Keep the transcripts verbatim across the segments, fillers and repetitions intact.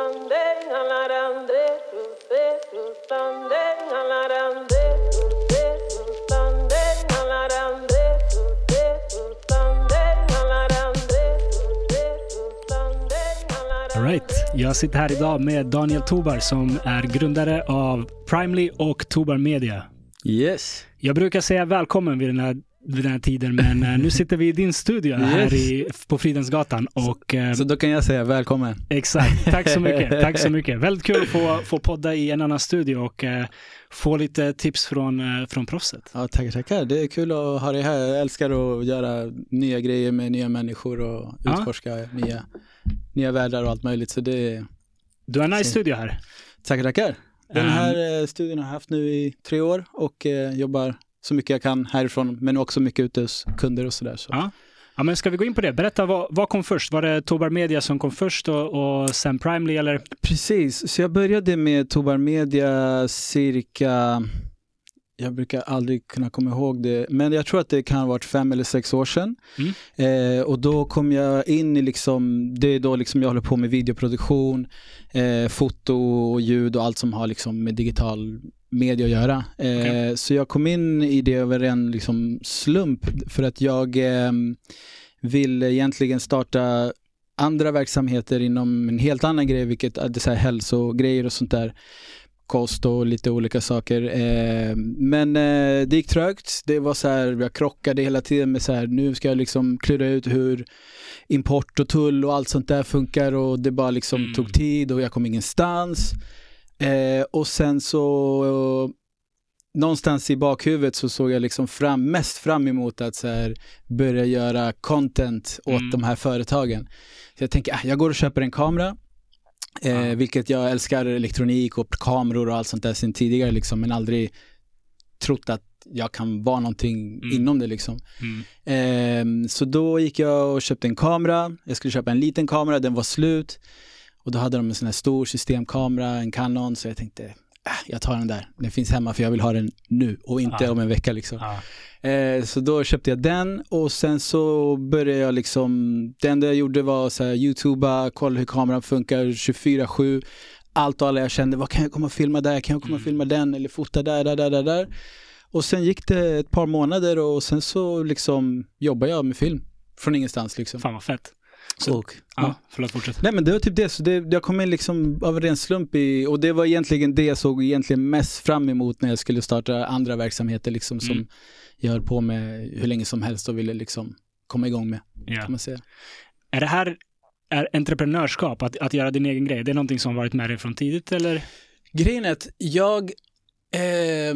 All right. Jag sitter här idag med Daniel Tobar som är grundare av Primely och Tobar Media. Yes. Jag brukar säga välkommen vid den här, vid den här tiden, men uh, nu sitter vi i din studio här yes. i, på Fridhemsgatan. Och, uh, så då kan jag säga välkommen. Exakt, tack så mycket. Tack så mycket. Väldigt kul att få, få podda i en annan studio och uh, få lite tips från, uh, från proffset. Ja, tackar, tackar. Det är kul att ha dig här. Jag älskar att göra nya grejer med nya människor och utforska ja. nya, nya världar och allt möjligt. Så det, du har en nice så. studio här. Tackar, tackar. Den här um, studion har jag haft nu i tre år och uh, jobbar så mycket jag kan härifrån, men också mycket ute hos kunder och sådär. Så. Ja. Ja, men ska vi gå in på det? Berätta, vad, vad kom först? Var det Tobar Media som kom först och, och sen Primely, eller? Precis, så jag började med Tobar Media cirka, jag brukar aldrig kunna komma ihåg det, men jag tror att det kan ha varit fem eller sex år sedan. Mm. Eh, och då kom jag in i liksom, det är då liksom jag håller på med videoproduktion, eh, foto och ljud och allt som har liksom med digital media att göra. Eh, okay. Så jag kom in i det över en liksom slump för att jag eh, vill egentligen starta andra verksamheter inom en helt annan grej, vilket är så här hälsogrejer och sånt där, kost och lite olika saker. Eh, men eh, det gick trögt. Det var så här, jag krockade hela tiden med så här, nu ska jag liksom klura ut hur import och tull och allt sånt där funkar, och det bara liksom mm. tog tid och jag kom ingenstans. Eh, och sen så uh, någonstans i bakhuvudet så såg jag liksom fram, mest fram emot att så här, börja göra content åt mm. de här företagen. Så jag tänker, ah, jag går och köper en kamera, eh, ah. vilket jag älskar elektronik och kameror och allt sånt där sen tidigare liksom, men aldrig trott att jag kan vara någonting mm. inom det liksom. Mm. Eh, så då gick jag och köpte en kamera. Jag skulle köpa en liten kamera, den var slut. Och då hade de en sån här stor systemkamera, en Canon, så jag tänkte, äh, jag tar den där. Den finns hemma för jag vill ha den nu och inte ah. om en vecka liksom. Ah. Eh, så då köpte jag den och sen så började jag liksom, det enda jag gjorde var så här, YouTubea, kolla hur kameran funkar tjugofyra sju. Allt och alla jag kände, vad kan jag komma och filma där? Kan jag komma och filma den? Eller fota där, där, där, där, där. Och sen gick det ett par månader och sen så liksom jobbade jag med film från ingenstans liksom. Fan vad fett. Så, och, ja, ja, förlåt, fortsätt. Nej, men det var typ det, så det, jag kom in liksom av en slump i, och det var egentligen det jag såg egentligen mest fram emot när jag skulle starta andra verksamheter liksom, som mm. jag höll på med hur länge som helst och ville liksom komma igång med, yeah. kan man säga. Är det här är entreprenörskap, att, att göra din egen grej, det är någonting som varit med dig från tidigt, eller? Grejen är att jag eh,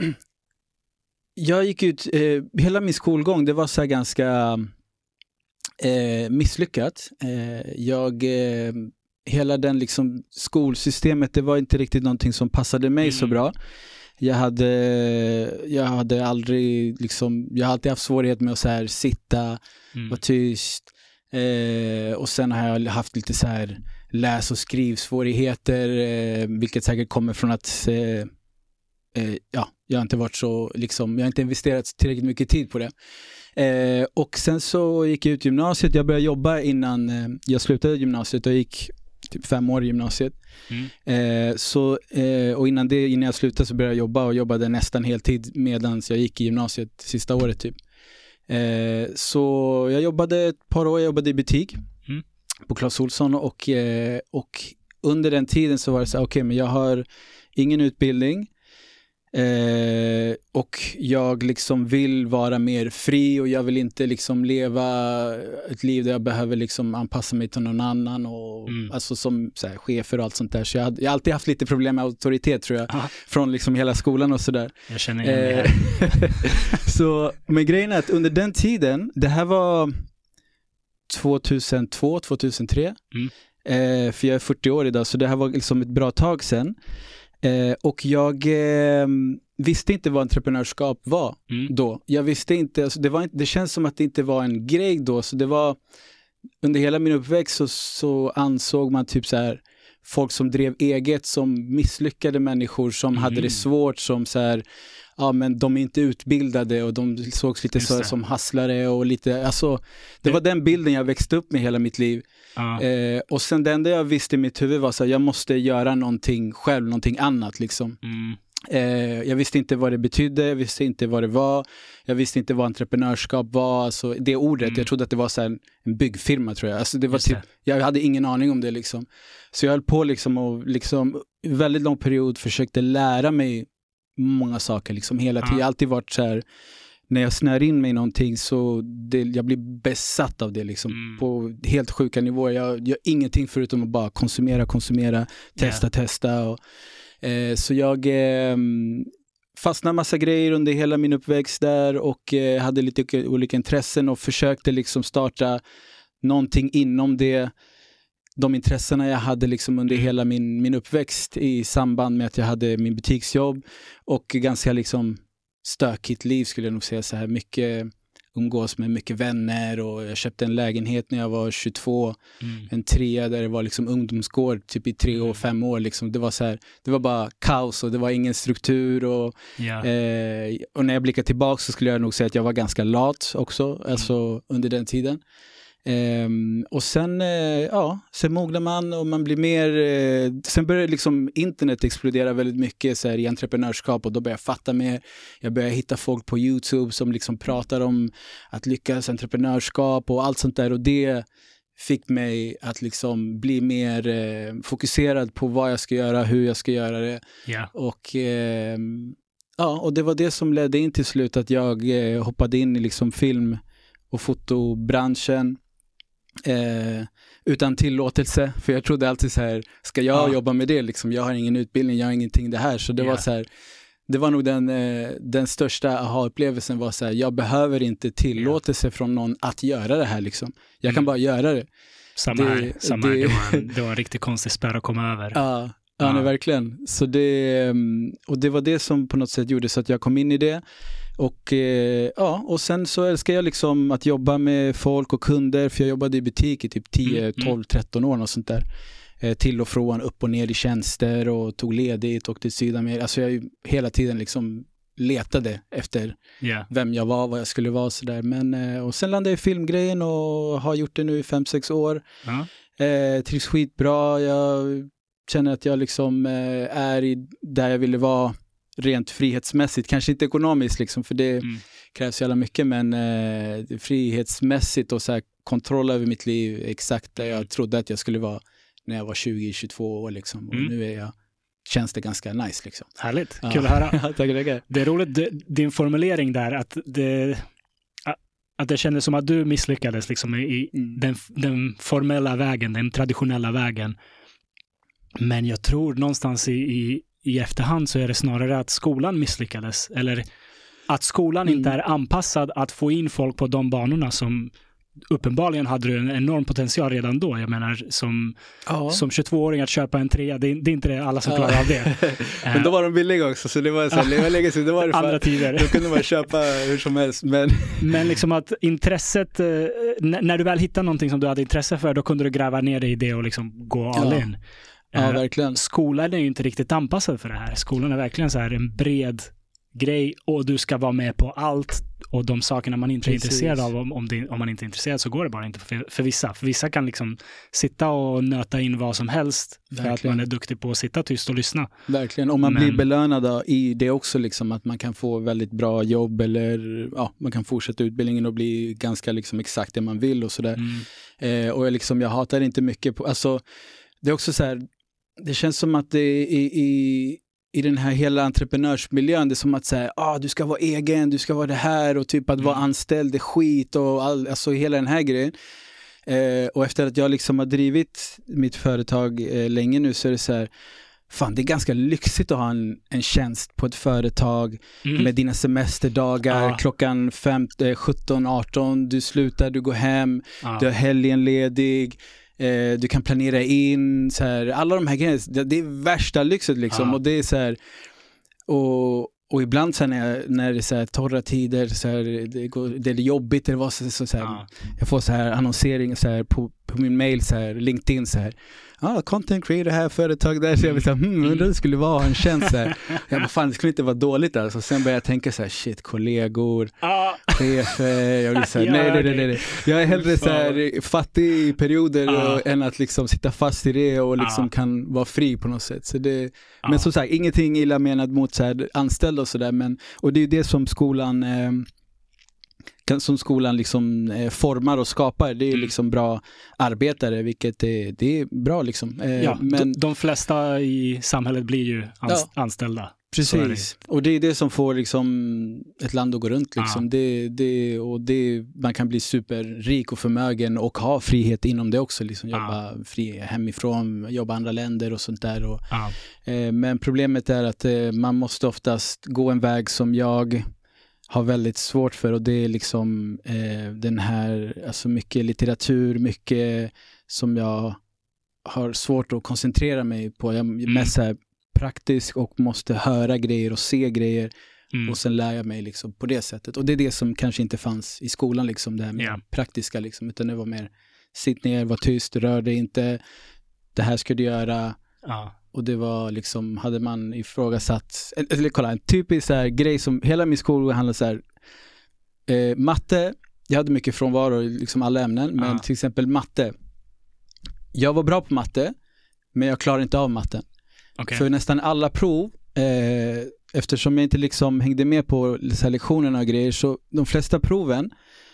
jag gick ut, eh, hela min skolgång, det var så här ganska Eh, misslyckat. Eh, jag eh, hela den liksom skolsystemet, det var inte riktigt någonting som passade mig mm. så bra. Jag hade jag hade aldrig liksom, jag har alltid haft svårighet med att så här sitta mm. vara tyst. Eh, och sen har jag haft lite så här läs- och skrivsvårigheter, eh, vilket säkert kommer från att eh, eh, ja, jag har inte varit så liksom, jag har inte investerat tillräckligt mycket tid på det. Eh, och sen så gick jag ut gymnasiet. Jag började jobba innan eh, jag slutade gymnasiet. Jag gick typ fem år i gymnasiet. Mm. Eh, så, eh, och innan det, innan jag slutade så började jag jobba och jobbade nästan heltid medan jag gick i gymnasiet sista året typ. Eh, så jag jobbade ett par år, jag jobbade i butik mm. på Clas Ohlson och, eh, och under den tiden så var det så okej, okay, men jag har ingen utbildning. Eh, och jag liksom vill vara mer fri och jag vill inte liksom leva ett liv där jag behöver liksom anpassa mig till någon annan och mm. alltså som så här, chefer och allt sånt där, så jag, hade, jag har alltid haft lite problem med auktoritet tror jag. Aha. Från liksom hela skolan och sådär. Jag känner igen det här. Så, men grejen är att under den tiden, det här var tjugohundratvå, tjugohundratre mm. eh, för jag är fyrtio år idag, så det här var liksom ett bra tag sedan. Eh, och jag eh, visste inte vad entreprenörskap var mm. då. Jag visste inte, alltså det, var inte, det känns som att det inte var en grej då. Så det var, under hela min uppväxt så, så ansåg man typ så här, folk som drev eget som misslyckade människor som mm. hade det svårt, som så här, ja men de är inte utbildade och de sågs lite så som hasslare och lite, alltså det, det var den bilden jag växte upp med hela mitt liv. Uh. Eh, och sen det enda jag visste i mitt huvud var så här, jag måste göra någonting själv, någonting annat liksom. Mm. Eh, jag visste inte vad det betydde, jag visste inte vad det var, jag visste inte vad entreprenörskap var, alltså det ordet, mm. jag trodde att det var så här en byggfirma tror jag, alltså det var typ, jag hade ingen aning om det liksom, så jag höll på liksom och liksom väldigt lång period försökte lära mig många saker liksom hela tiden, jag har alltid varit så här, när jag snör in mig i någonting så det, jag blir besatt av det liksom, mm. på helt sjuka nivåer, jag gör ingenting förutom att bara konsumera, konsumera, testa, yeah. testa och Eh, så jag eh, fastnade massa grejer under hela min uppväxt där och eh, hade lite olika intressen och försökte liksom starta någonting inom det, de intressena jag hade liksom under hela min, min uppväxt i samband med att jag hade min butiksjobb och ganska liksom stökigt liv skulle jag nog säga så här, mycket umgås med mycket vänner och jag köpte en lägenhet när jag var tjugotvå, mm. en trea där det var liksom ungdomsgård typ i tre år, fem år liksom, det var så här, det var bara kaos och det var ingen struktur och, yeah. eh, och när jag blickar tillbaka så skulle jag nog säga att jag var ganska lat också, mm. alltså under den tiden. Um, och sen uh, ja, sen mognar man och man blir mer uh, sen börjar liksom internet explodera väldigt mycket så här, i entreprenörskap och då börjar jag fatta mer, jag börjar hitta folk på YouTube som liksom pratar om att lyckas entreprenörskap och allt sånt där och det fick mig att liksom bli mer uh, fokuserad på vad jag ska göra, hur jag ska göra det yeah. och uh, ja, och det var det som ledde in till slut att jag uh, hoppade in i liksom film- och fotobranschen Eh, utan tillåtelse, för jag trodde alltid så här, ska jag ja. jobba med det liksom, jag har ingen utbildning, jag har ingenting det här, så det yeah. var så här, det var nog den, eh, den största aha-upplevelsen var så här, jag behöver inte tillåtelse yeah. från någon att göra det här liksom, jag mm. kan bara göra det. Samma det, här, samma det, här. Det, var en, det var en riktigt konstig spärr att komma över. Ja, ja, ja. Nej, verkligen. Så det, och det var det som på något sätt gjorde så att jag kom in i det. Och eh, ja, och sen så älskar jag liksom att jobba med folk och kunder, för jag jobbade i butik i typ tio, tolv, tretton år och sånt där. Eh, till och från, upp och ner i tjänster och tog ledigt och till Sydamerika. Alltså jag hela tiden liksom letade efter yeah. vem jag var, vad jag skulle vara så där. Men eh, och sen landade jag i filmgrejen och har gjort det nu i fem sex år. Uh-huh. Eh, trivs skitbra. Jag känner att jag liksom eh, är i, där jag ville vara rent frihetsmässigt, kanske inte ekonomiskt liksom, för det mm. krävs jävla mycket, men eh, frihetsmässigt och så här, kontroll över mitt liv exakt där jag trodde att jag skulle vara när jag var tjugo tjugotvå år liksom, och mm. nu är jag, känns det ganska nice liksom. Härligt, ja. Kul att höra. Tack, tack. Det är roligt, din formulering där, att det, att det kändes som att du misslyckades liksom i mm. den, den formella vägen, den traditionella vägen, men jag tror någonstans i, i i efterhand så är det snarare att skolan misslyckades, eller att skolan mm. inte är anpassad att få in folk på de banorna som uppenbarligen hade du en enorm potential redan då. Jag menar, som, ja. som tjugotvååring att köpa en trea, det, det är inte det alla som klarar ja. av det. Men då var de billiga också, så det var så här, det var länge sedan, det var det andra tider. Då kunde man köpa hur som helst. Men, men liksom att intresset, n- när du väl hittar någonting som du hade intresse för, då kunde du gräva ner dig i det och liksom gå all in. Ja. Ja, verkligen. Skolan är ju inte riktigt anpassad för det här. Skolan är verkligen så här en bred grej och du ska vara med på allt och de sakerna man inte Precis. är intresserad av, om, om, det, om man inte är intresserad så går det bara inte för, för vissa. För vissa kan liksom sitta och nöta in vad som helst för verkligen. Att man är duktig på att sitta tyst och lyssna. Verkligen, och man Men... blir belönad i det också liksom, att man kan få väldigt bra jobb eller ja, man kan fortsätta utbildningen och bli ganska liksom exakt det man vill och sådär. Mm. Eh, och jag, liksom, jag hatar inte mycket på, alltså det är också så här, det känns som att det i, i, i den här hela entreprenörsmiljön, det är som att säga, ah, du ska vara egen, du ska vara det här och typ att mm. vara anställd är skit och all, alltså hela den här grejen. Eh, och efter att jag liksom har drivit mitt företag eh, länge nu så är det så här, fan det är ganska lyxigt att ha en, en tjänst på ett företag mm. med dina semesterdagar, ah. klockan femton, sjutton, arton, du slutar, du går hem, ah. du har helgen ledig. Eh, du kan planera in så här, alla de här grejerna, det, det är värsta lyxet liksom, ah. och det är så här, och, och ibland så här, när, jag, när det är så här torra tider så här, det, går, det är jobbigt, det var så, så, så här, ah. jag får så här annonsering så här, på på min mail så här, LinkedIn så här. Ja, ah, content creator här, företag där. Så jag vill säga, hmm, undrar det skulle vara en tjänst så här. Jag bara, fan, det skulle inte vara dåligt alltså. Sen började jag tänka så här, shit, kollegor, chefer. Jag blir så här, nej, nej, nej, nej. Jag är hellre så här fattig i perioder ah. och, än att liksom sitta fast i det och liksom ah. kan vara fri på något sätt. Så det, ah. Men som sagt, ingenting illa menat mot så här anställda och sådär. Men, och det är det som skolan... Eh, som skolan liksom eh, formar och skapar, det är mm. liksom bra arbetare, vilket är, det är bra liksom. Eh, ja, men de, de flesta i samhället blir ju ans- ja, anställda. Precis, det. Och det är det som får liksom ett land att gå runt liksom. Ja. Det, det, och det, man kan bli superrik och förmögen och ha frihet inom det också, liksom jobba ja. fri hemifrån, jobba i andra länder och sånt där. Och, ja. eh, men problemet är att eh, man måste oftast gå en väg som jag har väldigt svårt för, och det är liksom eh, den här, alltså mycket litteratur, mycket som jag har svårt att koncentrera mig på. Jag är mm. mest så här praktisk och måste höra grejer och se grejer mm. och sen lär jag mig liksom på det sättet. Och det är det som kanske inte fanns i skolan liksom, det här med yeah. praktiska liksom, utan det var mer sitt ner, var tyst, rör dig inte, det här ska du göra. Ja. Och det var liksom, hade man ifrågasatt, eller kolla, en typisk så här grej som hela min skola handlade så här, eh, matte, jag hade mycket frånvaro i liksom alla ämnen, men ja. till exempel matte. Jag var bra på matte, men jag klarade inte av matten. Okay. För nästan alla prov, eh, eftersom jag inte liksom hängde med på så här lektionerna och grejer, så de flesta proven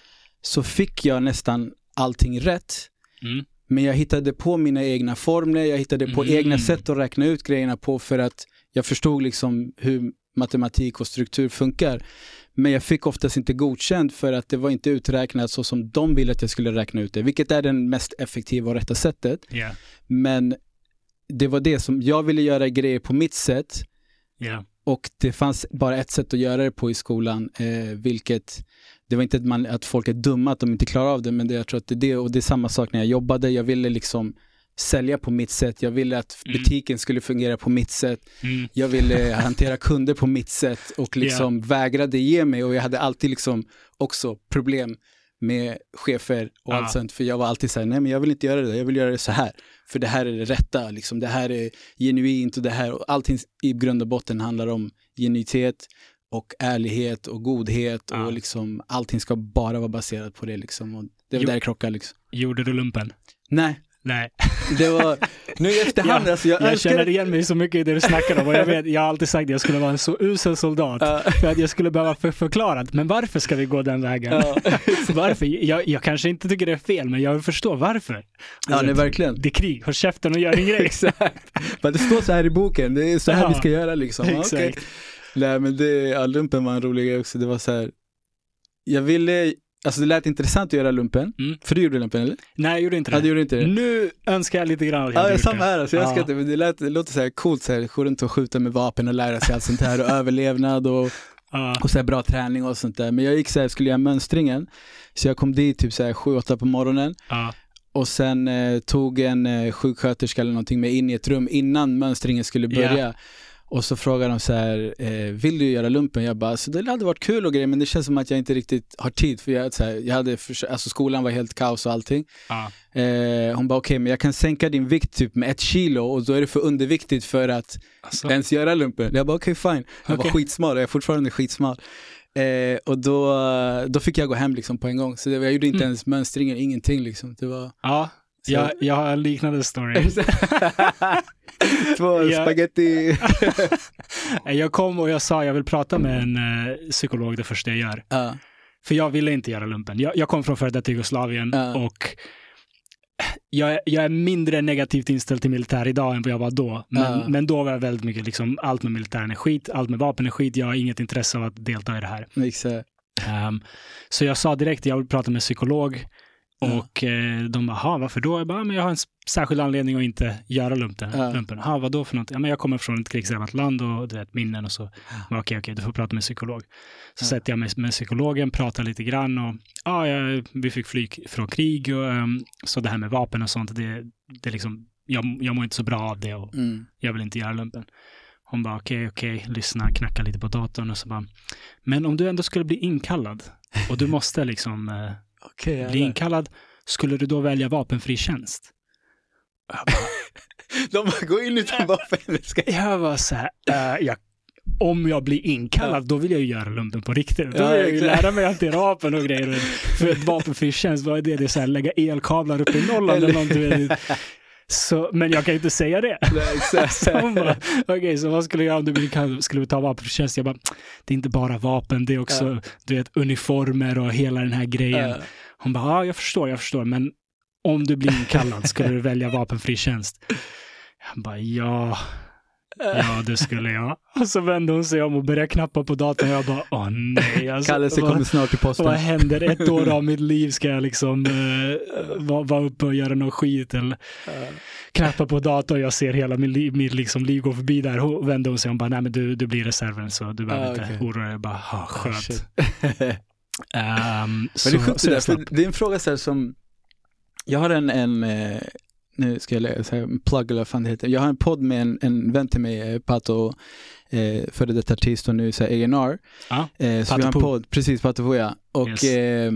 så fick jag nästan allting rätt. Mm. Men jag hittade på mina egna formler, jag hittade på mm. egna sätt att räkna ut grejerna på, för att jag förstod liksom hur matematik och struktur funkar. Men jag fick oftast inte godkänt för att det var inte uträknat så som de ville att jag skulle räkna ut det, vilket är den mest effektiva och rätta sättet. Yeah. Men det var det som jag ville göra grejer på mitt sätt. Yeah. Och det fanns bara ett sätt att göra det på i skolan, eh, vilket det var inte att, man, att folk är dumma att de inte klarar av det, men det, jag tror att det är det, och det är samma sak när jag jobbade. Jag ville liksom sälja på mitt sätt, jag ville att mm. butiken skulle fungera på mitt sätt, mm. jag ville hantera kunder på mitt sätt och liksom yeah. vägrade ge mig, och jag hade alltid liksom också problem med chefer och ah. allt sånt, för jag var alltid så här, nej men jag vill inte göra det, jag vill göra det så här, för det här är det rätta, liksom, det här är genuint, och det här, och allting i grund och botten handlar om genuitet och ärlighet och godhet ah. och liksom allting ska bara vara baserat på det liksom, och det var jo. där det krockar liksom. Gjorde du lumpen? Nej. Nej. Det var, nu i efterhand, ja, alltså jag, jag känner igen mig så mycket i det du snackar om, och jag vet, jag har alltid sagt att jag skulle vara en så usel soldat, uh. för att jag skulle behöva för, förklara, men varför ska vi gå den vägen? Uh. Varför? Jag, jag kanske inte tycker det är fel, men jag förstår varför. Ja, det är verkligen. Det är krig, håll käften och gör en grej. Exakt. Men det står så här i boken, det är så här ja. vi ska göra liksom. Exakt. Okay. Nej, men det, ja, lumpen var en rolig grej också, det var så här, jag ville, alltså det lät intressant att göra lumpen. Mm. För du gjorde lumpen, eller? Nej, jag gjorde inte det. Ja, du gjorde inte det. Nu önskar jag lite grann att jag ja, hade samma här. Alltså, jag ja. inte, men det, lät, det låter så här coolt, så här, gå runt och skjuta med vapen och lära sig allt sånt här, och överlevnad och, ja. och så här, bra träning och sånt där. Men jag gick så här, skulle göra mönstringen. Så jag kom dit typ så här sju åtta på morgonen. Ja. Och sen eh, tog en eh, sjuksköterska eller någonting med in i ett rum innan mönstringen skulle börja. Ja. Och så frågade de så här, eh, vill du göra lumpen? Jag bara, så det hade varit kul och grejer, men det känns som att jag inte riktigt har tid, för jag, så här, jag hade, för, alltså skolan var helt kaos och allting. Ah. Eh, hon bara, okej, okay, men jag kan sänka din vikt typ med ett kilo, och då är det för underviktigt för att alltså. ens göra lumpen. Jag bara, okej, okay, fine. Jag okay. var skitsmal, jag är fortfarande skitsmal. Eh, och då, då fick jag gå hem liksom på en gång. Så det, jag gjorde inte mm. ens mönstringen, ingenting liksom. Det var... Ja. Jag, jag har en liknande story. Två spaghetti. Jag kom och jag sa jag vill prata med en uh, psykolog det första jag gör. Uh. För jag ville inte göra lumpen. Jag, jag kom från före detta Jugoslavien uh. och jag, jag är mindre negativt inställd till militär idag än vad jag var då. Men, uh. men då var jag väldigt mycket liksom, allt med militären är skit, allt med vapen är skit. Jag har inget intresse av att delta i det här. Exakt. Um, så jag sa direkt jag vill prata med psykolog. Och ja. eh, de bara, varför då? Jag bara, men jag har en särskild anledning att inte göra lumpen. Ja. lumpen. Ha, vad då för något? Ja, men jag kommer från ett krigsdrabbat land och du vet, minnen och så. Ja. Okej, okej, du får prata med psykolog. Så ja. sätter jag mig med psykologen, pratar lite grann och ja, jag, vi fick flyg från krig och um, så det här med vapen och sånt, det, det liksom, jag, jag mår inte så bra av det och mm. jag vill inte göra lumpen. Hon bara, okej, okej, lyssnar, knackar lite på datorn och så bara, men om du ändå skulle bli inkallad och du måste liksom... Eh, Okay, bli inkallad, skulle du då välja vapenfri tjänst? De går in utan vapen. Jag var så här, uh, jag, om jag blir inkallad, ja. Då vill jag ju göra lumpen på riktigt. Då vill jag ju lära mig att det är vapen och grejer. För ett vapenfri tjänst, vad är det? Det är så här, lägga elkablar upp i nollan eller någonting. Så, men jag kan inte säga det. Okej, okay, så vad skulle jag göra om du blir inkallad? Skulle vi ta vapenfri tjänst? Jag bara, det är inte bara vapen, det är också ja. du vet, uniformer och hela den här grejen. Ja. Hon bara, ja jag förstår, jag förstår, men om du blir inkallad, skulle du välja vapenfri tjänst? Jag bara, ja... Ja, det skulle jag. Och så vände hon sig om och började knappa på datorn. Jag bara, åh nej. Alltså, Kallelse kommer snart till posten. Vad händer? Ett år av mitt liv ska jag liksom uh, vara var uppe och göra någon skit eller uh. knappa på datorn. Jag ser hela mitt liv, mitt liksom, liv gå förbi där. Hon vände hon sig om bara, nej men du, du blir reserven så du behöver uh, inte okay. oroa dig. Jag bara, ah, skönt. Oh, um, men det är sjukt det där, för det är en fråga så här som, jag har en, en eh, nu ska jag säga en plug eller vad fan det heter. Jag har en podd med en, en vän till mig, Pato, eh, före detta artist och nu så A and R. Ah, eh, så vi har en podd, precis, Pato Po, ja. Och yes. eh,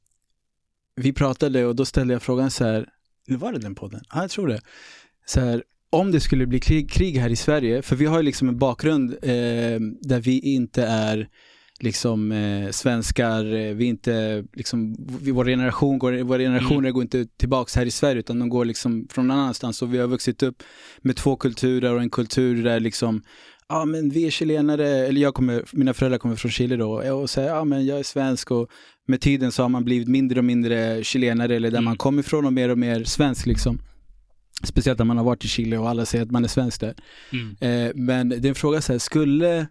vi pratade och då ställde jag frågan så här, var det den podden? Ja, jag tror det. Så här, om det skulle bli krig, krig här i Sverige, för vi har ju liksom en bakgrund eh, där vi inte är liksom eh, svenskar, vi inte liksom, vi, vår generation går, våra generationer mm. går inte tillbaks här i Sverige utan de går liksom från någon annanstans, och vi har vuxit upp med två kulturer och en kultur där liksom, ja ah, men vi är chilenare, eller jag kommer, mina föräldrar kommer från Chile då, och säger ja ah, men jag är svensk, och med tiden så har man blivit mindre och mindre chilenare eller där mm. man kommer ifrån och mer och mer svensk liksom. Speciellt när man har varit i Chile och alla säger att man är svensk där. Mm. Eh, men det är en fråga så här, skulle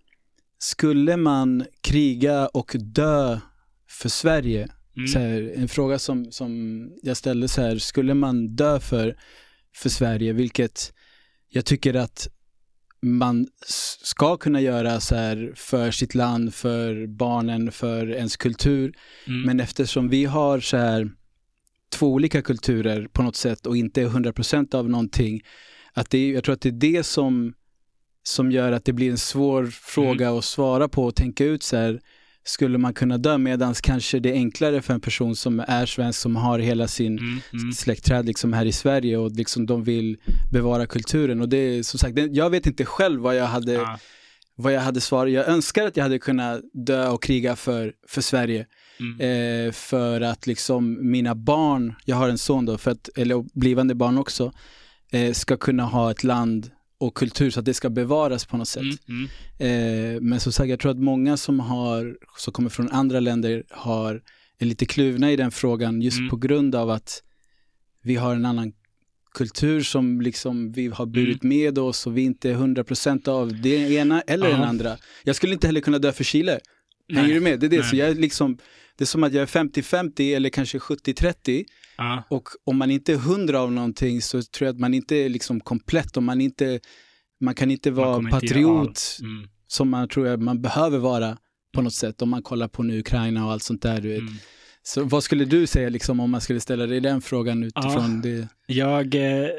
Skulle man kriga och dö för Sverige? Mm. Så här, en fråga som, som jag ställde så här, skulle man dö för, för Sverige? Vilket jag tycker att man ska kunna göra så här för sitt land, för barnen, för ens kultur. Mm. Men eftersom vi har så här två olika kulturer på något sätt och inte är hundra procent av någonting, att det, jag tror att det är det som som gör att det blir en svår fråga mm. att svara på och tänka ut så här, skulle man kunna dö, medans kanske det är enklare för en person som är svensk, som har hela sin mm. Mm. släktträd liksom här i Sverige, och liksom de vill bevara kulturen, och det är som sagt, det, jag vet inte själv vad jag hade ja. vad jag hade svarat. Jag önskar att jag hade kunnat dö och kriga för, för Sverige mm. eh, för att liksom mina barn, jag har en son då, för att, eller blivande barn också, eh, ska kunna ha ett land och kultur, så att det ska bevaras på något sätt. Mm, mm. Eh, men som sagt, jag tror att många som har som kommer från andra länder har är lite kluvna i den frågan, just mm. på grund av att vi har en annan kultur som liksom vi har burit mm. med oss, och vi inte är hundra procent av det ena eller uh-huh. den andra. Jag skulle inte heller kunna dö för Chile. Hänger du med? Det är det. Nej. Så jag är liksom, det är som att jag är femtio femtio eller kanske sjuttio trettio. Uh. Och om man inte är hundra av någonting, så tror jag att man inte är liksom komplett, om man inte, man kan inte vara man patriot mm. som man tror att man behöver vara på något sätt, om man kollar på nu Ukraina och allt sånt där, du vet. Mm. Så vad skulle du säga liksom, om man skulle ställa dig den frågan utifrån ja, det? Jag,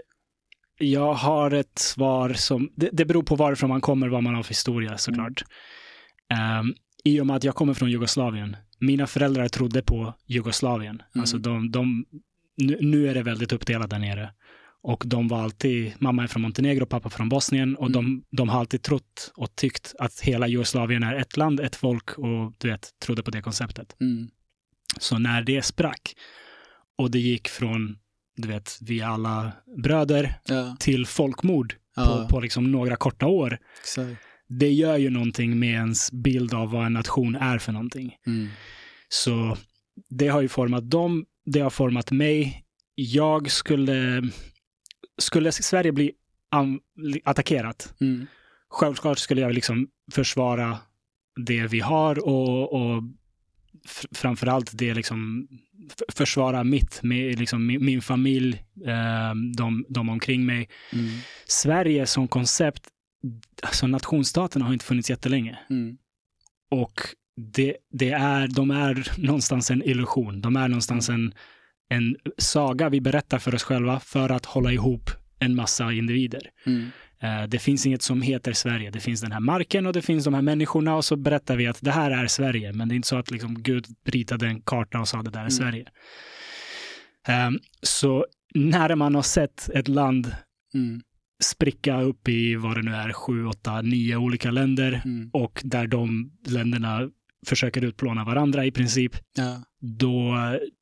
jag har ett svar som, det, det beror på varifrån man kommer, vad man har för historia såklart. Mm. Um, I och med att jag kommer från Jugoslavien, mina föräldrar trodde på Jugoslavien. Mm. Alltså de, de, nu, nu är det väldigt uppdelat där nere. Och de var alltid, mamma är från Montenegro, pappa från Bosnien. Och mm. de, de har alltid trott och tyckt att hela Jugoslavien är ett land, ett folk. Och du vet, trodde på det konceptet. Mm. Så när det sprack och det gick från, du vet, vi alla bröder ja. till folkmord ja. på, på liksom några korta år. Exakt. Det gör ju någonting med ens bild av vad en nation är för någonting. Mm. Så det har ju format dem, det har format mig. Jag skulle, skulle Sverige bli am, attackerat, mm. självklart skulle jag liksom försvara det vi har och, och f- framförallt det liksom f- försvara mitt, med liksom min, min familj, eh, de, de omkring mig. Mm. Sverige som koncept, alltså nationsstaterna har inte funnits jättelänge. Mm. Och det, det är, de är någonstans en illusion. De är någonstans mm. en, en saga vi berättar för oss själva för att hålla ihop en massa individer. Mm. Uh, det finns inget som heter Sverige. Det finns den här marken och det finns de här människorna, och så berättar vi att det här är Sverige. Men det är inte så att liksom Gud ritade en karta och sa det där är mm. Sverige. Um, så när man har sett ett land Mm. spricka upp i vad det nu är, sju, åtta, nio olika länder Mm. och där de länderna försöker utplåna varandra i princip, Ja. då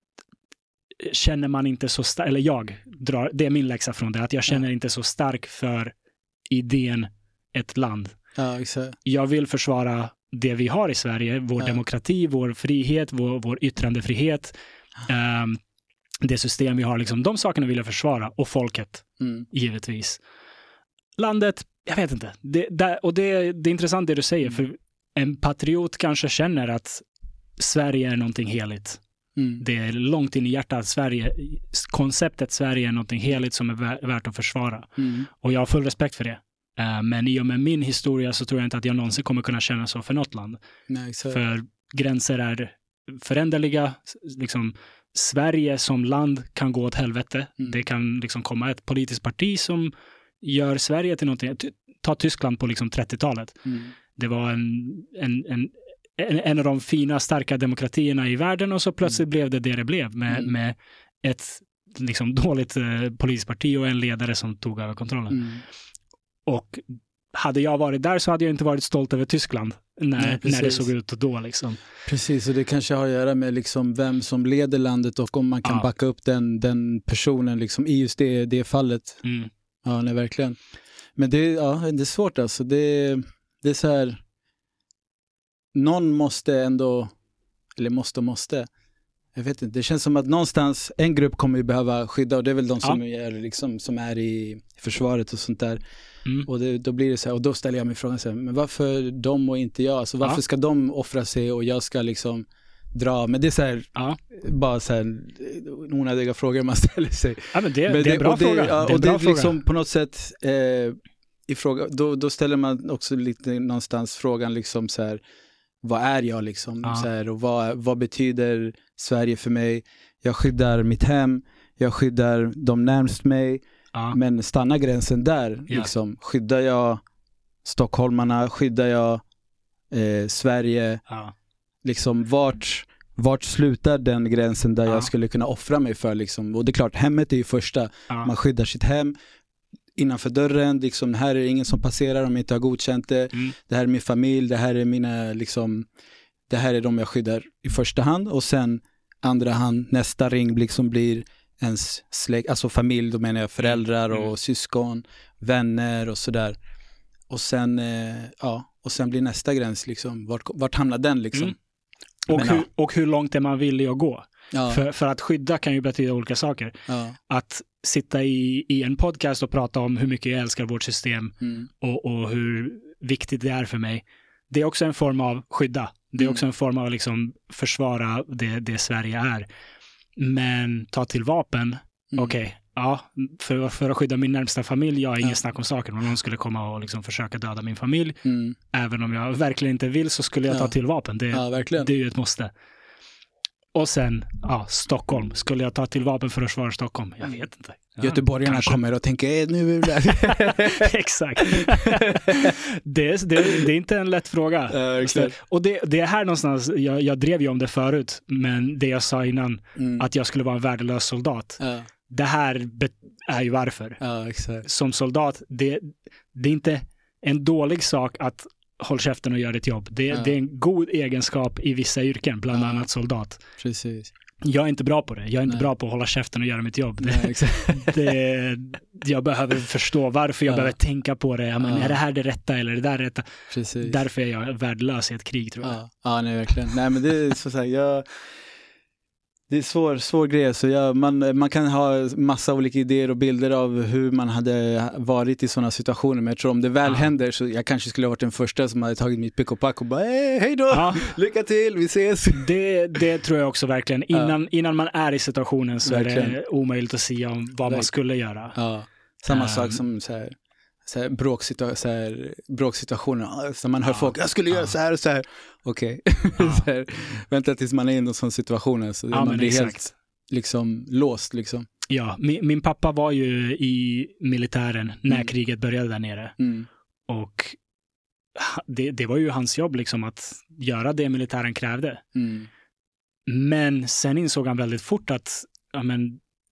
känner man inte så stark, eller jag drar, det är min läxa från det, att jag känner Ja. inte så stark för idén ett land. Ja, exakt. Jag vill försvara det vi har i Sverige, vår Ja. demokrati, vår frihet, vår, vår yttrandefrihet, um, det system vi har, liksom, de sakerna vill jag försvara, och folket, Mm. givetvis. Landet, jag vet inte. Det, där, och det, det är intressant det du säger, Mm. för en patriot kanske känner att Sverige är någonting heligt. Mm. Det är långt in i hjärtat. Sverige, konceptet Sverige är någonting heligt som är vä- värt att försvara. Mm. Och jag har full respekt för det. Uh, men i och med min historia så tror jag inte att jag någonsin kommer kunna känna så för något land. Nej, exakt. För gränser är föränderliga. Liksom, Sverige som land kan gå åt helvete. Mm. Det kan liksom komma ett politiskt parti som gör Sverige till någonting. Ta Tyskland på liksom trettiotalet. Mm. Det var en, en, en, en, en av de fina, starka demokratierna i världen, och så plötsligt Mm. blev det det det blev med, Mm. med ett liksom dåligt eh, polisparti och en ledare som tog över kontrollen. Mm. Och hade jag varit där så hade jag inte varit stolt över Tyskland när, Nej, precis. när det såg ut då liksom. Precis, och det kanske har att göra med liksom vem som leder landet och om man kan Ja. backa upp den, den personen liksom i just det, det fallet. Mm. Ja, nej, verkligen. Men det, ja, det är svårt alltså. Det, det är så här, någon måste ändå, eller måste och måste, jag vet inte, det känns som att någonstans en grupp kommer ju behöva skydda, och det är väl de som, Ja. är, liksom, som är i försvaret och sånt där. Mm. Och det, då blir det så här, och då ställer jag mig frågan så här, men varför de och inte jag? Alltså varför Ja. ska de offra sig och jag ska liksom dra? Men det är så här, Ja. bara så här onödiga frågor man ställer sig. Ja, men det, Men det är en bra och det, fråga. Ja, det är en och bra det är fråga. liksom på något sätt eh, i fråga, då, då ställer man också lite någonstans frågan liksom så här, vad är jag liksom? Ja. Så här, och vad, vad betyder Sverige för mig? Jag skyddar mitt hem, jag skyddar de närmst mig, Ja. men stannar gränsen där Ja. liksom? Skyddar jag stockholmarna? Skyddar jag eh, Sverige? Ja. Liksom vart, vart slutar den gränsen där Ja. jag skulle kunna offra mig för liksom? Och det är klart, hemmet är ju första. Ja. Man skyddar sitt hem innanför dörren, liksom, här är det ingen som passerar om jag inte har godkänt det. Mm. Det här är min familj, det här är mina liksom, det här är de jag skyddar i första hand, och sen andra hand, nästa ring liksom blir ens släkt, alltså familj, då menar jag föräldrar och Mm. syskon, vänner och sådär. Och sen eh, ja, och sen blir nästa gräns liksom, vart, vart hamnar den liksom? Mm. Och, Men, hur, ja. och hur långt är man villig att gå? Ja, För, för att skydda kan ju betyda olika saker. ja, Att sitta i, i en podcast och prata om hur mycket jag älskar vårt system mm, och, och hur viktigt det är för mig. Det är också en form av skydda. Det är Mm. också en form av liksom försvara det, det Sverige är. Men ta till vapen, mm. okej, ja, för, för att skydda min närmsta familj, jag har ingen Ja. snack om saken. Om någon skulle komma och liksom försöka döda min familj, Mm. även om jag verkligen inte vill, så skulle jag ta Ja. till vapen. Det, Ja, verkligen. det är ju ett måste. Och sen, ja, Stockholm. Skulle jag ta till vapen för att försvara Stockholm? Jag vet inte. Ja, Göteborgarna kanske. kommer och tänker, eh, nu är det Exakt. det, är, det, är, det är inte en lätt fråga. Ja, exakt. Och det, det är här någonstans, jag, jag drev ju om det förut, men det jag sa innan, Mm. att jag skulle vara en värdelös soldat. Ja, Det här be- är ju varför. ja, exakt. Som soldat, det, det är inte en dålig sak att hålla käften och göra ditt jobb. Det, Ja. det är en god egenskap i vissa yrken, bland Ja. annat soldat. Precis. Jag är inte bra på det. Jag är inte Nej. bra på att hålla käften och göra mitt jobb. Nej, Det, exakt. det, jag behöver förstå varför, jag Ja. behöver tänka på det. Ja, men Ja. är det här det rätta eller är det där det rätta? Precis. Därför är jag värdelös i ett krig, tror jag. Ja, ja, nej, verkligen. Nej, men det är så här, jag... Det är svår, svår grej, så jag, man, man kan ha massa olika idéer och bilder av hur man hade varit i sådana situationer, men jag tror om det väl Ja. händer så jag kanske skulle ha varit den första som hade tagit mitt pick och pack och bara hey, hej då, Ja, lycka till, vi ses. det, det tror jag också verkligen. Innan, innan man är i situationen så är det Verkligen. omöjligt att säga om vad man Verkligen. skulle göra. Ja, samma Um. sak som så här, så här, bråksitua- så här, bråksituationer, ja, så man hör Ja. folk, jag skulle göra Ja. så här och så här, okej, Ja. Så här, vänta tills man är i en sån situation, så Ja, man men blir exakt. helt liksom låst liksom. Ja, min, min pappa var ju i militären när Mm. kriget började där nere. Mm. Och ha- det, det var ju hans jobb liksom att göra det militären krävde. Mm. Men sen insåg han väldigt fort att ja, men,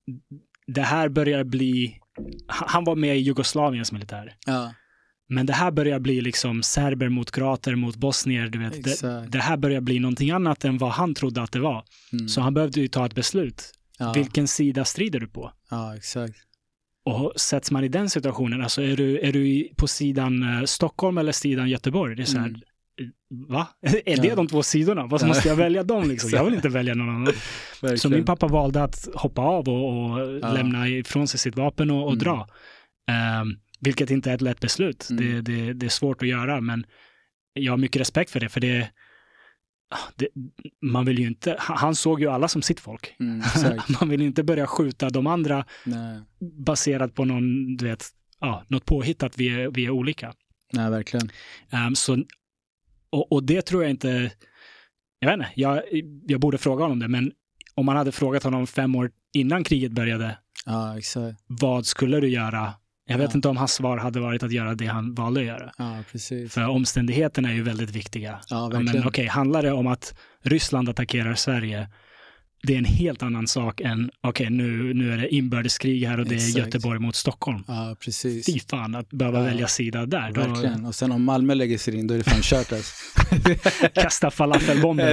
det här börjar bli, han var med i Jugoslaviens militär. Ja. Men det här börjar bli liksom serber mot kroater mot bosnier, du vet. Det, det här börjar bli någonting annat än vad han trodde att det var. Mm. Så han behövde ju ta ett beslut. Ja. Vilken sida strider du på? Ja, exakt. Och sätts man i den situationen, alltså är du, är du på sidan uh, Stockholm eller sidan Göteborg? Det är så här, mm. va? Är det ja. de två sidorna? Vad måste jag välja dem liksom? Jag vill inte välja någon annan. Så min pappa valde att hoppa av och, och ja. lämna ifrån sig sitt vapen och, och mm. dra. Um, vilket inte är ett lätt beslut. Mm. Det, det, det är svårt att göra, men jag har mycket respekt för det, för det, det man vill ju inte, han såg ju alla som sitt folk. Mm, man vill ju inte börja skjuta de andra. Nej. Baserat på någon, du vet, ja, något påhittat, vi är, vi är olika. Nej, verkligen. Um, så, och, och det tror jag inte, jag vet inte, jag, jag borde fråga honom det, men om man hade frågat honom fem år innan kriget började, ja, exakt. Vad skulle du göra? Jag vet ja. inte om hans svar hade varit att göra det han valde att göra. Ja, precis. För omständigheterna är ju väldigt viktiga. Ja, verkligen. Men okej, okay, handlar det om att Ryssland attackerar Sverige, det är en helt annan sak än okej, okay, nu, nu är det inbördeskrig här och det Exakt. är Göteborg mot Stockholm. Ja, precis. Fy fan, att behöva ja. välja sida där. Verkligen, då... och sen om Malmö lägger sig in, då är det fan kört alltså. Kasta falafelbomber.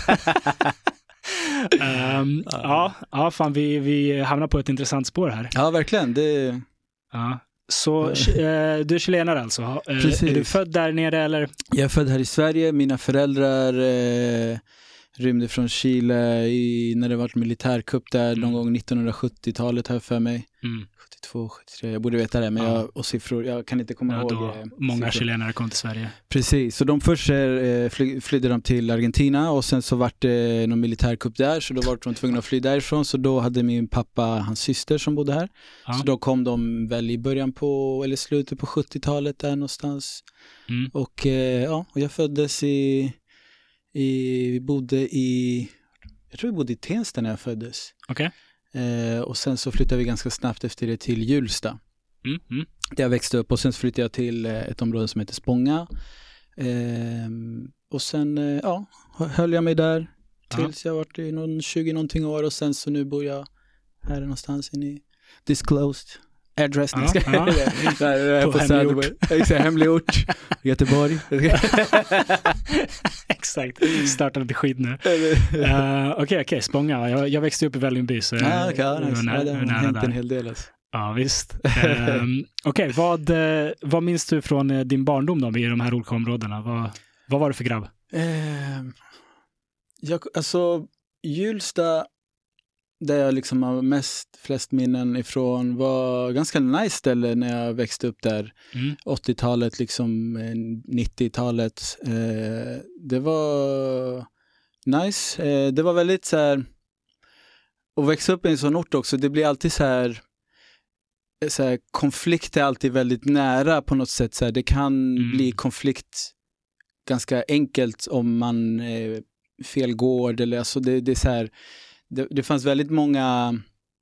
um, ja. ja, ja, fan, vi, vi hamnar på ett intressant spår här. Ja, verkligen, det Ja, så eh, du är chilenare alltså? Precis. Är du född där nere eller? Jag är född här i Sverige. Mina föräldrar eh, rymde från Chile i, när det var militärkupp där mm. någon gång nittonhundrasjuttiotalet här för mig. Mm. sjuttiotvå, sjuttiotre, jag borde veta det, men ja. jag, och siffror, jag kan inte komma ja, ihåg. Då, många chilenare kom till Sverige. Precis, så de först eh, fly, flydde de till Argentina och sen så var det någon militärkupp där, så då var de tvungna att fly därifrån, så då hade min pappa hans syster som bodde här. Ja. Så då kom de väl i början på, eller slutet på sjuttiotalet där någonstans. Mm. Och eh, ja, och jag föddes i, i, vi bodde i, jag tror vi bodde i Tensta när jag föddes. Okej. Okay. Eh, och sen så flyttade vi ganska snabbt efter det till Hjulsta. Mm, mm. Där jag växte upp, och sen så flyttade jag till eh, ett område som heter Spånga. Eh, och sen eh, ja, höll jag mig där tills ja. jag varit i någon tjugo någonting år, och sen så nu bor jag här någonstans inne i disclosed address. Ja, ja. där, på, på hemlig ort. Exakt, hemlig ort. Göteborg. Exakt, startade lite skit nu. Okej, uh, okej, okay, okay, Spånga. Jag, jag växte upp i Vällingby, så ah, okay, jag nice. nära, ja, det har hänt en hel del. Alltså. Ja, visst. um, okej, okay, vad, vad minns du från din barndom då, i de här olika områdena? Vad, vad var det för grabb? Uh, jag, alltså, Hjulsta, där jag liksom har mest flest minnen ifrån, var ganska nice ställe när jag växte upp där. Mm. åttiotalet, liksom nittiotalet. Eh, det var nice. Eh, det var väldigt så här, att växa upp i en sån ort också, det blir alltid så här, så här, konflikt är alltid väldigt nära på något sätt. Så här, det kan mm. bli konflikt ganska enkelt om man är fel gård, eller alltså det, det är så här. Det, det fanns väldigt många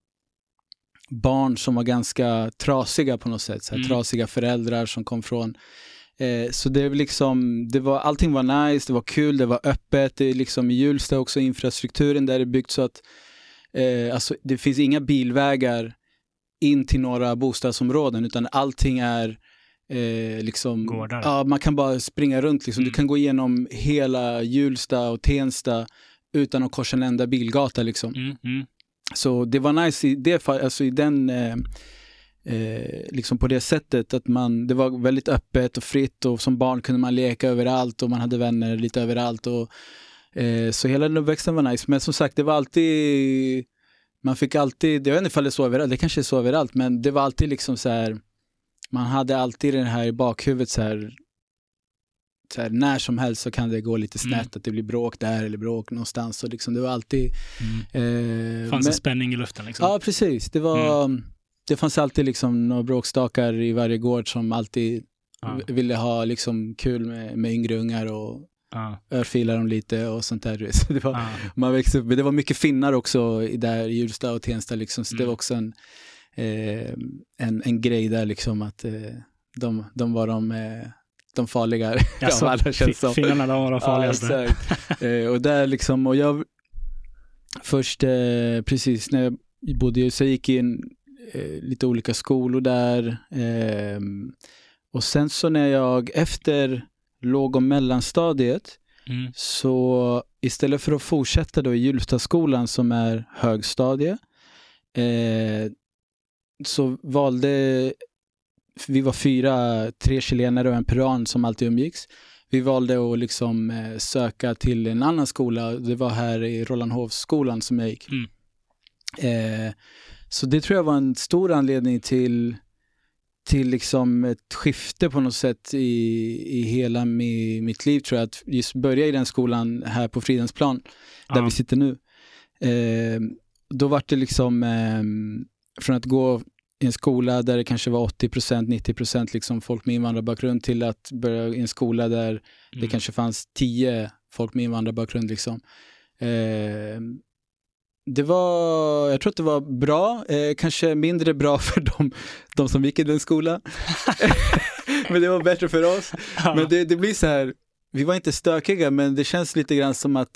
barn som var ganska trasiga på något sätt. Så här, mm. Trasiga föräldrar som kom från. Eh, så det liksom, det var, allting var nice, det var kul, det var öppet. Det är liksom i Hjulsta också infrastrukturen där det är byggt så att eh, alltså, det finns inga bilvägar in till några bostadsområden, utan allting är eh, liksom, ja, man kan bara springa runt. Liksom. Mm. Du kan gå igenom hela Hjulsta och Tensta utan att korsa en enda bilgata liksom. Mm, mm. Så det var nice i det, alltså i den eh, eh, liksom på det sättet att man, det var väldigt öppet och fritt, och som barn kunde man leka överallt och man hade vänner lite överallt, och eh, så hela den uppväxten var nice. Men som sagt, det var alltid, man fick alltid, jag vet inte ifall det är så överallt, det kanske är så överallt, men det var alltid liksom så här, man hade alltid den här i bakhuvudet så här, så här, när som helst så kan det gå lite snett, mm. att det blir bråk där eller bråk någonstans, och liksom det var alltid mm. eh, fanns men, en spänning i luften liksom. Ja, precis, det var mm. det fanns alltid liksom några bråkstakar i varje gård som alltid ja. ville ha liksom kul med, med yngre ungar och ja. örfila dem lite och sånt där. Så det var, ja. man växte upp, det var mycket finnar också i där i Hjulsta och Tensta liksom, så mm. det var också en, eh, en, en grej där liksom, att eh, de, de var de eh, de farliga. Alltså, ja, alla känns som. Finnarna, de var de farligaste. Ja, eh, och där liksom, och jag först eh, precis när jag, bodde, så jag gick in eh, lite olika skolor där. Eh, och sen så när jag efter låg- och mellanstadiet mm. så istället för att fortsätta då i Hjulstaskolan som är högstadie eh, så valde vi var fyra, tre chilenare och en peruan som alltid umgicks. Vi valde att liksom eh, söka till en annan skola. Det var här i Rålambshovsskolan som jag gick. Mm. Eh, så det tror jag var en stor anledning till till liksom ett skifte på något sätt i, i hela mi, mitt liv, tror jag, att just börja i den skolan här på Fridhemsplan där ah. vi sitter nu. Eh, då var det liksom eh, från att gå i en skola där det kanske var åttio procent, nittio procent liksom folk med invandrarbakgrund till att börja i en skola där mm. det kanske fanns tio folk med invandrarbakgrund liksom. Eh, det var, jag tror att det var bra, eh, kanske mindre bra för de, de som gick i den skolan. Men det var bättre för oss. Ja. Men det, det blir så här, vi var inte stökiga, men det känns lite grann som att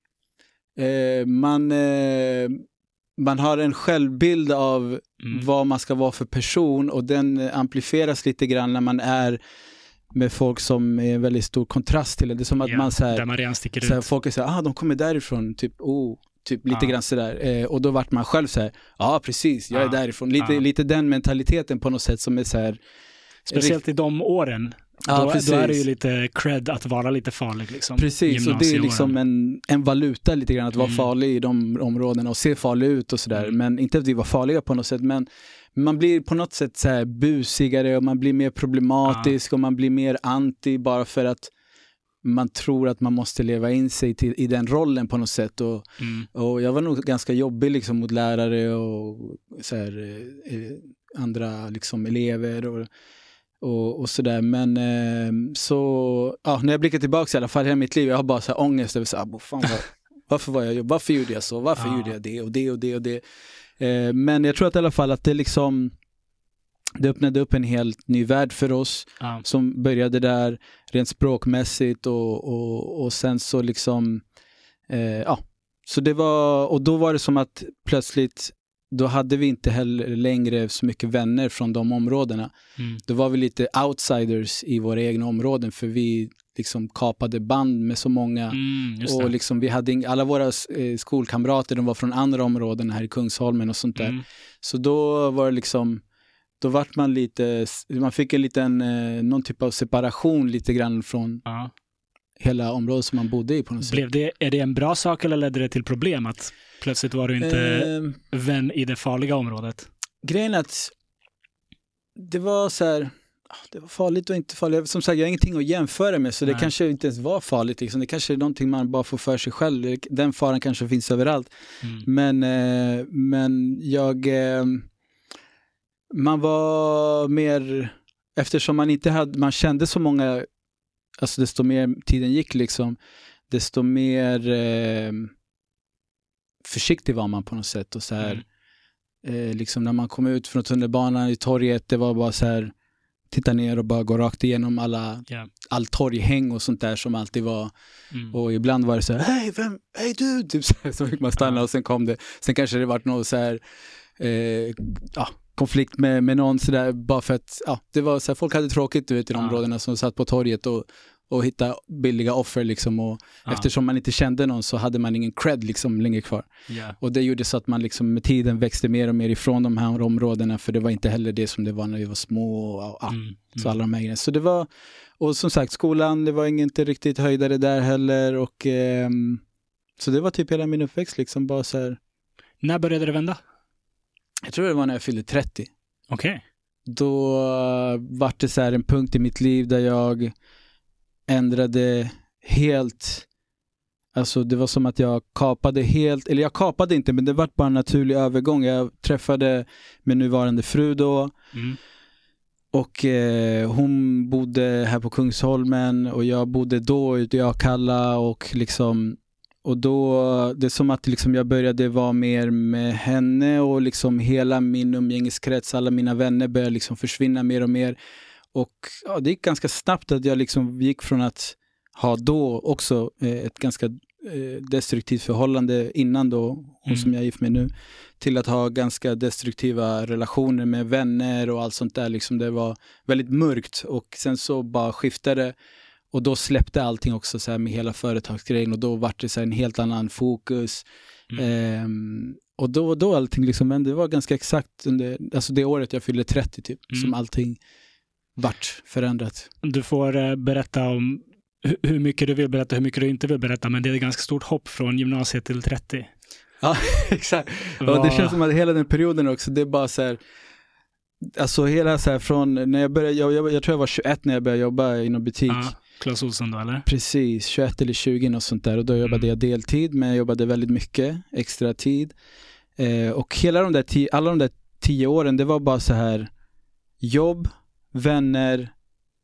eh, man eh, man har en självbild av mm. vad man ska vara för person, och den amplifieras lite grann när man är med folk som är en väldigt stor kontrast till det. Det är som att yeah, man så här, där man redan sticker så här, ut. folk är så här, ah, de kommer därifrån, typ, oh, typ lite ah. grann sådär. Eh, och då vart man själv så här, ja ah, precis, jag ah. är därifrån. Lite, ah. lite den mentaliteten på något sätt som är så här. Speciellt i de åren. Ja, då, då är det ju lite cred att vara lite farlig liksom. Precis, och det är liksom en, en valuta lite grann att vara mm. farlig i de områdena och se farlig ut och sådär. Mm. Men inte att vi var farliga på något sätt, men man blir på något sätt så här busigare och man blir mer problematisk ah. och man blir mer anti bara för att man tror att man måste leva in sig till, i den rollen på något sätt. Och, mm. och jag var nog ganska jobbig liksom mot lärare och så här, eh, andra liksom elever och Och, och sådär, men eh, så ja, när jag blickar tillbaka i alla fall i mitt liv, jag har bara så här ångest över så här, fan, var, varför var jag varför gjorde jag så, varför ah. gjorde jag det och det och det och det eh, men jag tror att i alla fall att det liksom det öppnade upp en helt ny värld för oss ah. som började där rent språkmässigt och, och, och sen så liksom eh, ja, så det var, och då var det som att plötsligt då hade vi inte heller längre så mycket vänner från de områdena. Mm. Då var vi lite outsiders i våra egna områden, för vi liksom kapade band med så många. Mm, och liksom vi hade in, alla våra eh, skolkamrater, de var från andra områden här i Kungsholmen och sånt där. Mm. Så då var det liksom, då vart man lite, man fick en liten, eh, någon typ av separation lite grann från uh. hela området som man bodde i på något sätt. Blev det, är det en bra sak eller ledde det till problem att plötsligt var du inte eh, vän i det farliga området? Grejen att det var så här, det var farligt och inte farligt. Som sagt, jag har ingenting att jämföra med, så Nej. det kanske inte ens var farligt. Liksom. Det kanske är någonting man bara får för sig själv. Den faran kanske finns överallt. Mm. Men, eh, men jag... Eh, man var mer... Eftersom man inte hade... Man kände så många... Alltså desto mer tiden gick liksom, desto mer eh, försiktig var man på något sätt. Och så här, mm. eh, liksom när man kom ut från tunnelbanan i torget, det var bara så här, titta ner och bara gå rakt igenom alla, yeah. all torghäng och sånt där som alltid var. Mm. Och ibland var det så här, hej, vem, hej du, typ så, här, så fick man stanna uh. och sen kom det. Sen kanske det var något så här, eh, ja, konflikt med, med någon sådär, bara för att ja, det var så här, folk hade tråkigt ut i de ja. områdena som satt på torget och, och hitta billiga offer liksom, och ja. eftersom man inte kände någon så hade man ingen cred liksom längre kvar. Yeah. Och det gjorde så att man liksom med tiden växte mer och mer ifrån de här områdena, för det var inte heller det som det var när vi var små och ja, mm. så alla de här grejerna. Så det var, och som sagt, skolan, det var inte riktigt höjdare där heller, och eh, så det var typ hela min uppväxt liksom, bara så här. När började det vända? Jag tror det var när jag fyllde trettio. Okej. Okay. Då var det så här en punkt i mitt liv där jag ändrade helt, alltså det var som att jag kapade helt, eller jag kapade inte, men det var bara en naturlig övergång. Jag träffade min nuvarande fru då. Mm. Och eh, hon bodde här på Kungsholmen och jag bodde då ute i Akalla, och liksom, och då, det är som att liksom jag började vara mer med henne, och liksom hela min umgängeskrets, alla mina vänner började liksom försvinna mer och mer. Och ja, det gick ganska snabbt att jag liksom gick från att ha då också eh, ett ganska eh, destruktivt förhållande innan då, hon mm. som jag är gift med nu, till att ha ganska destruktiva relationer med vänner och allt sånt där. Liksom det var väldigt mörkt och sen så bara skiftade och då släppte allting också så här med hela företagsgrejen och då var det så här en helt annan fokus. Mm. Um, och då, då allting liksom, men det var ganska exakt under, alltså det året jag fyllde trettio typ, mm. som allting vart förändrat. Du får uh, berätta om hur mycket du vill berätta, hur mycket du inte vill berätta, men det är ett ganska stort hopp från gymnasiet till trettio. Ja, exakt. Var... Och det känns som att hela den perioden också, det är bara så här, alltså hela så här från när jag började, jag, jag, jag tror jag var tjugoett när jag började jobba inom butik. Ja, Clas Ohlson då, eller? Precis, tjugoett eller tjugo och sånt där, och då jobbade mm. jag deltid, men jag jobbade väldigt mycket, extra tid. Eh, och hela de där tio, alla de där tio åren, det var bara så här jobb, vänner,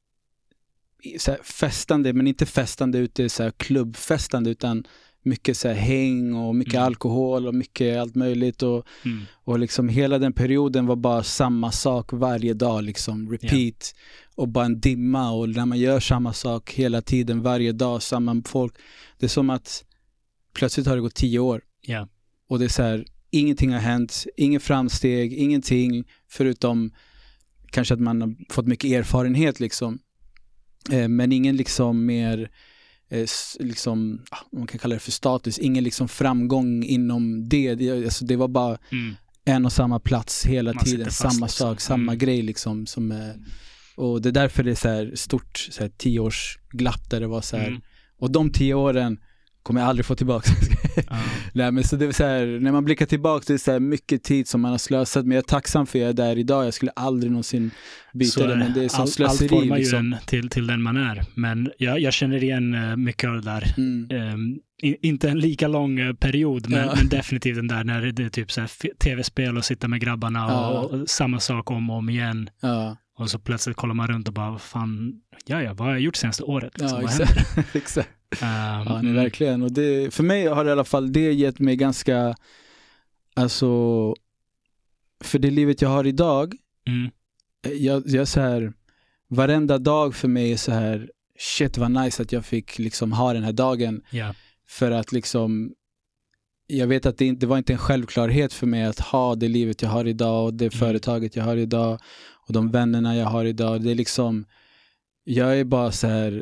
så här festande, men inte festande ute så här klubbfestande, utan mycket så här häng och mycket mm. alkohol och mycket allt möjligt och, mm. och liksom hela den perioden var bara samma sak varje dag liksom, repeat yeah. och bara en dimma, och när man gör samma sak hela tiden, varje dag, samma folk, det är som att plötsligt har det gått tio år yeah. och det är så här, ingenting har hänt, ingen framsteg, ingenting förutom kanske att man har fått mycket erfarenhet liksom. Men ingen liksom mer eh, liksom, man kan kalla det för status, ingen liksom framgång inom det, det, alltså det var bara mm. en och samma plats hela man tiden, samma sak, liksom. samma mm. grej liksom, som, eh, och det är därför det är så här stort så här, tio års glapp där det var så här, mm. och de tio åren kommer jag aldrig få tillbaka. uh. Nej, men så det är så här, när man blickar tillbaka, det är så här mycket tid som man har slösat, men jag är tacksam för att jag är där idag. Jag skulle aldrig någonsin byta så, det, men det är som all, slöseri. Allt formar liksom. ju den till, till den man är, men jag, jag känner igen uh, mycket av det där. Mm. Um, in, inte en lika lång uh, period, men, ja. men definitivt den där när det är typ så här f- tv-spel och sitta med grabbarna ja. och, och samma sak om och om igen. Ja. Och så plötsligt kollar man runt och bara, fan, ja, ja, vad har jag gjort senaste året? Liksom, ja, exakt. exakt. Um, ja, nej, verkligen. Och det, för mig har det i alla fall det gett mig ganska, alltså, för det livet jag har idag, mm. jag, jag så här, varenda dag för mig är så här, shit vad nice att jag fick liksom ha den här dagen. Yeah. För att liksom, jag vet att det, inte, det var inte en självklarhet för mig att ha det livet jag har idag och det mm. företaget jag har idag och de vännerna jag har idag. Det är liksom, jag är bara så här,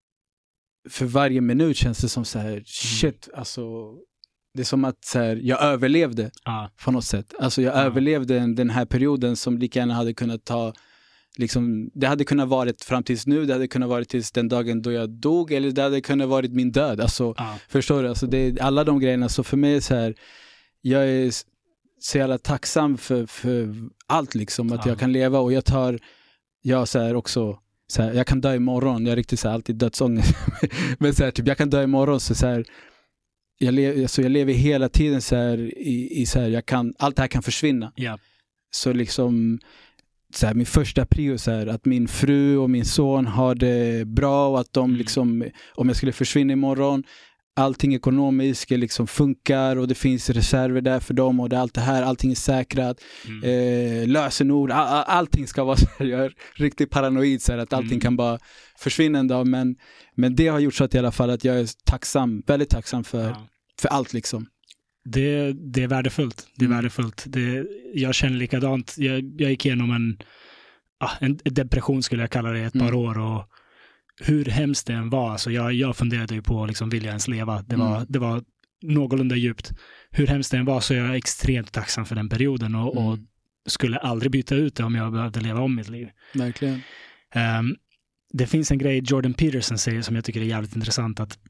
för varje minut känns det som så här, shit, mm. alltså det är som att så här, jag överlevde ah. på något sätt. Alltså jag ah. överlevde den, den här perioden som lika gärna hade kunnat ta, liksom, det hade kunnat varit fram tills nu, det hade kunnat varit tills den dagen då jag dog, eller det hade kunnat varit min död. Alltså, ah. förstår du? Alltså det är alla de grejerna. Så för mig är så här, jag är så jävla tacksam för, för allt liksom, att ah. jag kan leva, och jag tar, jag så här också, så här, jag kan dö imorgon, jag är riktigt så här, alltid dödsångest. Men så här, typ, jag kan dö imorgon, så, så här, jag, le- så jag lever hela tiden så här, i, i så här, jag kan, allt det här kan försvinna. Yeah. Så liksom, så här, min första prio så här, att min fru och min son har det bra, och att de mm. liksom, om jag skulle försvinna imorgon, allting ekonomiskt liksom funkar och det finns reserver där för dem, och det, allt det här, allting är säkrat, mm. eh, lösenord, all, all, allting ska vara så här, jag är riktigt paranoid så här, att allting mm. kan bara försvinna en dag, men, men det har gjort så att i alla fall att jag är tacksam, väldigt tacksam för, ja. för allt liksom. Det, det är värdefullt, det är mm. värdefullt. Det, jag känner likadant, jag, jag gick igenom en, ah, en depression skulle jag kalla det, ett mm. par år, och hur hemskt det än var, alltså jag, jag funderade ju på liksom, vill jag ens leva? Det var, mm. det var någorlunda djupt. Hur hemskt det än var, så är jag extremt tacksam för den perioden, och, mm. och skulle aldrig byta ut det om jag behövde leva om mitt liv. Verkligen. Um, det finns en grej Jordan Peterson säger som jag tycker är jävligt intressant, att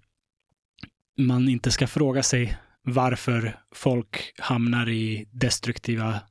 man inte ska fråga sig varför folk hamnar i destruktiva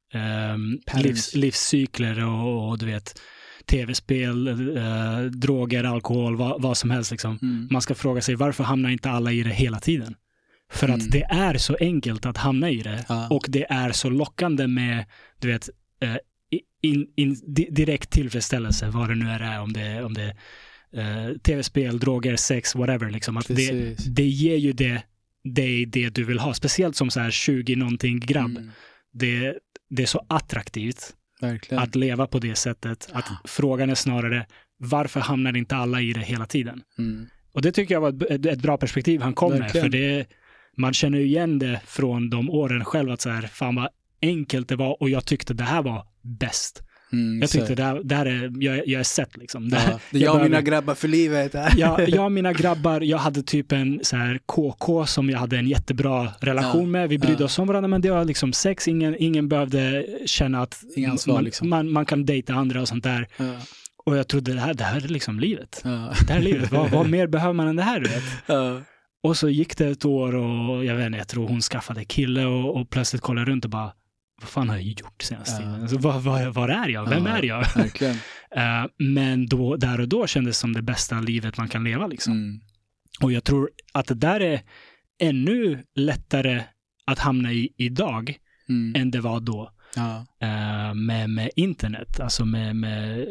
um, livs, livscykler och, och du vet, tv-spel, eh, droger, alkohol, vad, vad som helst liksom. Mm. Man ska fråga sig, varför hamnar inte alla i det hela tiden? För mm. att det är så enkelt att hamna i det, ah. och det är så lockande med, du vet, eh, in, in, di, direkt tillfredsställelse, vad det nu är, om det, om det är eh, tv-spel, droger, sex, whatever liksom. Att det, det ger ju det, det, det du vill ha, speciellt som så här tjugo-någonting grabb. Mm. Det, det är så attraktivt. Verkligen. Att leva på det sättet, att frågan är snarare, varför hamnar inte alla i det hela tiden? Mm. Och det tycker jag var ett, ett bra perspektiv han kom Verkligen. med. För det, man känner ju igen det från de åren själv. Att så här, fan vad enkelt det var. Och jag tyckte det här var bäst. Mm, jag tyckte det här, det här är, jag, jag är sett liksom. Det, ja, det är jag och mina grabbar för livet. ja, jag och mina grabbar, jag hade typ en så här K K som jag hade en jättebra relation ja, med. Vi brydde ja. oss om varandra, men det var liksom sex. Ingen, ingen behövde känna att ansvar, man, liksom. man, man kan dejta andra och sånt där. Ja. Och jag trodde det här, det här är liksom livet. Ja. Det här är livet. Vad, vad mer behöver man än det här, du vet? Ja. Och så gick det ett år och jag vet inte, jag tror hon skaffade kille och, och plötsligt kollade runt och bara, vad fan har jag gjort senaste ja. tiden? Alltså, var, var, var är jag? Vem ja, är jag? Verkligen. uh, men då, där och då kändes det som det bästa livet man kan leva. Liksom. Mm. Och jag tror att det där är ännu lättare att hamna i idag mm. än det var då. Ja. Uh, med, med internet. Alltså med, med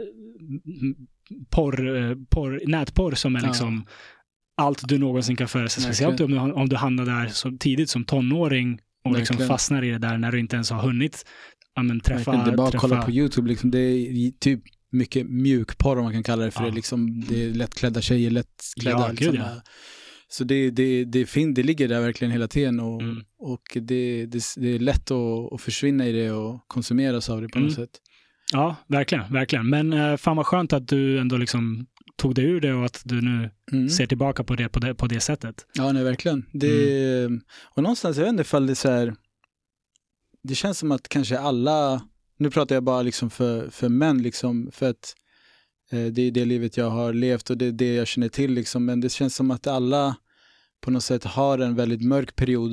porr, porr, nätporr som är liksom ja. allt du någonsin kan föra sig. Speciellt om du, om du hamnar där så tidigt som tonåring och liksom fastnar i det där när du inte ens har hunnit ja, men, träffa... Det är bara att träffa... kolla på YouTube. Liksom, det är typ mycket mjukporr om man kan kalla det för ja. det. Liksom, det är lättklädda tjejer, lättklädda. Ja, liksom, gud, ja. Så det, det, det, fin, det ligger där verkligen hela tiden och, mm. och det, det, det är lätt att, att försvinna i det och konsumeras av det på mm. något sätt. Ja, verkligen, verkligen. Men äh, fan vad skönt att du ändå liksom tog dig ur det och att du nu mm. ser tillbaka på det på det, på det sättet. Ja, nej, verkligen. Det, mm. Och någonstans, jag vet inte ifall det är så här, det känns som att kanske alla, nu pratar jag bara liksom för, för män liksom, för att eh, det är det livet jag har levt och det är det jag känner till liksom, men det känns som att alla på något sätt har en väldigt mörk period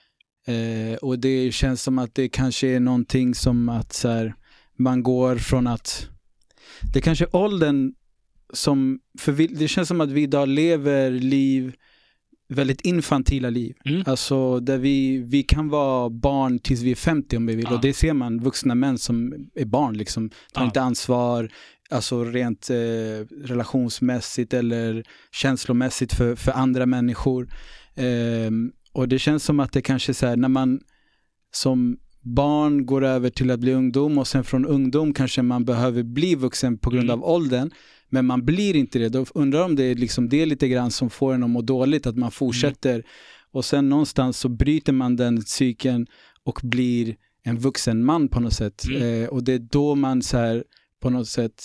eh, och det känns som att det kanske är någonting som att så här, man går från att det kanske är åldern som, för vi, det känns som att vi idag lever liv, väldigt infantila liv. Mm. Alltså där vi, vi kan vara barn tills vi är femtio om vi vill. Ja. Och det ser man vuxna män som är barn liksom. Tar ja. inte ansvar, alltså rent eh, relationsmässigt eller känslomässigt för, för andra människor. Eh, och det känns som att det kanske är så här, när man som barn går över till att bli ungdom och sen från ungdom kanske man behöver bli vuxen på grund mm. av åldern. Men man blir inte det. Då undrar om det är liksom det är lite grann som får en att må dåligt. Att man fortsätter. Mm. Och sen någonstans så bryter man den cykeln och blir en vuxen man på något sätt. Mm. Eh, och det är då man så här, på något sätt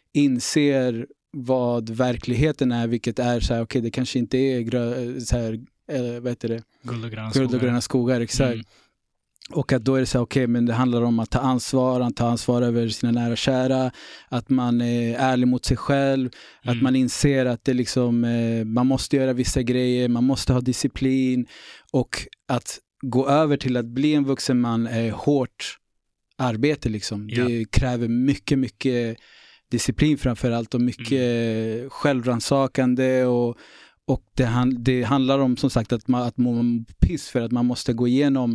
inser vad verkligheten är. Vilket är så här, okej, okay, det kanske inte är grö, så här, eh, vad heter det? Guld och gröna skogar. Guld och gröna skogar, exakt. Mm. Och att då är det så här, okej, okay, men det handlar om att ta ansvar, att ta ansvar över sina nära och kära, att man är ärlig mot sig själv, mm. att man inser att det liksom, eh, man måste göra vissa grejer, man måste ha disciplin och att gå över till att bli en vuxen man är hårt arbete liksom. Ja. Det kräver mycket, mycket disciplin framförallt och mycket mm. självransakande och, och det, han, det handlar om som sagt att man, att man piss för att man måste gå igenom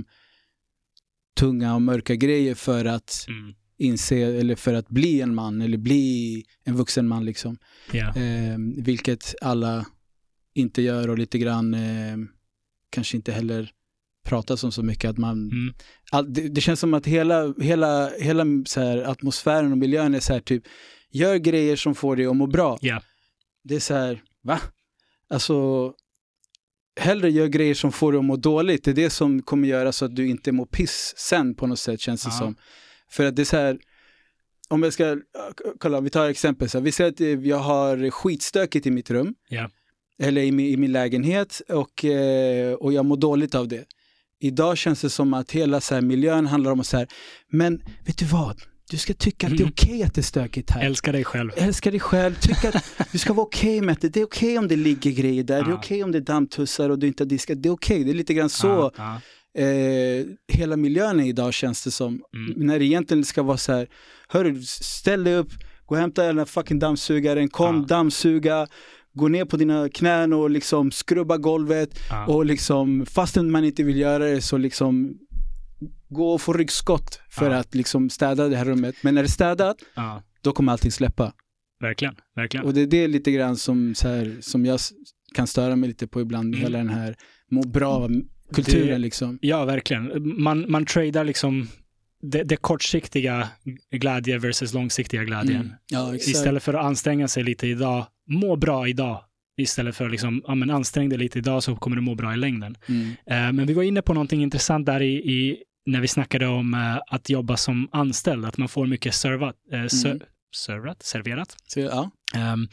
tunga och mörka grejer för att mm. inse eller för att bli en man eller bli en vuxen man liksom. Yeah. Eh, vilket alla inte gör och lite grann eh, kanske inte heller pratar om så mycket att man mm. all, det, det känns som att hela, hela, hela så här, atmosfären och miljön är så här typ, gör grejer som får dig att må bra. Yeah. Det är så här, va? Alltså hellre gör grejer som får dig att må dåligt. Det är det som kommer göra så att du inte mår piss sen på något sätt, känns det Aha. som. För att det är så här, om jag ska kolla, vi tar ett exempel så här, vi säger att jag har skitstökigt i mitt rum. Yeah. Eller i min, i min lägenhet och, eh, och jag mår dåligt av det. Idag känns det som att hela så här, miljön handlar om att så här, men vet du vad? Du ska tycka att mm. det är okej okay att det är stökigt här. Älska dig själv. Älska dig själv. Tycka att du ska vara okej okay med det. Det är okej okay om det ligger grejer där. Ah. Det är okej okay om det är dammtussar och du inte har diskat. Det är okej. Okay. Det är lite grann så ah, ah. Eh, hela miljön är idag, känns det som. Mm. När det egentligen ska vara så här, hörru, ställ dig upp, gå och hämta den här fucking dammsugaren, kom, ah. dammsuga, gå ner på dina knän och liksom skrubba golvet ah. och liksom, fastän man inte vill göra det så liksom gå och få ryggskott för ja. att liksom städa det här rummet. Men när det är städat, ja. då kommer allting släppa. Verkligen, verkligen. Och det är det lite grann som, så här, som jag kan störa mig lite på ibland. Mm. Hela den här må bra-kulturen det, liksom. Ja, verkligen. Man, man tradar liksom det, det kortsiktiga glädje versus långsiktiga glädjen. Mm. Ja, istället för att anstränga sig lite idag. Må bra idag. istället för liksom, ja men ansträng dig lite idag så kommer du må bra i längden. Mm. Uh, men vi var inne på någonting intressant där i, i när vi snackade om uh, att jobba som anställd, att man får mycket servat, uh, mm. ser, servat, serverat. Så, ja. Um,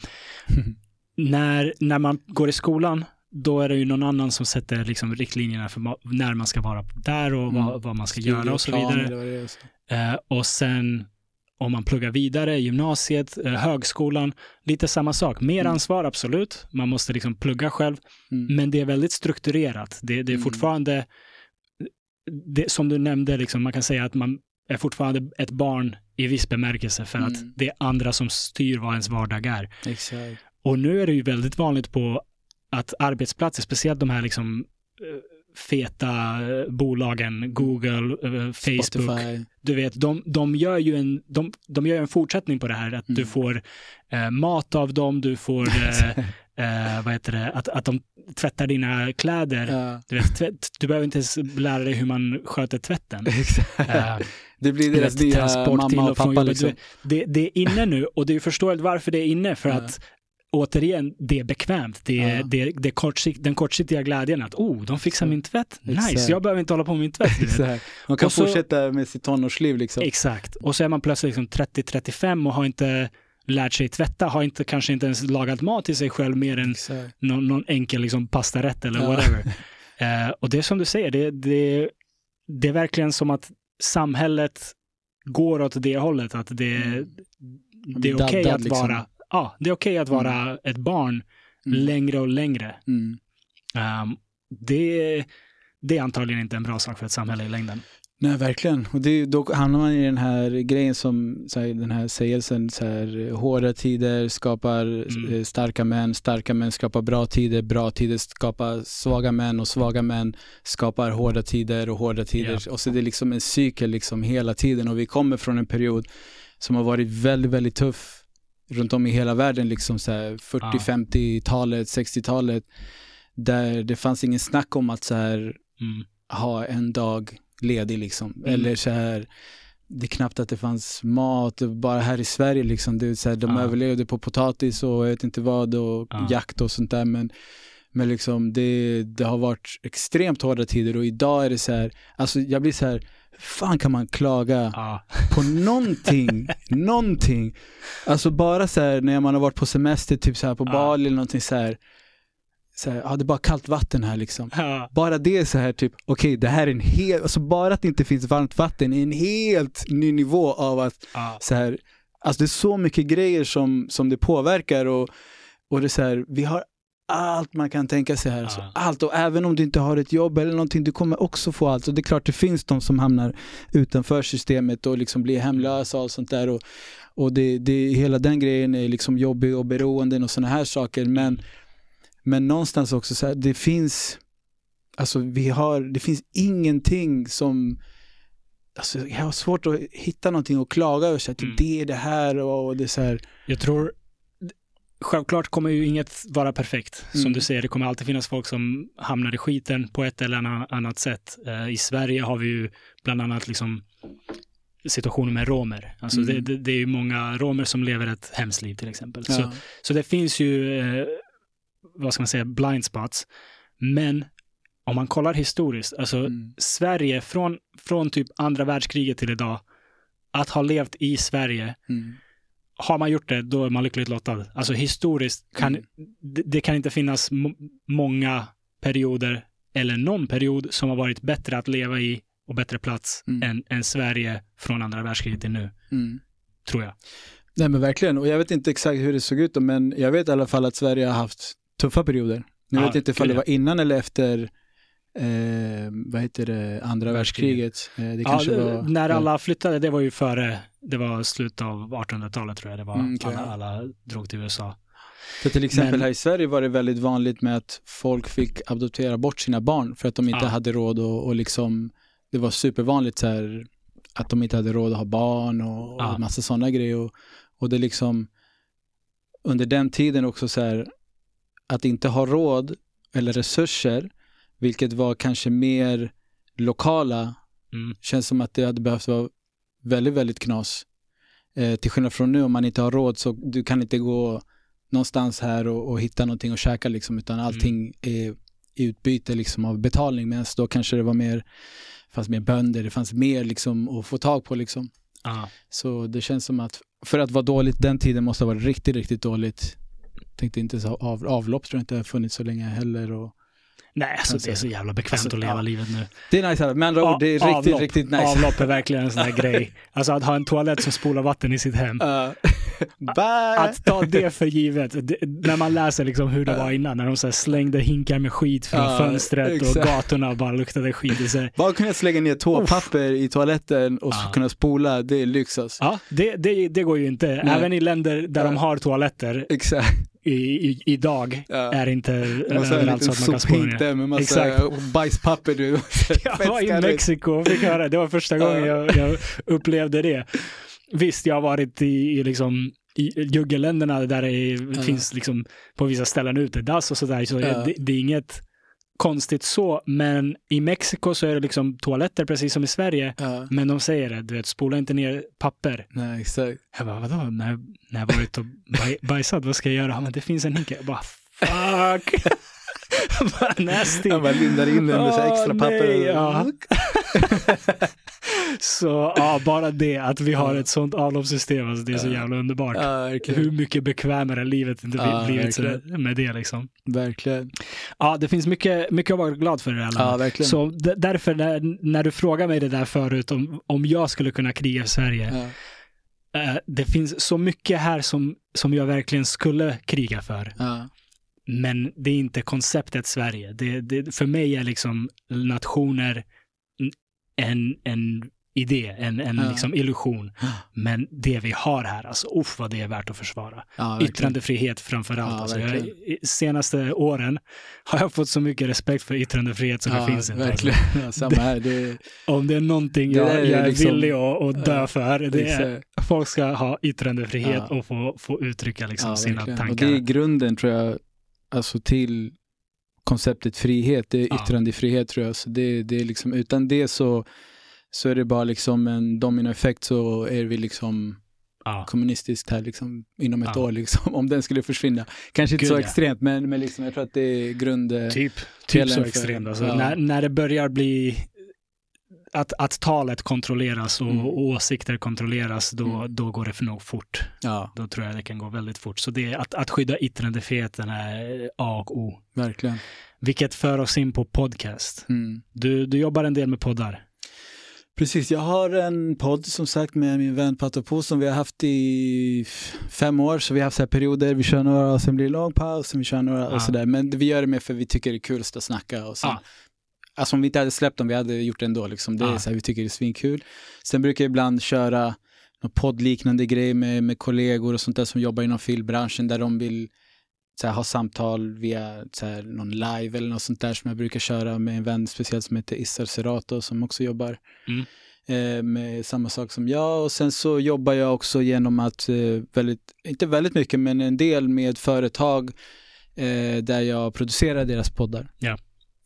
när, när man går i skolan, då är det ju någon annan som sätter liksom riktlinjerna för ma- när man ska vara där och mm. vad, vad man ska göra och så vidare. Uh, och sen om man pluggar vidare, gymnasiet, uh, högskolan, lite samma sak. Mer mm. ansvar, absolut. Man måste liksom plugga själv. Mm. Men det är väldigt strukturerat. Det, det är mm. fortfarande, det, som du nämnde, liksom, man kan säga att man är fortfarande ett barn i viss bemärkelse för mm. att det är andra som styr vad ens vardag är. Exakt. Och nu är det ju väldigt vanligt på att arbetsplatser, speciellt de här liksom feta bolagen, Google, Facebook, Spotify. Du vet, de, de gör ju en de, de gör en fortsättning på det här, att mm. du får eh, mat av dem, du får eh, eh, vad heter det, att, att de tvättar dina kläder. Ja. Du vet, tvätt, du behöver inte ens lära dig hur man sköter tvätten. eh, det blir deras nya mamma och pappa liksom. det, det är inne nu, och det är förståeligt varför det är inne, för ja. att återigen, det är bekvämt. Det är, ja. det, det är kortsikt, den kortsiktiga glädjen att oh, de fixar min tvätt. Nice, exakt. Jag behöver inte hålla på med min tvätt. Exakt. Man kan så, fortsätta med sitt tonårsliv liksom. Exakt. Och så är man plötsligt liksom trettio trettiofem och har inte lärt sig tvätta, har inte, kanske inte ens lagat mat till sig själv mer än någon, någon enkel liksom pastarätt eller ja. whatever. uh, och det är som du säger, det, det, det är verkligen som att samhället går åt det hållet, att det, mm. det är okej okay att liksom. vara Ja, det är okej att vara mm. ett barn mm. längre och längre. Mm. Um, det, det är antagligen inte en bra sak för ett samhälle i längden. Nej, verkligen. Och det, då hamnar man i den här grejen som, så här, den här sägelsen, så här, hårda tider skapar mm. starka män, starka män skapar bra tider, bra tider skapar svaga män och svaga män skapar hårda tider och hårda tider. Yeah. Och så det är liksom en cykel liksom hela tiden, och vi kommer från en period som har varit väldigt, väldigt tuff runt om i hela världen, liksom så här fyrtio femtio-talet, sextio-talet, där det fanns ingen snack om att så här mm. ha en dag ledig liksom, mm. eller så här, det är knappt att det fanns mat bara här i Sverige liksom, det är så här, de ah. överlevde på potatis och jag vet inte vad och ah. jakt och sånt där, men men liksom det, det har varit extremt hårda tider, och idag är det så här, alltså jag blir så här, fan kan man klaga ah. på någonting någonting, alltså bara så här när man har varit på semester typ så här på ah. Bali eller någonting så här, så här, ja, det är bara kallt vatten här liksom, ah. bara det är så här typ, okej okay, det här är en helt, alltså bara att det inte finns varmt vatten är en helt ny nivå av att ah. så här, alltså det är så mycket grejer som, som det påverkar, och, och det är så här, vi har allt man kan tänka sig här. Alltså, ah. allt, och även om du inte har ett jobb eller någonting, du kommer också få allt. Och det är klart det finns de som hamnar utanför systemet och liksom blir hemlösa och allt sånt där. Och, och det, det, hela den grejen är liksom jobbig och beroenden och såna här saker. Men, men någonstans också så här, det finns alltså vi har, det finns ingenting som, alltså jag har svårt att hitta någonting att klaga över, så att mm. det är det här och det är så här. Jag tror självklart kommer ju inget vara perfekt. Som Mm. du säger, det kommer alltid finnas folk som hamnar i skiten på ett eller annat sätt. Uh, I Sverige har vi ju bland annat liksom situationer med romer. Alltså Mm. det, det, det är ju många romer som lever ett hemsliv till exempel. Ja. Så, så det finns ju, uh, vad ska man säga, blind spots. Men om man kollar historiskt, alltså Mm. Sverige från, från typ andra världskriget till idag, att ha levt i Sverige, Mm. har man gjort det, då är man lyckligt lottad. Alltså historiskt kan Mm. det, det kan inte finnas m- många perioder eller någon period som har varit bättre att leva i och bättre plats Mm. än, än Sverige från andra världskriget till nu, Mm. tror jag. Nej men verkligen, och jag vet inte exakt hur det såg ut då, men jag vet i alla fall att Sverige har haft tuffa perioder. Jag Ja, vet inte ifall gud, det var innan eller efter eh, vad heter det, andra världskriget. Eh, det Ja, kanske det, var, när ja. alla flyttade, det var ju före, det var slutet av artonhundratalet tror jag det var. Mm, okej, alla, ja. alla drog till U S A. För till exempel Men- här i Sverige var det väldigt vanligt med att folk fick adoptera bort sina barn för att de inte Ja. hade råd, och, och liksom det var supervanligt så här, att de inte hade råd att ha barn och, Ja. och massa sådana grejer, och, och det liksom under den tiden också så här, att inte ha råd eller resurser, vilket var kanske mer lokala, Mm. känns som att det hade behövt vara väldigt, väldigt knas. Eh, till skillnad från nu, om man inte har råd så du kan inte gå någonstans här och, och hitta någonting att käka liksom, utan allting mm. är i utbyte liksom av betalning, men då kanske det var mer, fanns mer bönder, det fanns mer liksom att få tag på liksom. Ah. Så det känns som att för att vara dåligt den tiden måste ha varit riktigt, riktigt dåligt. Tänkte inte så av, avlopp tror jag inte har funnits så länge heller och nej, alltså det är så jävla bekvämt alltså, att leva ja. livet nu. Det är nice, men A- det är riktigt, avlopp. riktigt nice. Avlopp är verkligen en sån här grej. Alltså att ha en toalett som spolar vatten i sitt hem. Uh. Att ta det för givet. Det, när man läser liksom hur det uh. var innan, när de så här slängde hinkar med skit från uh, fönstret exakt. Och gatorna bara luktade skit. Så här. Bara kunna slänga ner toapapper i toaletten och uh. kunna spola, det är lyx alltså. Ja, det, det, det går ju inte. Nej. Även i länder där uh. de har toaletter. Exakt. I, i, idag ja. Är inte överallt så att man kan spola ner. Med massa exakt. Bajspapper. Du. Jag var i Mexiko och fick höra. Det var första gången jag, jag upplevde det. Visst, jag har varit i, i, liksom, i juggelländerna där det är, ja. finns liksom, på vissa ställen ute dass och sådär. Så ja. det, det är inget konstigt så, men i Mexiko så är det liksom toaletter precis som i Sverige, ja. Men de säger det, du vet, spola inte ner papper. Nej, exakt. Jag bara, vadå? När, när jag varit och baj, bajsat, vad ska jag göra? Ja, men det finns en hink. Jag bara, fuck! Bara nasty. Jag bara lindar in den med så extra oh, papper. Nej, ja. Så ja, bara det att vi har ett sånt avloppssystem, alltså det är så jävla underbart. Ja, hur mycket bekvämare livet inte ja, blivit verkligen. Med det liksom. Verkligen. Ja, det finns mycket, mycket att vara glad för det här. Ja, verkligen. Så d- därför när, när du frågar mig det där förut om, om jag skulle kunna kriga i Sverige, ja. eh, det finns så mycket här som, som jag verkligen skulle kriga för. Ja. Men det är inte konceptet Sverige. Det, det, för mig är liksom nationer en, en idé, en, en ja. liksom illusion. Men det vi har här, alltså uff vad det är värt att försvara. Ja, yttrandefrihet framförallt. Ja, alltså, jag, senaste åren har jag fått så mycket respekt för yttrandefrihet som ja, det finns. Verkligen. Alltså. Ja, samma här. Det, om det är någonting det jag, är jag är liksom, villig att, att dö för, det exakt. är folk ska ha yttrandefrihet ja. Och få, få uttrycka liksom ja, sina verkligen. tankar. Och det är grunden tror jag, alltså till konceptet frihet, det är ja. Yttrandefrihet tror jag. Så det, det är liksom, utan det så så är det bara liksom en dominoeffekt, så är vi liksom ja. Kommunistiskt här liksom inom ett ja. År liksom, om den skulle försvinna. Kanske inte Gud, så ja. Extremt, men, men liksom, jag tror att det är grund... Typ, typ så för, extremt. Alltså, ja. när, när det börjar bli att, att talet kontrolleras och, mm. och åsikter kontrolleras, då, mm. då går det för nog fort. Ja. Då tror jag det kan gå väldigt fort. Så det är att, att skydda yttrandefriheten är A och O. Verkligen. Vilket för oss in på podcast. Mm. Du, du jobbar en del med poddar. Precis, jag har en podd som sagt med min vän Patopo som vi har haft i fem år, så vi har haft så här perioder, vi kör några och sen blir det lång paus, sen vi kör några och sådär, men vi gör det med för vi tycker det är kul att snacka och sen, ah. alltså om vi inte hade släppt dem, vi hade gjort det ändå liksom, det ah. är så här, vi tycker det är svinkul. Sen brukar jag ibland köra någon poddliknande grej med, med kollegor och sånt där som jobbar inom filmbranschen där de vill så här, ha samtal via så här, någon live eller något sånt där som jag brukar köra med en vän speciellt som heter Issar Serato som också jobbar mm. eh, med samma sak som jag. Och sen så jobbar jag också genom att eh, väldigt, inte väldigt mycket men en del med företag eh, där jag producerar deras poddar. Ja.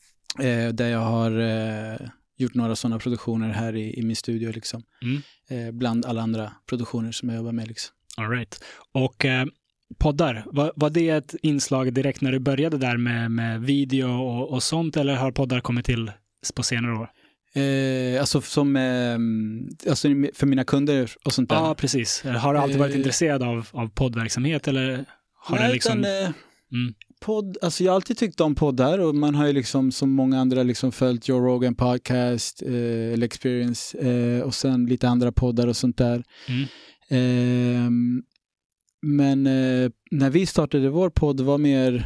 Eh, där jag har eh, gjort några sådana produktioner här i, i min studio liksom. Mm. Eh, bland alla andra produktioner som jag jobbar med liksom. All right. Och eh... poddar, var, var det ett inslag direkt när du började där med, med video och, och sånt, eller har poddar kommit till på senare år? Eh, alltså som eh, alltså för mina kunder och sånt där. Ja, precis. Har du alltid varit eh, intresserad av, av poddverksamhet eller har nej, det liksom... Utan, eh, mm. podd, alltså jag har alltid tyckt om poddar och man har ju liksom som många andra liksom följt Joe Rogan podcast eh, eller Experience eh, och sen lite andra poddar och sånt där. Mm. Eh, Men eh, när vi startade vår podd var mer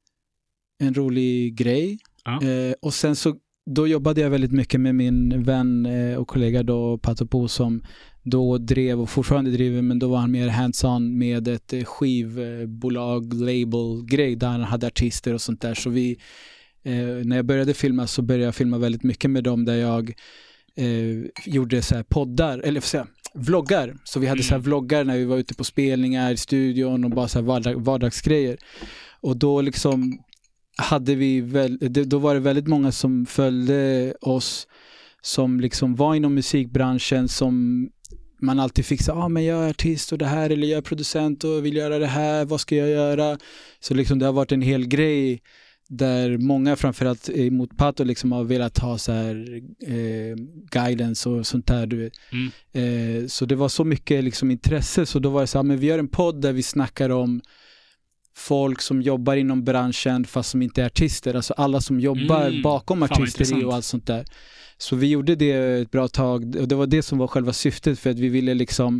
en rolig grej. Ja. Eh, och sen så då jobbade jag väldigt mycket med min vän eh, och kollega då Patopo som då drev och fortfarande driver, men då var han mer hands-on med ett eh, skivbolag, label-grej där han hade artister och sånt där. Så vi, eh, när jag började filma så började jag filma väldigt mycket med dem där jag eh, gjorde så här poddar, eller för säga vloggar. Så vi hade så här vloggar när vi var ute på spelningar i studion och bara så här vardag, vardagsgrejer. Och då liksom hade vi väl, då var det väldigt många som följde oss som liksom var inom musikbranschen som man alltid fick så, ah, men jag är artist och det här, eller jag är producent och vill göra det här, vad ska jag göra? Så liksom det har varit en hel grej där många framförallt emot Pato liksom har velat ha så här eh, guidance och sånt där, du vet. Mm. Eh, så det var så mycket liksom intresse, så då var det så här, men vi gör en podd där vi snackar om folk som jobbar inom branschen fast som inte är artister, alltså alla som jobbar mm. bakom artisteri och allt sånt där. Så vi gjorde det ett bra tag och det var det som var själva syftet, för att vi ville liksom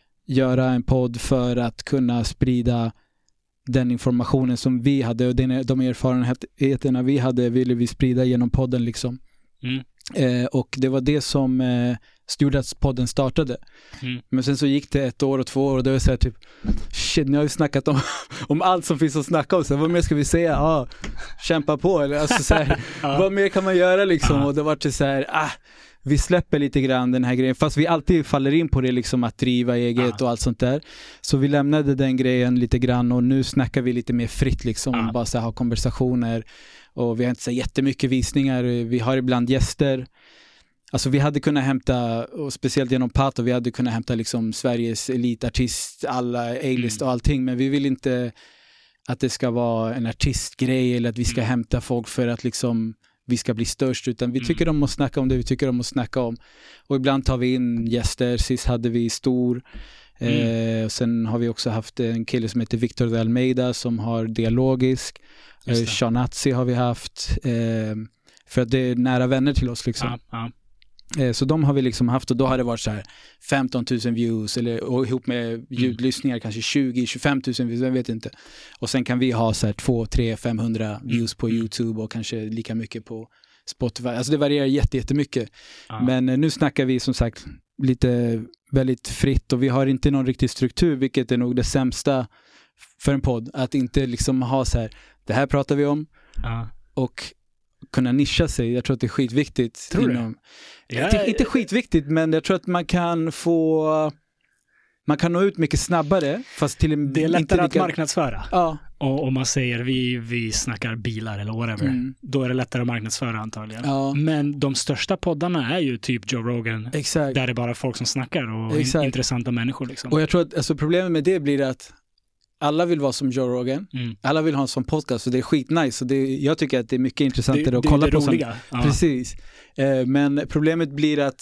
göra en podd för att kunna sprida den informationen som vi hade och den, de erfarenheterna vi hade ville vi sprida genom podden liksom. Mm. Eh, och det var det som eh, gjorde att podden startade. Mm. Men sen så gick det ett år och två år och det var så här typ, shit, ni har ju snackat om, om allt som finns att snacka om, så vad mer ska vi säga? Ah, kämpa på, eller alltså så här, ja. Vad mer kan man göra liksom? Ja. Och det var till så här, ah, vi släpper lite grann den här grejen, fast vi alltid faller in på det liksom, att driva eget ja. och allt sånt där. Så vi lämnade den grejen lite grann och nu snackar vi lite mer fritt liksom, ja. bara så här, ha konversationer, och vi har inte så jättemycket visningar, vi har ibland gäster. Alltså vi hade kunnat hämta, och speciellt genom Pato, vi hade kunnat hämta liksom Sveriges elitartist, alla A-list och allting, men vi vill inte att det ska vara en artistgrej eller att vi ska mm. hämta folk för att liksom vi ska bli störst, utan vi tycker om att snacka om det vi tycker om att snacka om. Och ibland tar vi in gäster, sist hade vi Stor, mm. eh, och sen har vi också haft en kille som heter Victor de Almeida som har dialogisk, eh, Shanatzi har vi haft, eh, för att det är nära vänner till oss liksom. Ja, ja. Så de har vi liksom haft, och då har det varit så här femton tusen views eller, och ihop med ljudlyssningar mm. kanske tjugo till tjugofem tusen views, jag vet inte. Och sen kan vi ha så här två, tre, femhundra views på YouTube och kanske lika mycket på Spotify. Alltså det varierar jätte, jättemycket. Ah. Men nu snackar vi som sagt lite väldigt fritt och vi har inte någon riktig struktur, vilket är nog det sämsta för en podd. Att inte liksom ha så här, det här pratar vi om ah. och kunna nischa sig. Jag tror att det är skitviktigt. Tror inom, du? Ja, det, inte skitviktigt, men jag tror att man kan få man kan nå ut mycket snabbare, fast till en, det är lättare lika... att marknadsföra. Ja. Och om man säger vi, vi snackar bilar eller whatever, mm. då är det lättare att marknadsföra antagligen. Ja. Men de största poddarna är ju typ Joe Rogan. Exakt. Där det är bara folk som snackar och in, intressanta människor liksom. Och jag tror att alltså, problemet med det blir att alla vill vara som Joe Rogan. Mm. Alla vill ha en sån podcast, så det är skitnice. Och det, jag tycker att det är mycket intressantare det, att det, kolla det på. Roliga. Som, precis. Eh, men problemet blir att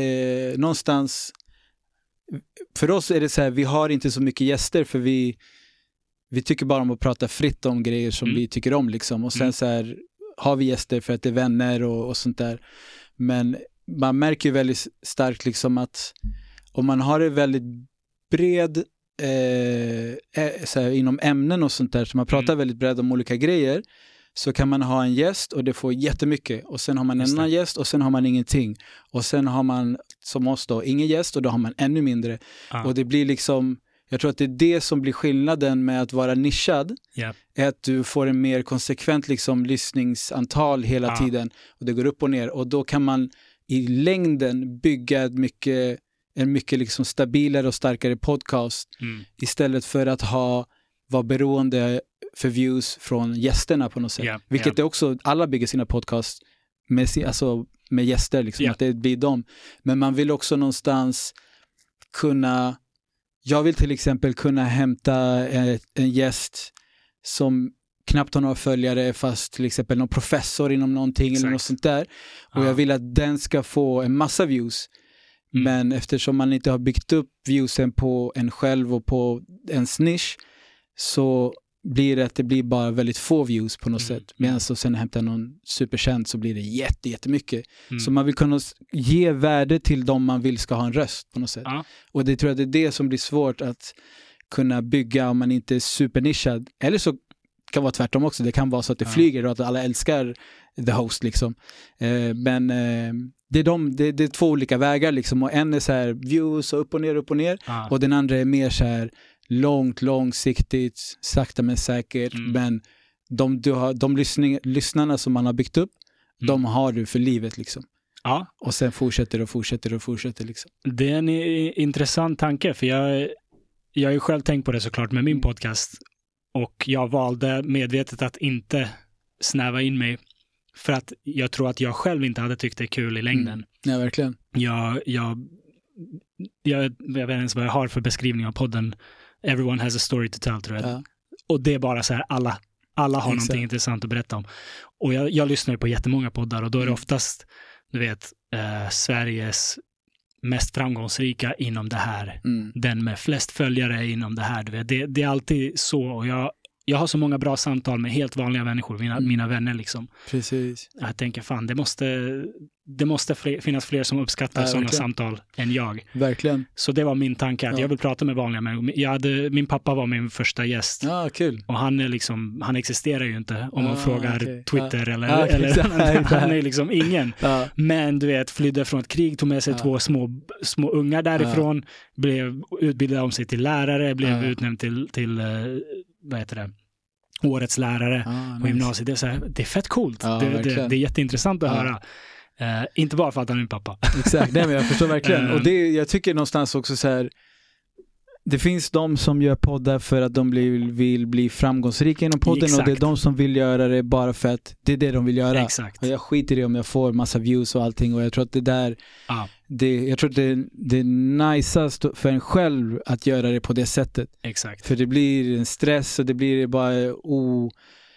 eh, någonstans för oss är det så här, vi har inte så mycket gäster för vi vi tycker bara om att prata fritt om grejer som mm. vi tycker om liksom. Och sen mm. så här har vi gäster för att det är vänner och, och sånt där. Men man märker ju väldigt starkt liksom att om man har en väldigt bred Eh, så här, inom ämnen och sånt där, så man pratar mm. väldigt brett om olika grejer, så kan man ha en gäst och det får jättemycket, och sen har man en annan gäst och sen har man ingenting, och sen har man som oss då ingen gäst och då har man ännu mindre ah. och det blir liksom, jag tror att det är det som blir skillnaden med att vara nischad, yep. är att du får en mer konsekvent liksom lyssningsantal hela ah. tiden, och det går upp och ner, och då kan man i längden bygga ett mycket en mycket liksom stabilare och starkare podcast mm. istället för att ha vara beroende för views från gästerna på något sätt. Yeah, Vilket yeah. är också, alla bygger sina podcast med, alltså, med gäster, liksom, yeah. att det blir dem. Men man vill också någonstans kunna, jag vill till exempel kunna hämta en, en gäst som knappt har några följare, fast till exempel någon professor inom någonting Exakt. Eller något sånt där. Och ah. jag vill att den ska få en massa views. Mm. Men eftersom man inte har byggt upp viewsen på en själv och på ens nisch, så blir det att det blir bara väldigt få views på något mm. sätt. Medan så sen hämtar någon superkänd så blir det jätte, jättemycket. Mm. Så man vill kunna ge värde till dem man vill ska ha en röst på något sätt. Ja. Och det tror jag det är det som blir svårt att kunna bygga om man inte är supernischad. Eller så kan det vara tvärtom också. Det kan vara så att det ja. flyger och att alla älskar the host liksom. Eh, men eh, det, är de, det, det är två olika vägar liksom. Och en är så här views och upp och ner, upp och ner. Ja. Och den andra är mer så här långt, långsiktigt, sakta men säkert. Mm. Men de, du har, de lyssning, lyssnarna som man har byggt upp, mm. de har du för livet liksom. Ja. Och sen fortsätter och fortsätter och fortsätter liksom. Det är en intressant tanke, för jag, jag har ju själv tänkt på det såklart med min podcast. Och jag valde medvetet att inte snäva in mig, för att jag tror att jag själv inte hade tyckt det kul i längden. Mm. Ja, verkligen. Jag, jag jag, jag vet inte ens vad jag har för beskrivning av podden. Everyone has a story to tell, tror jag. Ja. Och det är bara så här, alla, alla har Exakt. någonting intressant att berätta om. Och jag, jag lyssnar ju på jättemånga poddar och då är det oftast, du vet, eh, Sveriges mest framgångsrika inom det här. Mm. Den med flest följare inom det här. Du vet. Det, det är alltid så. Och jag, jag har så många bra samtal med helt vanliga människor. Mina, mm. mina vänner liksom. Precis. Jag tänker fan, det måste, det måste fler, finnas fler som uppskattar ja, sådana samtal än jag. Verkligen. Så det var min tanke. Att ja. Jag vill prata med vanliga människor. Jag hade, min pappa var min första gäst. Ja, kul. Och han är liksom, han existerar ju inte om man ah, frågar okay. Twitter ja. eller, ah, okay. eller han är liksom ingen. Ja. Men du vet, flydde från ett krig, tog med sig ja. två små, små ungar därifrån, ja. blev utbildad om sig till lärare, blev ja. utnämnd till, till vad heter det? årets lärare ah, på gymnasiet. Det är, så här, det är fett coolt. Ja, det, det, det är jätteintressant att ja. höra. Uh, inte bara för att han är min pappa. Exakt, nej, men jag förstår verkligen. Och det, jag tycker någonstans också så här, det finns de som gör poddar för att de blir, vill bli framgångsrika inom podden. Exakt. Och det är de som vill göra det bara för att det är det de vill göra. Exakt. Och jag skiter i det om jag får massa views och allting. Och jag tror att det där ah. det, jag tror att det, det är najsast för en själv att göra det på det sättet. Exakt. För det blir en stress och det blir bara o...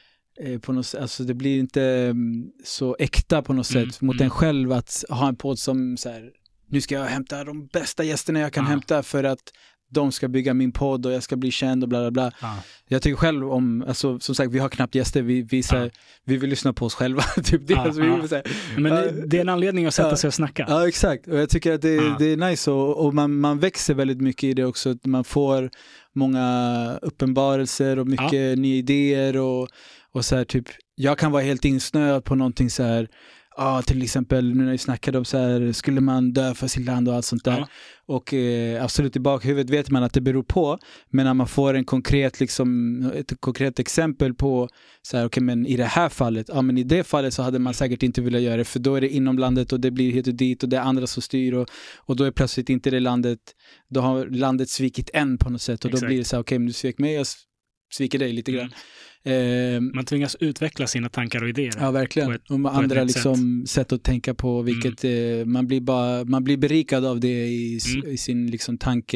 på något, alltså det blir inte så äkta på något mm, sätt mot mm. en själv att ha en podd som så här, nu ska jag hämta de bästa gästerna jag kan ah. hämta för att de ska bygga min podd och jag ska bli känd och bla bla bla. Ah. Jag tycker själv om, alltså som sagt, vi har knappt gäster, vi, vi, så här, ah. vi vill lyssna på oss själva typ det. Ah, alltså, vi ah. vill, så här, men det, det är en anledning att sätta sig och snacka. Ja, exakt. Och jag tycker att det, ah. det är nice och, och man, man växer väldigt mycket i det också. Man får många uppenbarelser och mycket ah. nya idéer och, och så här typ, jag kan vara helt insnöad på någonting så här. Ja, till exempel nu när vi snackade om så här, skulle man dö för sitt land och allt sånt där. Ja. Och eh, absolut i bakhuvudet vet man att det beror på, men när man får en konkret liksom, ett konkret exempel på så här, okej, okay, men i det här fallet, ja men i det fallet så hade man säkert inte velat göra det, för då är det inom landet och det blir hit och dit och det är andra som styr och, och då är plötsligt inte det landet, då har landet svikit en på något sätt och Exakt. Då blir det så här, okej, okay, men du svek mig, jag sviker dig lite grann. Mm. Eh, man tvingas utveckla sina tankar och idéer. Ja, verkligen. Ett, och med andra liksom sätt. sätt att tänka på, vilket mm. eh, man blir bara, man blir berikad av det i, mm. i sin liksom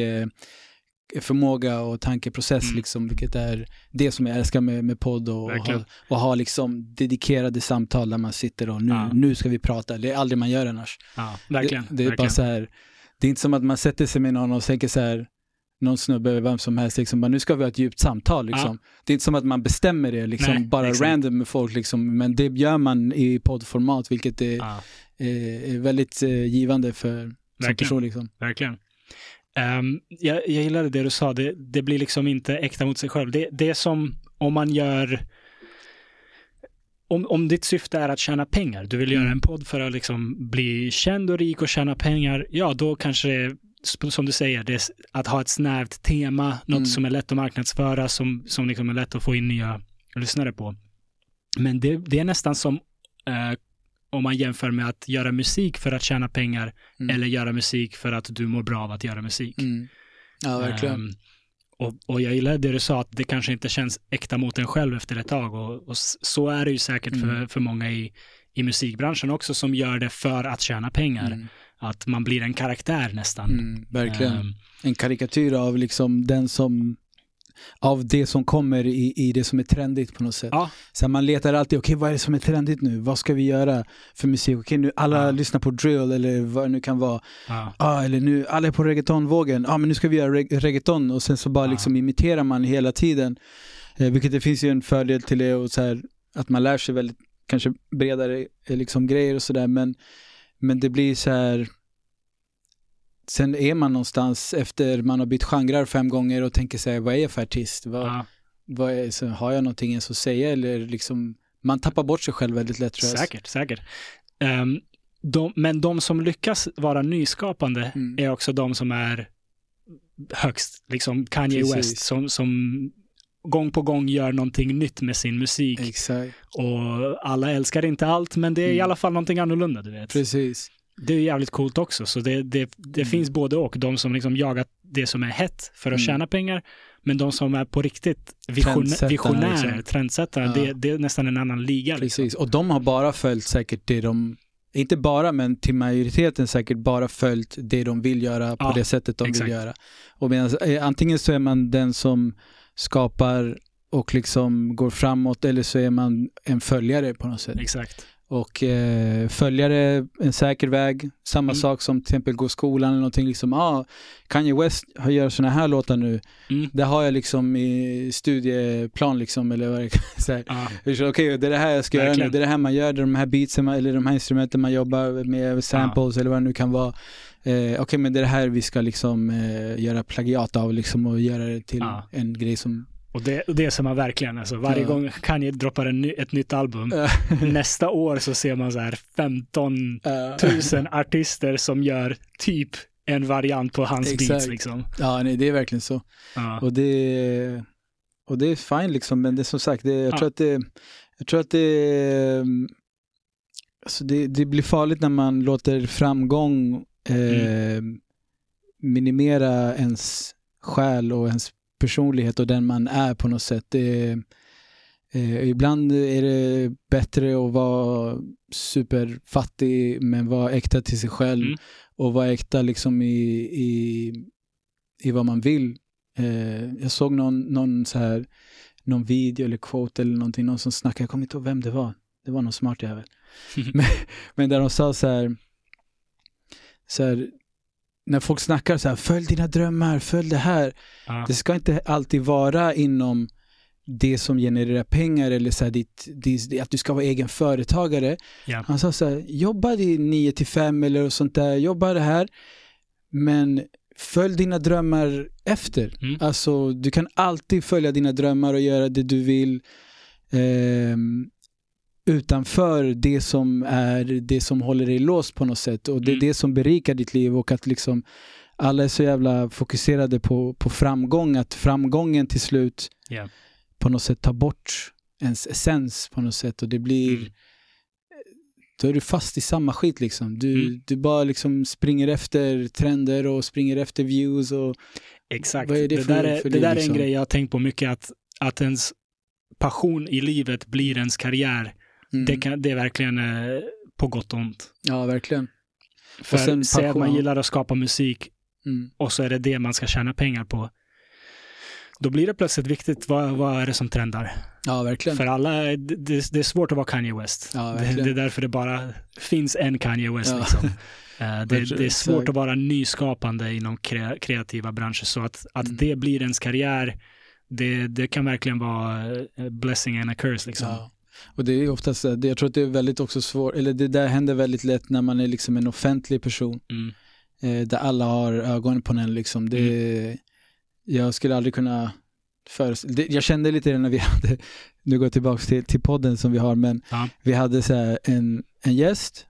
tankeförmåga och tankeprocess mm. liksom, vilket är det som jag älskar med, med podd och, och, ha, och ha liksom dedikerade samtal där man sitter och nu, ja. nu ska vi prata. Det är aldrig man gör annars. Ja, verkligen. Det, det är verkligen. bara så här, det är inte som att man sätter sig med någon och tänker så här, någon snubbe eller vem som helst liksom, bara, nu ska vi ha ett djupt samtal liksom. Ja. Det är inte som att man bestämmer det liksom, Nej, bara exakt. random med folk liksom, men det gör man i poddformat, vilket är, ja. är, är väldigt eh, givande för som person liksom. Verkligen. Um, jag, jag gillade det du sa, det, det blir liksom inte äkta mot sig själv. Det, det är som om man gör om, om ditt syfte är att tjäna pengar, du vill göra en podd för att liksom bli känd och rik och tjäna pengar, ja då kanske det är, som du säger, det är att ha ett snävt tema, något mm. som är lätt att marknadsföra, som, som liksom är lätt att få in nya lyssnare på. Men det, det är nästan som eh, om man jämför med att göra musik för att tjäna pengar mm. eller göra musik för att du mår bra av att göra musik. Mm. Ja, verkligen. Um, och, och jag gillar det du sa, att det kanske inte känns äkta mot en själv efter ett tag. Och, och så är det ju säkert mm. för, för många i, i musikbranschen också, som gör det för att tjäna pengar. Mm. Att man blir en karaktär nästan. Mm, verkligen. Um, en karikatyr av liksom den som, av det som kommer i, i det som är trendigt på något sätt. Ja. Så man letar alltid, okej, okay, vad är det som är trendigt nu? Vad ska vi göra för musik? Okej, okay, nu alla ja. lyssnar på drill eller vad det nu kan vara. Ja. Ah, eller nu, alla är på reggaetonvågen. Ja, ah, men nu ska vi göra reg- reggaeton. Och sen så bara ja. liksom imiterar man hela tiden. Eh, vilket det finns ju en fördel till det, och så här, att man lär sig väldigt, kanske bredare liksom, grejer och sådär. Men Men det blir så här, sen är man någonstans efter man har bytt genrer fem gånger och tänker sig, vad är jag för artist? Vad, ja. vad är, så har jag någonting ens att säga? Eller liksom, man tappar bort sig själv väldigt lätt, tror jag. Säkert, säkert. Um, de, men de som lyckas vara nyskapande mm. är också de som är högst, liksom Kanye Precis. West, som, som gång på gång gör någonting nytt med sin musik. Exakt. Och alla älskar inte allt, men det är mm. i alla fall någonting annorlunda, du vet. Precis. Det är jävligt coolt också, så det, det, det mm. finns både och. De som liksom jagar det som är hett för att mm. tjäna pengar, men de som är på riktigt vision, visionärer, liksom. trendsättare, ja. det, det är nästan en annan liga. Precis, liksom. och de har bara följt säkert det de inte bara, men till majoriteten säkert bara följt det de vill göra på ja, det sättet de exakt. vill göra. Och medan, antingen så är man den som skapar och liksom går framåt, eller så är man en följare på något sätt. Exakt. Och eh, följare, en säker väg, samma mm. sak som till exempel gå skolan eller någonting liksom, ah, Kanye West har gör såna här låtar nu. Mm. Det har jag liksom i studieplan liksom, eller vad det kan säga. Ah. Okej, okay, det är det här jag ska Verkligen. göra nu, det är det här man gör, de här beatsen eller de här instrumenten man jobbar med, samples ah. eller vad det nu kan vara. Eh, Okej, okay, men det är det här vi ska liksom eh, göra plagiat av liksom, och göra det till ah. en grej som... Och det, det som man verkligen, alltså, varje ja. gång Kanye droppar en ny, ett nytt album, nästa år så ser man så här femton tusen artister som gör typ en variant på hans Exakt. beats liksom. Ja, nej, det är verkligen så. Ja. Och det och det är fine liksom, men det är som sagt, det, jag ja. tror att det jag tror att det alltså det, det blir farligt när man låter framgång eh, mm. minimera ens själ och ens personlighet och den man är på något sätt. Det är, eh, ibland är det bättre att vara superfattig men vara äkta till sig själv mm. och vara äkta liksom i, i, i vad man vill. Eh, jag såg någon, någon så här någon video eller quote eller någonting, någon som snackade, jag kommer inte ihåg vem det var. Det var någon smart jävel. men, men där de sa så här så här, när folk snackar så här, följ dina drömmar, följ det här. Ah. Det ska inte alltid vara inom det som genererar pengar eller så här, ditt, ditt, att du ska vara egen företagare. Yeah. Han sa så här, jobba i nio till fem eller sånt där, jobba det här. Men följ dina drömmar efter. Mm. Alltså, du kan alltid följa dina drömmar och göra det du vill eh, utanför det som är det som håller dig låst på något sätt, och det är mm. det som berikar ditt liv, och att liksom alla är så jävla fokuserade på, på framgång, att framgången till slut yeah. på något sätt tar bort ens essens på något sätt, och det blir mm. då är du fast i samma skit liksom. Du, mm. du bara liksom springer efter trender och springer efter views och exakt. Vad är det, det för, där är, för det där liksom? är en grej jag har tänkt på mycket, att, att ens passion i livet blir ens karriär. Mm. Det, kan, det är verkligen eh, på gott och ont. Ja, verkligen. För sen säg att man gillar att skapa musik mm. och så är det det man ska tjäna pengar på. Då blir det plötsligt viktigt, vad, vad är det som trendar? Ja, verkligen. För alla, det, det är svårt att vara Kanye West. Ja, det, det är därför det bara finns en Kanye West. Ja. Liksom. uh, det, det är svårt att vara nyskapande inom kre, kreativa branscher. Så att, att mm. det blir ens karriär, det, det kan verkligen vara a blessing and a curse. Liksom. Ja. Och det är oftast, det, jag tror att det är väldigt också svårt, eller det där händer väldigt lätt när man är liksom en offentlig person. Mm. Eh, där alla har ögon på den liksom. Det, mm. Jag skulle aldrig kunna föreställa, det, jag kände lite det när vi hade, nu går jag tillbaka till, till podden som vi har, men ja. vi hade så här en, en gäst,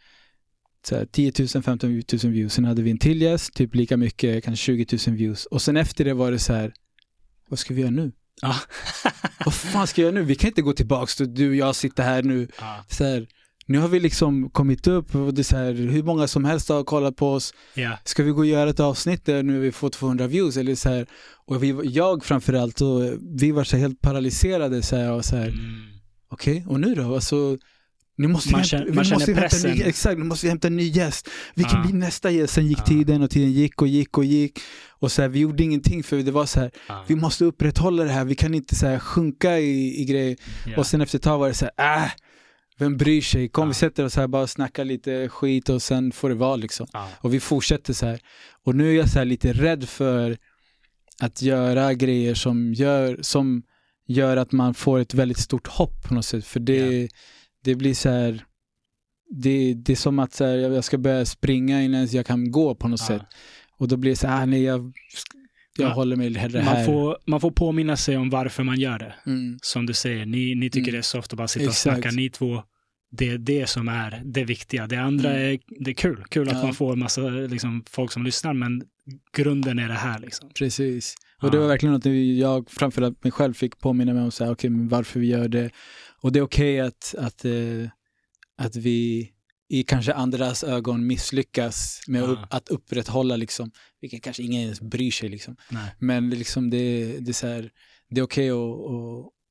så här tio tusen, femton tusen views, sen hade vi en till gäst, typ lika mycket, kanske tjugo tusen views, och sen efter det var det så här, vad ska vi göra nu? Ja. Vad fan ska jag göra nu? Vi kan inte gå tillbaka, du och jag sitter här nu. Ja. Så här, nu har vi liksom kommit upp, och det är så här, hur många som helst har kollat på oss. Ja. Ska vi gå och göra ett avsnitt där nu vi får tvåhundra views eller så här, och vi, jag framförallt, och vi var så helt paralyserade så här, och så här. Mm. Okej, okay, och nu då? Alltså, nu måste man vi känner, hämta, man vi måste pressen. Hämta ny, exakt, nu måste vi hämta en ny gäst. Vilken ah. blir nästa gäst? Sen gick ah. tiden och tiden gick och gick och gick. Och så här, vi gjorde ingenting, för det var så här, ah. vi måste upprätthålla det här. Vi kan inte så här sjunka i, i grejer. Yeah. Och sen efter ett tag var det så här, äh, vem bryr sig? Kom, ah. vi sätter oss här, bara snacka lite skit och sen får det vara liksom. Ah. Och vi fortsätter så här. Och nu är jag så här lite rädd för att göra grejer som gör, som gör att man får ett väldigt stort hopp på något sätt. För det yeah. Det blir så här, det, det är som att så här, jag ska börja springa innan jag kan gå på något ja. sätt. Och då blir det så här, ah, nej, jag, jag ja. håller mig hellre man här. Får, man får påminna sig om varför man gör det. Mm. Som du säger, ni, ni tycker mm. det är soft att bara sitta Exakt. och snacka, ni två. Det är det som är det viktiga. Det andra mm. är, det är kul. Kul att ja. man får en massa liksom, folk som lyssnar, men grunden är det här. Liksom. Precis. Och ja. det var verkligen något jag framförallt mig själv fick påminna mig om, så här, okay, men varför vi gör det. Och det är okej okay att, att, eh, att vi i kanske andras ögon misslyckas med ja. upp, att upprätthålla liksom, vilket kanske ingen ens bryr sig liksom. Men liksom det, det är så här, det är okej okay att,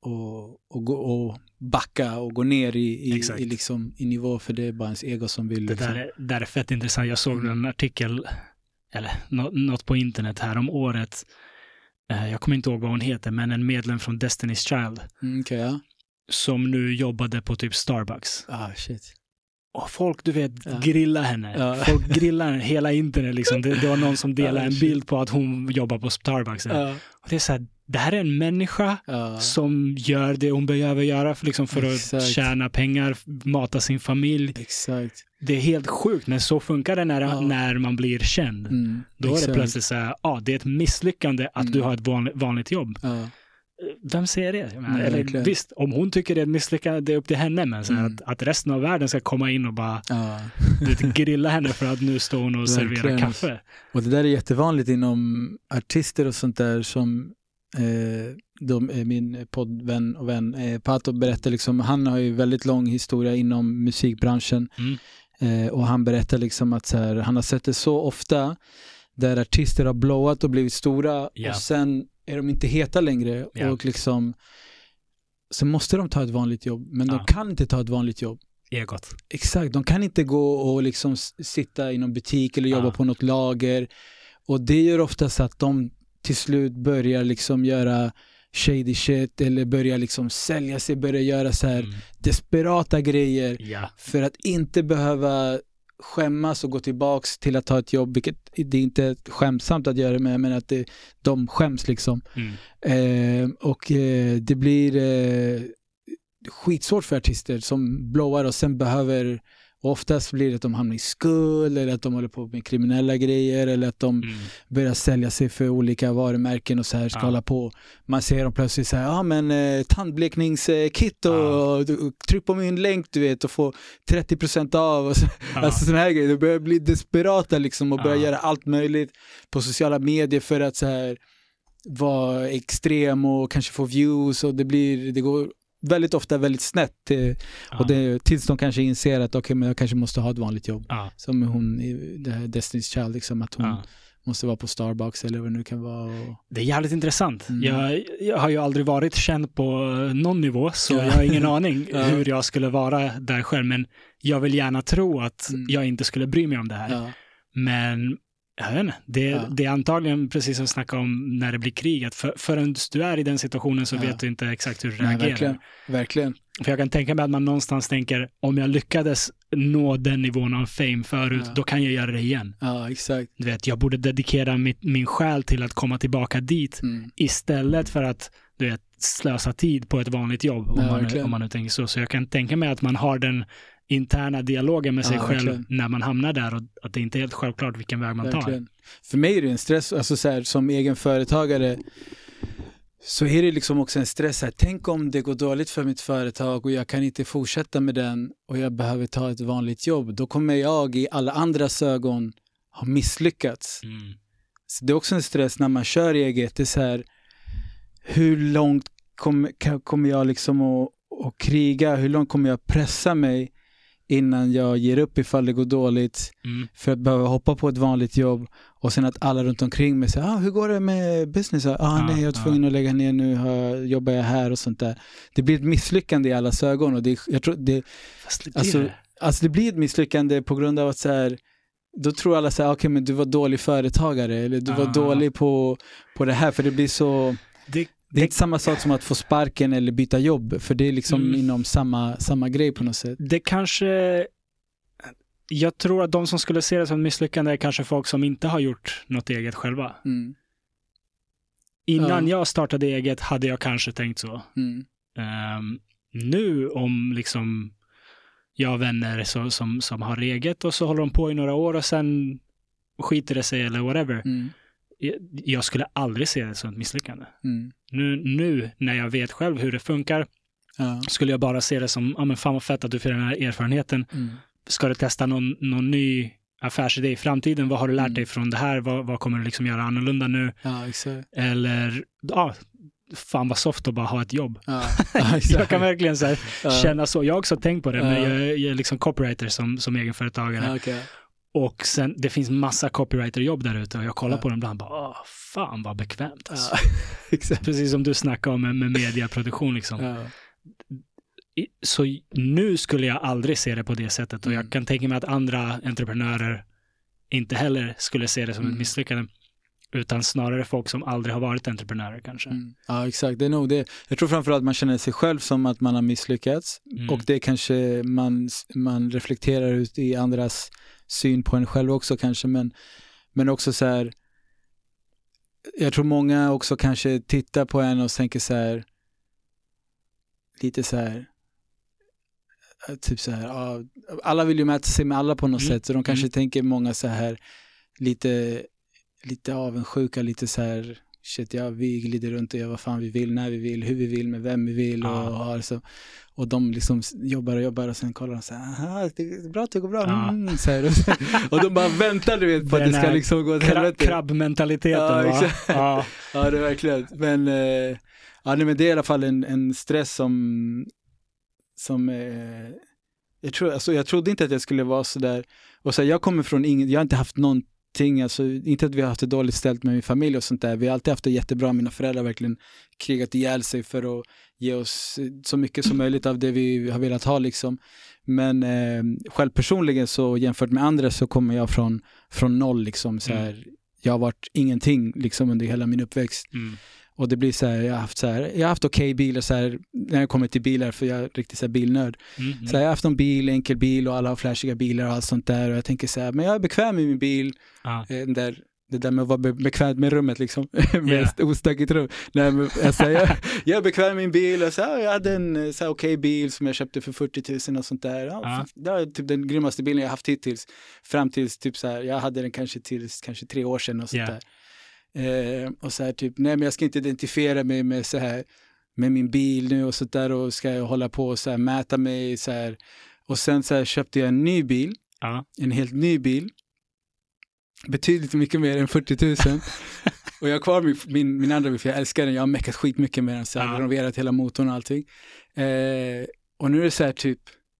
och, och, gå, och backa och gå ner i, i, i, liksom, i nivå, för det är bara ens ego som vill. Liksom. Det där är, där är fett intressant. Jag såg en artikel, eller något på internet här om året. Eh, jag kommer inte ihåg vad hon heter, men en medlem från Destiny's Child. Mm, okay, ja. Som nu jobbade på typ Starbucks. Ah, shit. Och folk, du vet, ja. grillar henne. Ja. Folk grillar henne, hela internet liksom. Det, det var någon som delade ja, en bild på att hon jobbar på Starbucks. Ja. Och det är så här, det här är en människa ja. som gör det hon behöver göra för, liksom, för att tjäna pengar, mata sin familj. Exakt. Det är helt sjukt, men så funkar det när, ja. när man blir känd. Mm, Då exakt. är det plötsligt så här, ja, det är ett misslyckande att mm. du har ett vanligt, vanligt jobb. Ja. Vem säger det? Nej, Eller, visst, om hon tycker det är ett misslyckande, det är upp till henne, men så mm. att, att resten av världen ska komma in och bara ja. du, grilla henne för att nu står hon och serverar kaffe. Och det där är jättevanligt inom artister och sånt där, som eh, de, eh, min poddvän och vän eh, Pato berättar liksom, han har ju väldigt lång historia inom musikbranschen mm. eh, och han berättar liksom att så här, han har sett det så ofta där artister har blowat och blivit stora yeah. och sen är de inte heta längre yeah. och liksom så måste de ta ett vanligt jobb, men ja. de kan inte ta ett vanligt jobb. Egot. Exakt, de kan inte gå och liksom sitta i någon butik eller jobba ja. på något lager, och det gör ofta så att de till slut börjar liksom göra shady shit eller börjar liksom sälja sig, börjar göra så här mm. desperata grejer ja. för att inte behöva skämmas och gå tillbaks till att ta ett jobb, vilket det är inte skämsamt att göra med, men att det, de skäms liksom. Mm. Eh, och eh, det blir eh, skitsvårt för artister som blowar och sen behöver, och oftast blir det att de hamnar i skuld eller att de håller på med kriminella grejer eller att de mm. börjar sälja sig för olika varumärken och så här ska ja. hålla på. Man ser dem plötsligt så här, ja ah, men eh, tandblekningskit och, ja. och, och tryck på min länk du vet och få trettio procent av och så, ja. alltså såna här grejer. De börjar bli desperata liksom och börjar ja. göra allt möjligt på sociala medier för att så här vara extrem och kanske få views, och det blir, det går väldigt ofta väldigt snett till, ja. och det, tills de kanske inser att okej, okay, men jag kanske måste ha ett vanligt jobb. Ja. Som hon i det här Destiny's Child, liksom, att hon ja. måste vara på Starbucks eller vad det nu kan vara. Och... Det är jävligt intressant. Mm. Jag, jag har ju aldrig varit känd på någon nivå, så ja. jag har ingen aning ja. hur jag skulle vara där själv, men jag vill gärna tro att mm. jag inte skulle bry mig om det här. Ja. Men jag vet inte, det, ja. det är antagligen precis som vi snackade om när det blir krig, att för, förrän du är i den situationen så ja. vet du inte exakt hur du Nej, reagerar. Verkligen. verkligen. För jag kan tänka mig att man någonstans tänker, om jag lyckades nå den nivån av fame förut, ja. då kan jag göra det igen. Ja, exakt. Du vet, jag borde dedikera mitt, min själ till att komma tillbaka dit mm. istället för att du vet, slösa tid på ett vanligt jobb, om, ja, man, om man nu tänker så. Så jag kan tänka mig att man har den interna dialogen med sig ja, själv verkligen. när man hamnar där, och att det inte är helt självklart vilken väg man verkligen. tar. För mig är det en stress, alltså så här, som egen företagare så är det liksom också en stress här. Tänk om det går dåligt för mitt företag och jag kan inte fortsätta med den och jag behöver ta ett vanligt jobb. Då kommer jag i alla andras ögon ha misslyckats. Mm. Så det är också en stress när man kör eget. Det är så här, hur långt kommer, kommer jag liksom att, att kriga? Hur långt kommer jag pressa mig innan jag ger upp ifall det går dåligt mm. för att behöva hoppa på ett vanligt jobb, och sen att alla runt omkring mig säger, ah, hur går det med business? Ah, ja, nej, jag är tvungen ja. att lägga ner nu, har, jobbar jag här och sånt där. Det blir ett misslyckande i allas ögon, och det, jag tror det, det alltså, det. alltså det blir ett misslyckande på grund av att så här, då tror alla så här, okej okay, men du var dålig företagare eller du ja. var dålig på, på det här, för det blir så det, Det är inte samma sak som att få sparken eller byta jobb, för det är liksom mm. inom samma, samma grej på något sätt. Det kanske, jag tror att de som skulle se det som misslyckande är kanske folk som inte har gjort något eget själva. Mm. Innan ja. jag startade eget hade jag kanske tänkt så. Mm. Um, nu om liksom jag har vänner så, som, som har eget och så håller de på i några år och sen skiter det sig eller whatever. Mm. Jag skulle aldrig se det som ett misslyckande. Mm. Nu, nu när jag vet själv hur det funkar ja. skulle jag bara se det som, ja men fan vad fett att du får den här erfarenheten. Mm. Ska du testa någon, någon ny affärsidé i framtiden? Vad har du lärt mm. dig från det här? Vad, vad kommer du liksom göra annorlunda nu? Ja, exakt. Eller, ja, fan vad soft att bara ha ett jobb. Ja, jag kan verkligen så här, ja. känna så. Jag har också tänkt på det, ja. men jag, jag är liksom copywriter som, som egenföretagare. Ja, okay. Och sen, det finns massa copywriterjobb där ute och jag kollar ja. på dem ibland och bara, åh, fan vad bekvämt alltså. Ja. Precis som du snackade om med, med mediaproduktion liksom. Ja. Så nu skulle jag aldrig se det på det sättet och mm. jag kan tänka mig att andra entreprenörer inte heller skulle se det som mm. ett misslyckande, utan snarare folk som aldrig har varit entreprenörer kanske. Mm. Ja, exakt. Det är nog det. Jag tror framförallt att man känner sig själv som att man har misslyckats mm. och det kanske man, man reflekterar ut i andras syn på en själv också kanske, men, men också så här, jag tror många också kanske tittar på en och tänker så här, lite så här, typ så här, ja, alla vill ju mäta sig med alla på något mm. sätt, så de kanske mm. tänker många så här lite lite avundsjuka, lite så här, shit, ja, vi glider runt och gör vad fan vi vill, när vi vill, hur vi vill, med vem vi vill ja. och, och, alltså, och de liksom jobbar och jobbar och sen kollar de så här, aha, det är bra, det går bra ja. mm, så här, och, så, och de bara väntar, du vet, på att det ska liksom gå åt helvete. Krabbmentaliteten, ja, va? Exakt. Ja. Ja, det är verkligen, men eh, ja, nej, men det är i alla fall en, en stress som som eh, jag, tror, alltså, jag trodde inte att jag skulle vara så där, och så här, jag kommer från ingen, jag har inte haft någon ting, alltså inte att vi har haft det dåligt ställt med min familj och sånt där. Vi har alltid haft det jättebra. Mina föräldrar har verkligen krigat ihjäl sig för att ge oss så mycket som möjligt av det vi har velat ha liksom. Men eh, själv personligen så jämfört med andra så kommer jag från, från noll liksom. Så här, mm. Jag har varit ingenting liksom under hela min uppväxt. Mm. Och det blir så här, jag har haft så här, jag har haft okej okay bilar så här, när jag kommer till bilar, för jag är riktigt så här bilnörd. Mm, mm. Så här, jag har haft en bil, enkel bil och alla har flashiga bilar och allt sånt där, och jag tänker så här, men jag är bekväm i min bil. Ah. Eh, där, det där med att vara be- bekväm med rummet liksom, med yeah. ett ostökigt rum. Nej, men, alltså, jag, jag är bekväm i min bil och så här, jag hade en så här okej okay bil som jag köpte för fyrtio tusen och sånt där. Ja, ah. Det är typ den grymmaste bilen jag haft hittills, fram tills typ så här, jag hade den kanske till kanske tre år sedan och sånt yeah. där. Eh, och så här typ, nej men jag ska inte identifiera mig med så här, med min bil nu och så där, och ska jag hålla på och så här mäta mig så här. Och sen så här köpte jag en ny bil, uh. en helt ny bil, betydligt mycket mer än fyrtio tusen. Och jag har kvar min, min, min andra bil, för jag älskar den, jag har meckat skit mycket med den, så jag har uh. renoverat hela motorn och allting. Eh, och nu är det så här typ,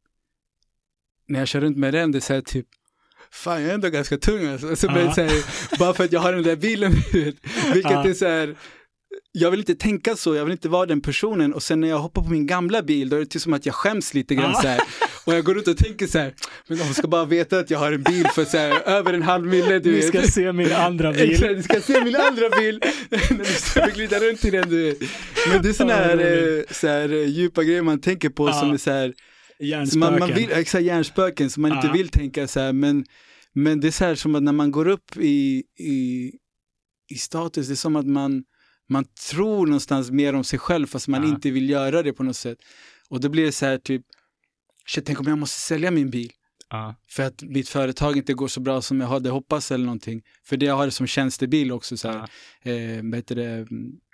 när jag kör runt med den, det är så här typ, fan, jag är ändå ganska tung alltså. Så uh. så här, bara för att jag har den där bilen, vilket uh. är så här, jag vill inte tänka så, jag vill inte vara den personen, och sen när jag hoppar på min gamla bil, då är det till som att jag skäms lite grann uh. så här, och jag går ut och tänker så här, men de ska bara veta att jag har en bil för så här, över en halv mille, du vet. Ni ska se min andra bil. Exakt, ni ska se min andra bil när du ska glida runt i den, du vet. Men det är såna här, uh. så här djupa grejer man tänker på uh. som är så här, hjärnspöken. Man, man vill, exakt, hjärnspöken som man uh. inte vill tänka så här, men Men det är så här som att när man går upp i, i, i status, det är som att man, man tror någonstans mer om sig själv, fast man ja. inte vill göra det på något sätt. Och då blir det så här typ, shit, tänk om jag måste sälja min bil. Ja. För att mitt företag inte går så bra som jag hade hoppats eller någonting. För det jag har det som tjänstebil också så här, ja. eh, vad heter det,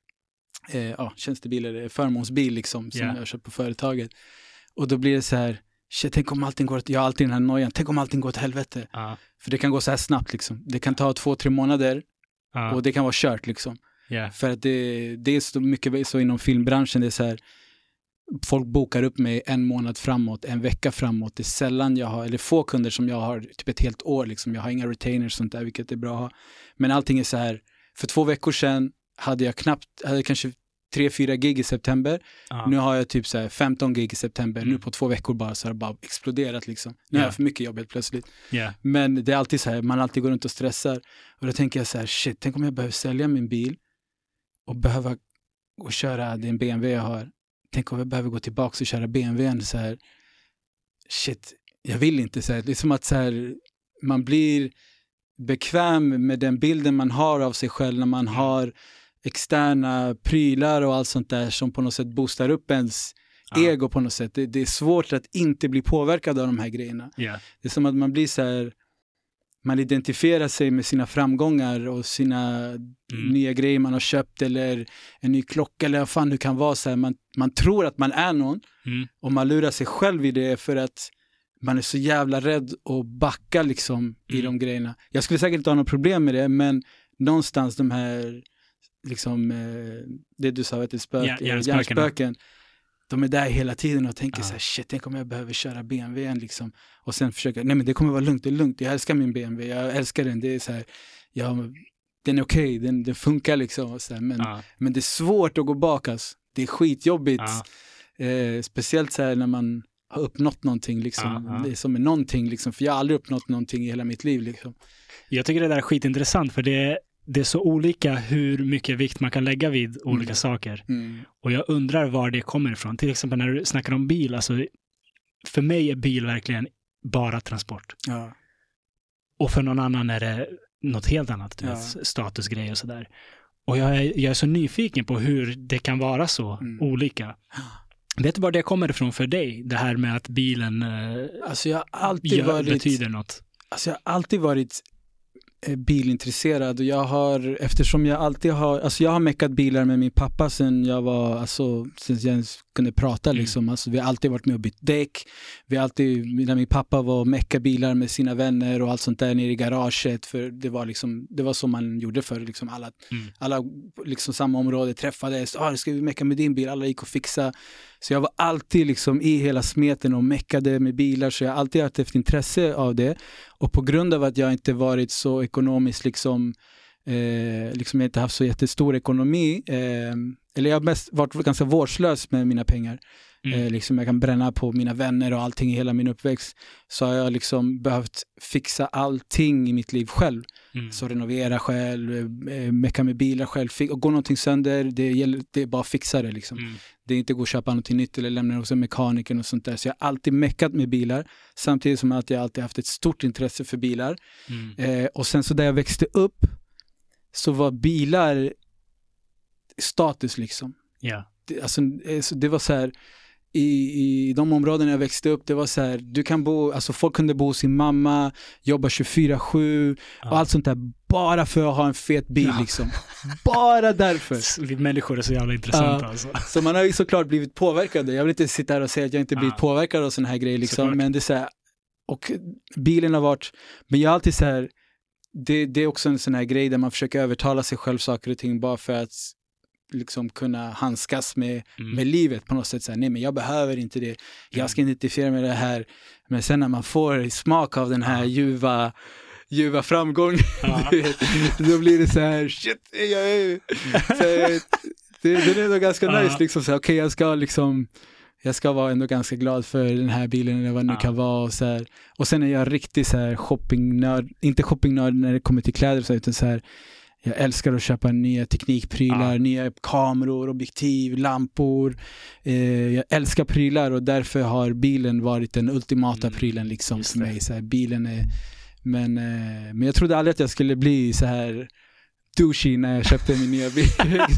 eh, ja, tjänstebil eller förmånsbil liksom, som yeah. jag köpt på företaget. Och då blir det så här, shit, tänk om allting går åt, jag har alltid den här nojan, tänk om allting går åt helvete. Uh. För det kan gå så här snabbt liksom. Det kan ta två, tre månader uh. och det kan vara kört liksom. Yeah. För att det, det är så mycket så inom filmbranschen, det är så här, folk bokar upp mig en månad framåt, en vecka framåt. Det är sällan jag har, eller få kunder som jag har typ ett helt år liksom. Jag har inga retainers och sånt där, vilket är bra att ha. Men allting är så här, för två veckor sedan hade jag knappt, hade kanske tre, fyra gig i september. Uh-huh. Nu har jag typ så här femton gig i september. Mm. Nu på två veckor bara så har det bara exploderat liksom. Nu yeah. har jag för mycket jobb helt plötsligt. Yeah. Men det är alltid så här, man alltid går runt och stressar. Och då tänker jag så här, shit, tänk om jag behöver sälja min bil och behöva gå och köra, det är en B M W jag har. Tänk om jag behöver gå tillbaka och köra B M W:n så här. Shit, jag vill inte så här. Det är som att så här, man blir bekväm med den bilden man har av sig själv när man har externa prylar och allt sånt där som på något sätt boostar upp ens ja. ego på något sätt. Det, det är svårt att inte bli påverkad av de här grejerna. Yeah. Det är som att man blir så här, man identifierar sig med sina framgångar och sina mm. nya grejer man har köpt eller en ny klocka eller vad fan det kan vara så här. Man, man tror att man är någon mm. och man lurar sig själv i det för att man är så jävla rädd att backa liksom mm. i de grejerna. Jag skulle säkert inte ha något problem med det, men någonstans de här liksom, eh, det du sa, vet du, spök, ja, hjärnspöken. de är där hela tiden och tänker ja. så här, shit, tänk om jag behöver köra B M W liksom. Och sen försöka, nej men det kommer vara lugnt, det är lugnt. Jag älskar min B M W, jag älskar den. Det är så här, jag, den är okej, okay, den, den funkar liksom. Och så här, men, ja. men det är svårt att gå bak, alltså. Det är skitjobbigt. Ja. Eh, speciellt så här när man har uppnått någonting liksom. Ja, ja. Det är som är någonting liksom, för jag har aldrig uppnått någonting i hela mitt liv liksom. Jag tycker det där är skitintressant, för det är, det är så olika hur mycket vikt man kan lägga vid olika mm. saker. Mm. Och jag undrar var det kommer ifrån. Till exempel när du snackar om bil, alltså, för mig är bil verkligen bara transport. Ja. Och för någon annan är det något helt annat, ja. vet, statusgrej och sådär. Och jag är, jag är så nyfiken på hur det kan vara så mm. olika. Vet du var det kommer ifrån för dig? Det här med att bilen eh, alltså jag har alltid gör, varit, betyder något. Alltså jag har alltid varit bilintresserad, och jag har, eftersom jag alltid har, alltså jag har meckat bilar med min pappa sen jag var, alltså sen jag kunde prata liksom, mm. alltså vi har alltid varit med och bytt däck, vi har alltid, när min pappa var och mecka bilar med sina vänner och allt sånt där nere i garaget, för det var liksom, det var så man gjorde för liksom alla, mm. alla liksom samma område träffades, ah, ska vi mecka med din bil, alla gick och fixa. Så jag var alltid liksom i hela smeten och meckade med bilar, så jag har alltid haft ett intresse av det. Och på grund av att jag inte varit så ekonomiskt liksom, eh, liksom jag inte haft så jättestor ekonomi, eh, eller jag har mest varit ganska vårdslös med mina pengar. Mm. Eh, liksom jag kan bränna på mina vänner och allting i hela min uppväxt. Så har jag liksom behövt fixa allting i mitt liv själv. Mm. Så renovera själv, eh, mecka med bilar själv, och går någonting sönder, det, gäller, det är bara att fixa det liksom. Mm. Det är inte gå och köpa någonting nytt eller lämna det hos en mekaniker och sånt där. Så jag har alltid meckat med bilar, samtidigt som att jag alltid haft ett stort intresse för bilar. Mm. Eh, och sen så där jag växte upp så var bilar status liksom. Yeah. Det, alltså, det var så här, I, i de områden jag växte upp, det var så här, du kan bo, alltså folk kunde bo hos sin mamma, jobba tjugofyra sju ja. och allt sånt där, bara för att ha en fet bil ja. liksom. Bara därför. Vi människor är så jävla intressanta. Ja. Alltså. Så man har ju såklart blivit påverkade. Jag vill inte sitta här och säga att jag inte blivit ja. påverkad av sån här grejer liksom, såklart. Men det är så här, och bilen har varit, men jag har alltid så här, det, det är också en sån här grej där man försöker övertala sig själv saker och ting bara för att liksom kunna handskas med, mm. med livet på något sätt. Så här, nej, men jag behöver inte det. Jag ska identifiera med det här. Men sen när man får smak av den här ljuva, ljuva framgång, ja. då blir det så här, shit, jag är... Så här, det, det är ändå ganska ja. nice. Liksom, okej, okay, jag ska liksom... Jag ska vara ändå ganska glad för den här bilen eller vad det nu ja. kan vara. Och, så här. Och sen är jag riktigt så här shoppingnörd. Inte shoppingnörd när det kommer till kläder, så, utan så här... Jag älskar att köpa nya teknikprylar, ja. nya kameror, objektiv, lampor. Eh, jag älskar prylar, och därför har bilen varit den ultimata mm. prylen liksom för mig. Så här, bilen är, men, eh, men jag trodde aldrig att jag skulle bli så här douchey när jag köpte min nya bil.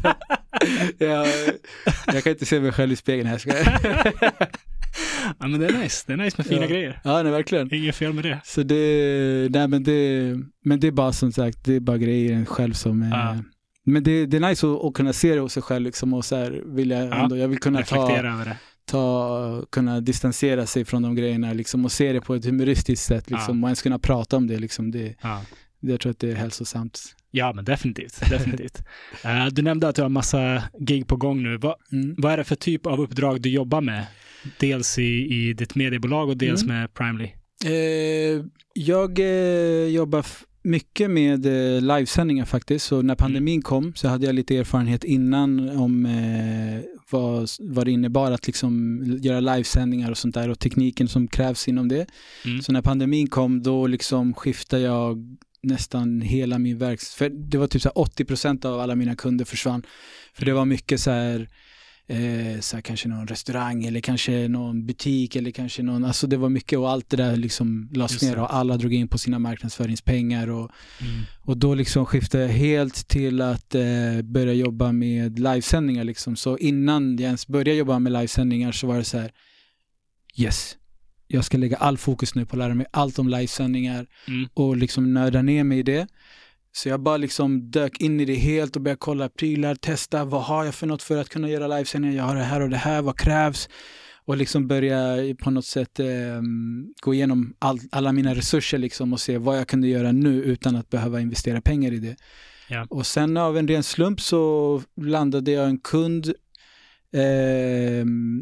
jag, jag kan inte se mig själv i spegeln här. Ska jag. Ja, men det är nice. Det är nice med fina ja. grejer. Ja, nej, verkligen. Inget fel med det. Så det, nej, men det, men det är bara som sagt, det är bara grejer själv som är, ja. men det, det är nice att, att kunna se det hos sig själv liksom, och så här vill jag ja. ändå, jag vill kunna ta, över det. ta, kunna distansera sig från de grejerna liksom, och se det på ett humoristiskt sätt liksom, ja. och ens kunna prata om det liksom, det, ja. det, jag tror att det är hälsosamt. Ja, men definitivt. definitivt. uh, du nämnde att du har massa gig på gång nu. Va, mm. Vad är det för typ av uppdrag du jobbar med? Dels i, i ditt mediebolag och dels mm. med Primely. Eh, jag eh, jobbar f- mycket med eh, livesändningar faktiskt. Så när pandemin mm. kom så hade jag lite erfarenhet innan om eh, vad, vad det innebar att liksom göra livesändningar och sånt där, och tekniken som krävs inom det. Mm. Så när pandemin kom, då liksom skiftade jag nästan hela min verksamhet. För det var typ så här åttio procent av alla mina kunder försvann. För det var mycket så här... Eh, så här, kanske någon restaurang eller kanske någon butik eller kanske någon, alltså det var mycket, och allt det där liksom lades ner och alla drog in på sina marknadsföringspengar och, mm. och då liksom skiftade jag helt till att eh, börja jobba med livesändningar liksom. Så innan jag ens började jobba med livesändningar så var det så här, yes, jag ska lägga all fokus nu på att lära mig allt om livesändningar mm. och liksom nörda ner mig i det. Så jag bara liksom dök in i det helt och började kolla prylar, testa vad har jag för något för att kunna göra livesändningar. Jag har det här och det här, vad krävs? Och liksom börja på något sätt eh, gå igenom all, alla mina resurser liksom och se vad jag kunde göra nu utan att behöva investera pengar i det. Ja. Och sen av en ren slump så landade jag en kund eh,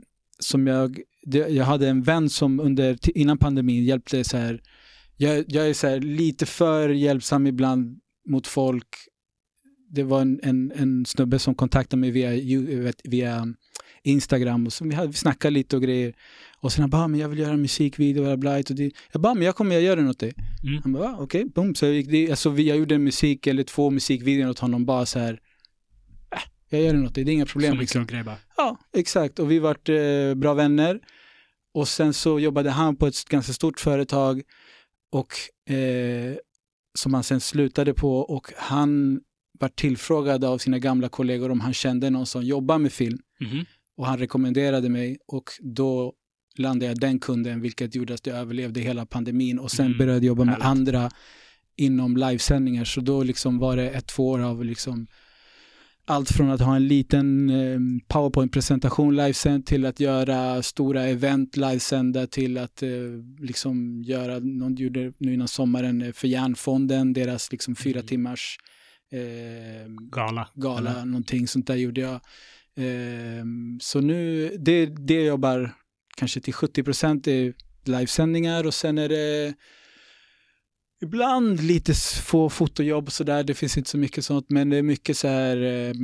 som jag, det, jag hade en vän som under, innan pandemin hjälpte så här, jag, jag är så här lite för hjälpsam ibland mot folk. Det var en, en, en snubbe som kontaktade mig via, via Instagram och så vi, hade, vi snackade lite och grejer. Och sen han bara, men jag vill göra en musikvideo och bla, och det. Jag bara, men jag kommer att göra något det. Mm. Han bara, okej, okay, boom. Så jag, gick det, alltså, jag gjorde en musik eller två musikvideor åt honom bara så här, äh, jag gör något det, det är inga problem. Som liksom. grej bara. Ja, exakt. Och vi vart eh, bra vänner. Och sen så jobbade han på ett ganska stort företag och eh, som han sen slutade på, och han var tillfrågad av sina gamla kollegor om han kände någon som jobbar med film. Mm. Och han rekommenderade mig och då landade jag den kunden, vilket gjorde att jag överlevde hela pandemin och sen mm. började jobba med Härligt. andra inom livesändningar. Så då liksom var det ett, två år av liksom allt från att ha en liten eh, PowerPoint-presentation livesänd till att göra stora event livesända till att eh, liksom göra, någon gjorde nu innan sommaren för Järnfonden, deras liksom fyra mm. timmars eh, gala, gala eller? någonting sånt där gjorde jag. Eh, så nu, det, det jag jobbar kanske till sjuttio procent är livesändningar och sen är det ibland lite få fotojobb och sådär, det finns inte så mycket sånt, men det är mycket så här eh,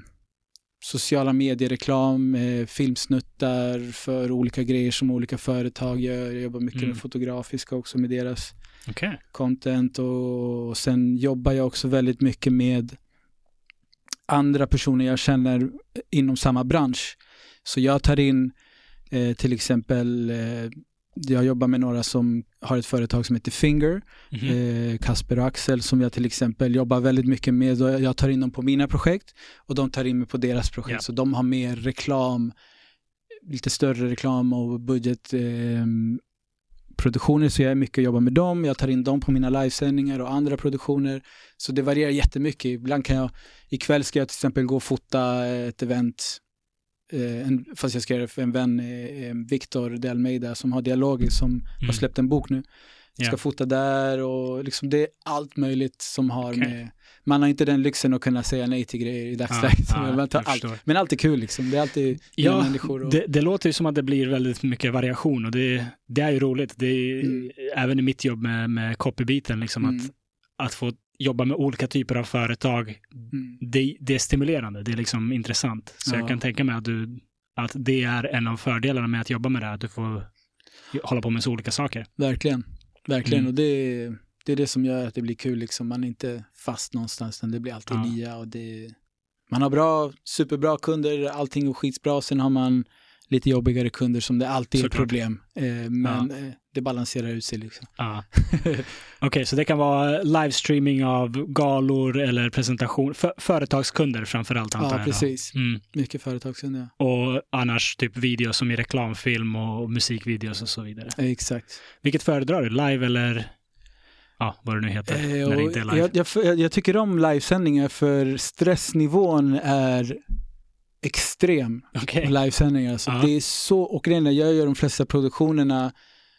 sociala mediereklam, eh, filmsnuttar för olika grejer som olika företag gör. Jag jobbar mycket mm. med fotografiska också med deras okay. content och, och sen jobbar jag också väldigt mycket med andra personer jag känner inom samma bransch. Så jag tar in eh, till exempel eh, jag jobbar med några som har ett företag som heter Finger, mm-hmm. eh, Kasper och Axel, som jag till exempel jobbar väldigt mycket med. Och jag tar in dem på mina projekt och de tar in mig på deras projekt. Yeah. Så de har mer reklam, lite större reklam och budgetproduktioner. Eh, så jag är mycket att jobba med dem. Jag tar in dem på mina livesändningar och andra produktioner. Så det varierar jättemycket. Ibland kan jag, ikväll ska jag till exempel gå och fota ett event. Eh, en, fast jag ska göra det för en vän, eh, Victor de Almeida, som har Dialoger, som mm. har släppt en bok nu. Jag ska yeah. fota där och liksom det är allt möjligt som har okay. med, man har inte den lyxen att kunna säga nej till grejer i dagsläget. Ah, ah, allt. Men allt är kul liksom, det är alltid ja, människor. Och... Det, det låter ju som att det blir väldigt mycket variation och det, det är ju roligt. Det är, mm. även i mitt jobb med, med copybiten liksom, mm. att, att få jobba med olika typer av företag, mm. det, det är stimulerande, det är liksom intressant. Så ja. jag kan tänka mig att, du, att det är en av fördelarna med att jobba med det, att du får hålla på med så olika saker. Verkligen, verkligen. Mm. Och det, det är det som gör att det blir kul. Liksom. Man är inte fast någonstans, utan det blir alltid ja. nya. Och det, man har bra, superbra kunder, allting är skitsbra. Sen har man lite jobbigare kunder som det alltid är problem. Eh, men ja. eh, det balanserar ut sig liksom. Ja. Okej, okay, så det kan vara livestreaming av galor eller presentation. För, företagskunder framförallt antar jag. Ja, precis. Mm. Mycket företagskunder. Ja. Och annars typ videos som i reklamfilm och musikvideos och så vidare. Eh, exakt. Vilket föredrar du? Live eller ja, vad det nu heter? Eh, när det inte är live. Jag, jag, jag tycker om livesändningar för stressnivån är extrem okay. på livesändningar. Så uh-huh. det är så, och grejen är, jag gör de flesta produktionerna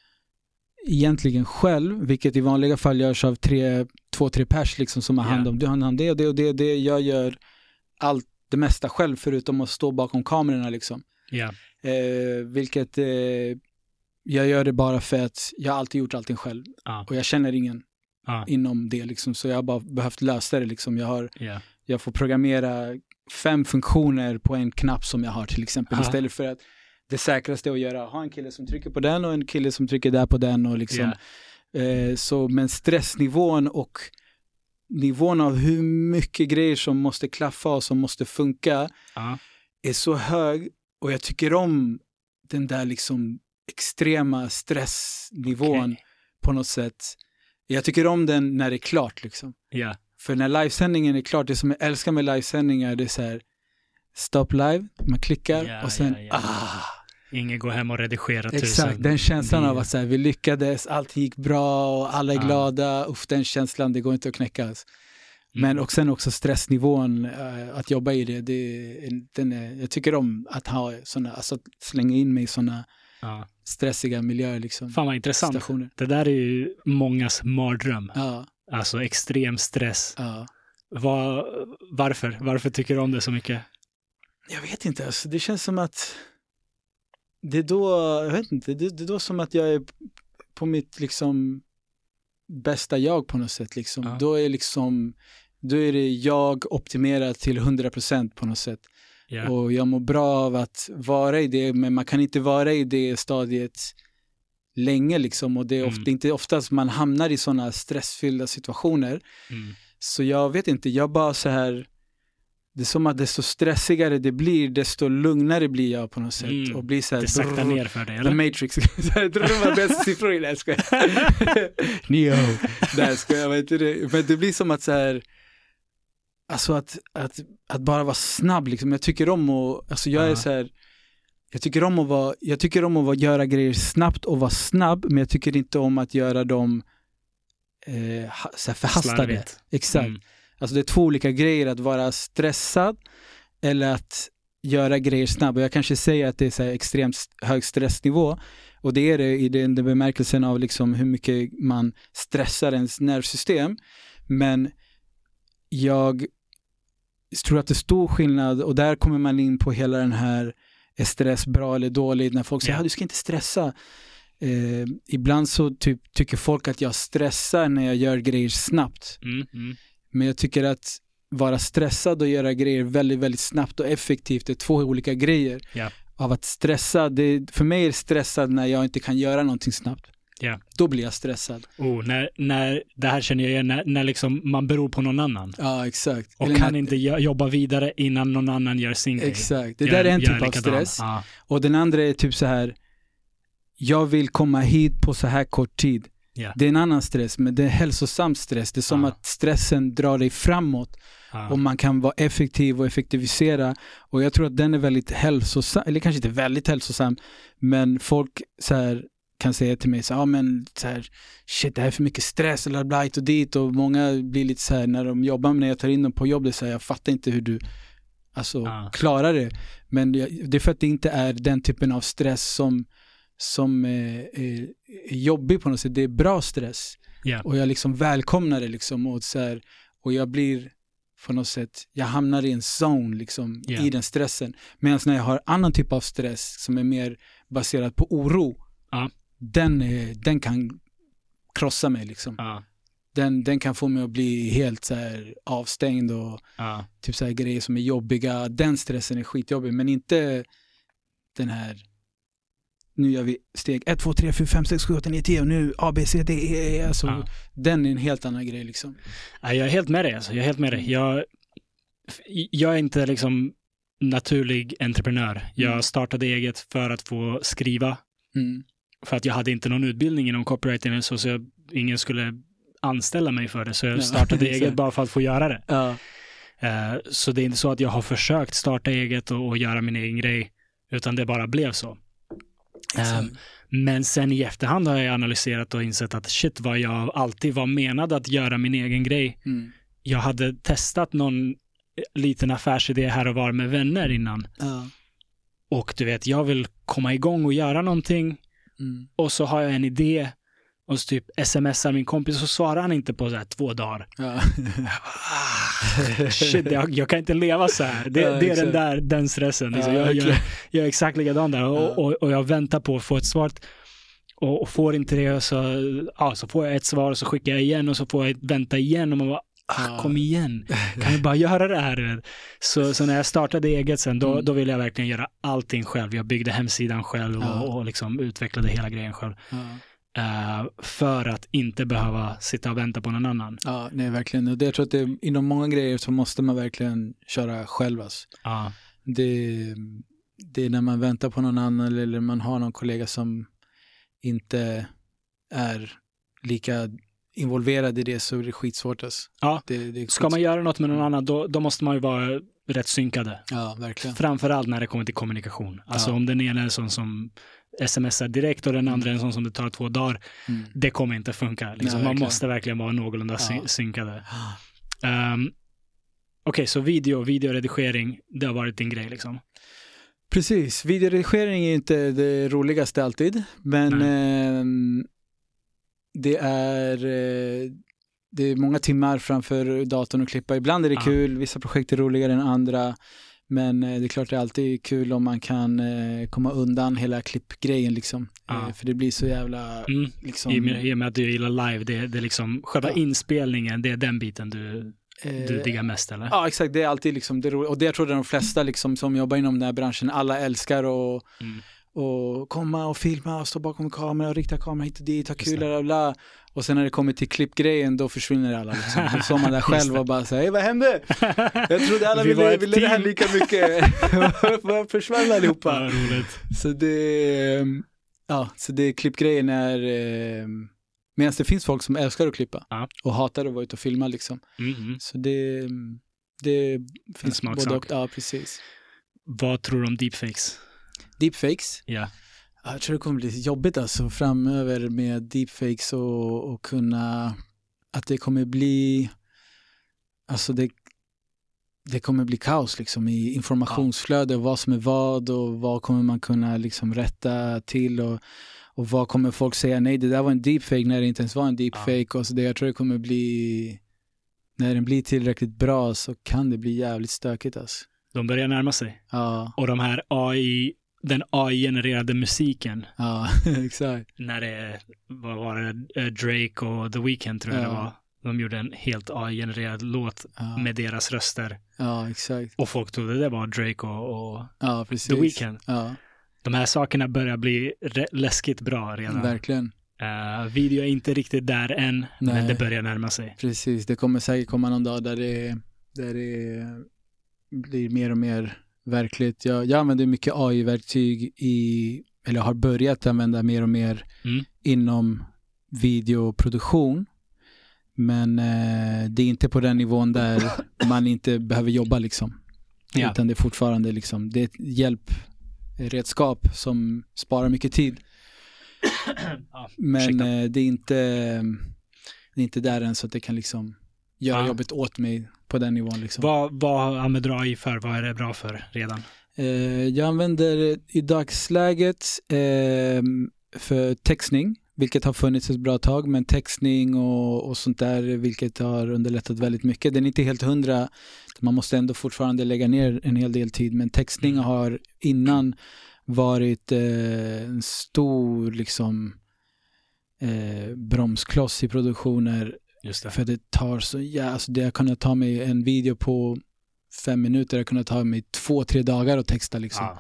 egentligen själv, vilket i vanliga fall görs av tre, två, tre pers liksom, som har hand om, yeah. du har hand om det och det och det och det. Jag gör allt, det mesta själv förutom att stå bakom kamerorna liksom. Yeah. Eh, vilket eh, jag gör det bara för att jag har alltid gjort allting själv. Uh. Och jag känner ingen uh. inom det liksom, så jag har bara behövt lösa det liksom. Jag har yeah. jag får programmera fem funktioner på en knapp som jag har till exempel. Aha. Istället för att det säkraste är att göra, ha en kille som trycker på den och en kille som trycker där på den och liksom. Yeah. Eh, så, men stressnivån och nivån av hur mycket grejer som måste klaffa och som måste funka Aha. är så hög, och jag tycker om den där liksom extrema stressnivån okay. på något sätt. Jag tycker om den när det är klart liksom. Ja. Yeah. För när livesändningen är klart, det som jag älskar med livesändningar, det är så här, stop live, man klickar yeah, och sen, yeah, yeah. ah. Ingen går hem och redigerar tusen. Exakt, den känslan det... av att så här, vi lyckades, allt gick bra och alla är ah. glada, uff, den känslan, det går inte att knäckas. Mm. Men och sen också stressnivån, äh, att jobba i det, det den är, jag tycker om att ha såna, alltså att slänga in mig i såna ah. stressiga miljöer liksom. Fan vad intressant. Stationer. Det där är ju mångas mardröm. Ja. Alltså extrem stress. Ja. Var, varför? Varför tycker du om det så mycket? Jag vet inte. Alltså, det känns som att det är då, jag vet inte, det, det är då som att jag är på mitt liksom bästa jag på något sätt liksom. Ja. Då är liksom, då är det jag optimerat till hundra procent på något sätt. Yeah. Och jag mår bra av att vara i det, men man kan inte vara i det stadiet länge liksom, och det är ofta, mm. inte oftast man hamnar i sådana stressfyllda situationer. Mm. Så jag vet inte, jag bara så här, det är som att desto stressigare det blir, desto lugnare blir jag på något sätt. Mm. Och blir så här, det saktar ner för dig, eller? The Matrix. Drömma bästa siffror i det, ska jag. Neo. Där ska jag, vet det. Men det blir som att så här, alltså att, att, att bara vara snabb liksom. Jag tycker om att, alltså jag uh-huh. är så här, jag tycker om att vara, jag tycker om att vara, göra grejer snabbt och vara snabb, men jag tycker inte om att göra dem eh, så här förhastade. Slarvigt. Exakt. Mm. Alltså det är två olika grejer, att vara stressad eller att göra grejer snabbt. Och jag kanske säger att det är så här extremt hög stressnivå, och det är det i den, den bemärkelsen av liksom hur mycket man stressar ens nervsystem. Men jag tror att det är stor skillnad, och där kommer man in på hela den här, är stress bra eller dåligt, när folk säger ja. ah, du ska inte stressa. Eh, ibland så typ, tycker folk att jag stressar när jag gör grejer snabbt. Mm, mm. Men jag tycker att vara stressad och göra grejer väldigt, väldigt snabbt och effektivt är två olika grejer. Yeah. Av att stressa, det, för mig är det stressad när jag inte kan göra någonting snabbt. Yeah. Då blir jag stressad. Oh, när, när, det här känner jag igen, när, när liksom man beror på någon annan. Ja, exakt. Och eller kan när, inte jobba vidare innan någon annan gör sin grej. Exakt, det gör, där är en typ av stress. Ah. Och den andra är typ så här, jag vill komma hit på så här kort tid. Yeah. Det är en annan stress, men det är hälsosam stress. Det är som ah. att stressen drar dig framåt. Ah. Och man kan vara effektiv och effektivisera. Och jag tror att den är väldigt hälsosam, eller kanske inte väldigt hälsosam, men folk så här kan säga till mig så ja ah, men så här, shit, det här är för mycket stress eller bla hit och dit, och många blir lite så här när de jobbar med, när jag tar in dem på jobb, det så här, jag fattar inte hur du alltså ah. klarar det, men det är för att det inte är den typen av stress som som är, är, är jobbig på något sätt. Det är bra stress. Yeah. Och jag liksom välkomnar det liksom, och så här, och jag blir på något sätt, jag hamnar i en zone liksom, yeah. i den stressen. Medan när jag har annan typ av stress som är mer baserad på oro, uh. den, är, den kan krossa mig liksom. Uh. Den, den kan få mig att bli helt så här avstängd och uh. typ så här grejer som är jobbiga. Den stressen är skitjobbig, men inte den här, nu gör vi steg ett, två, tre, fyra, fem, sex, sju, åtta, nio, tio och nu A, B, C, D, E, alltså ja. Den är en helt annan grej liksom. Ja, jag är helt med dig alltså. Jag är helt med dig. Jag, jag är inte liksom naturlig entreprenör. Jag mm. startade eget för att få skriva. Mm. För att jag hade inte någon utbildning inom copywriting, så, så jag, ingen skulle anställa mig för det. Så jag startade ja, eget bara för att få göra det. Ja. Uh, så det är inte så att jag har försökt starta eget och, och göra min egen grej, utan det bara blev så. Um, men sen i efterhand har jag analyserat och insett att shit, vad jag alltid var menad att göra min egen grej. Mm. Jag hade testat någon liten affärsidé här och var med vänner innan. Uh. Och du vet, jag vill komma igång och göra någonting. Mm. Och så har jag en idé och så typ smsar min kompis och så svarar han inte på så här två dagar. Ja. ah, shit, jag, jag kan inte leva så här. Det, ja, det är den där den stressen. Liksom. Ja, jag, jag, jag är exakt likadan där. Och, ja. och, och jag väntar på att få ett svar och, och får inte det. Och så, ja, så får jag ett svar och så skickar jag igen och så får jag vänta igen och man bara, ah, kom igen. Kan vi bara göra det här? Så, så när jag startade eget sen, då, mm. då ville jag verkligen göra allting själv. Jag byggde hemsidan själv och, ja. och liksom utvecklade hela grejen själv. Ja. Uh, för att inte behöva sitta och vänta på någon annan. Ja, nej, verkligen. Och det, jag tror att det, inom många grejer så måste man verkligen köra själv. Alltså. Uh. Det, det är när man väntar på någon annan eller man har någon kollega som inte är lika involverad i det, så är det skitsvårt. Alltså. Ja, det, det är skitsvårt. Ska man göra något med någon annan, då, då måste man ju vara rätt synkade. Ja, verkligen. Framförallt när det kommer till kommunikation. Alltså ja. om den ena är sån som smsar direkt och den andra är en sån som det tar två dagar, mm. det kommer inte funka. Liksom. Nej, man måste verkligen vara någorlunda ja. sy- synkade. Um, Okej, okay, så video, videoredigering, det har varit din grej liksom? Precis, videoredigering är inte det roligaste alltid, men eh, det är eh, det är många timmar framför datorn och klippa. Ibland är det ah. kul, vissa projekt är roligare än andra. Men eh, det är klart det är alltid kul om man kan eh, komma undan hela klippgrejen liksom. Ja. Eh, för det blir så jävla mm. liksom... I, med, I och med att du gillar live, det, det är liksom själva ja. inspelningen, det är den biten du, du diggar mest, eller? Ja, exakt. Det är alltid liksom det roliga. Och det jag tror det är de flesta liksom, som jobbar inom den här branschen, alla älskar och, mm. och komma och filma och stå bakom kameran och rikta kameran hit och dit, ha kul och bla. Och sen när det kommer till klippgrejen, då försvinner alla liksom. Då står man där själv och bara säger, vad hände? Jag trodde alla ville, ville det här lika mycket. Vad försvann allihopa? Ja, roligt. Så det, ja, så det klippgrejen är, eh, medan det finns folk som älskar att klippa ja. och hatar att vara ute och filma liksom. Mm-hmm. Så det, det finns både och, ja precis. Vad tror du om deepfakes? Deepfakes? Ja. Jag tror det kommer bli jobbigt alltså framöver med deepfakes och, och kunna, att det kommer bli, alltså det, det kommer bli kaos liksom i informationsflöde och vad som är vad och vad kommer man kunna liksom rätta till och, och vad kommer folk säga, nej det där var en deepfake när det inte ens var en deepfake ja. och så det, jag tror det kommer bli, när den blir tillräckligt bra så kan det bli jävligt stökigt alltså. De börjar närma sig. Ja. Och de här A I den A I-genererade musiken. Ja, exakt. När det vad var det, Drake och The Weeknd tror jag ja. det var. De gjorde en helt A I-genererad låt ja. med deras röster. Ja, exakt. Och folk trodde det var Drake och, och ja, precis. The Weeknd. Ja. De här sakerna börjar bli re- läskigt bra redan. Verkligen. Uh, video är inte riktigt där än, Nej. men det börjar närma sig. Precis, det kommer säkert komma någon dag där det, där det blir mer och mer verkligt. Jag, jag använder mycket A I-verktyg i, eller har börjat använda mer och mer mm. inom videoproduktion. Men eh, det är inte på den nivån där man inte behöver jobba liksom. Ja. Utan det är fortfarande liksom, det är ett hjälpredskap som sparar mycket tid. ja, Men eh, det är inte det är inte där än så att det kan liksom göra ja. jobbet åt mig på den nivån liksom. Vad, vad använder du A I för? Vad är det bra för redan? Eh, jag använder i dagsläget eh, för textning, vilket har funnits ett bra tag, men textning och, och sånt där, vilket har underlättat väldigt mycket. Den är inte helt hundra, man måste ändå fortfarande lägga ner en hel del tid, men textning mm. har innan varit eh, en stor liksom eh, bromskloss i produktioner. Just det. För det tar så, ja, alltså det har kunnat ta mig en video på fem minuter, det har kunnat ta mig två, tre dagar att texta liksom. Ah.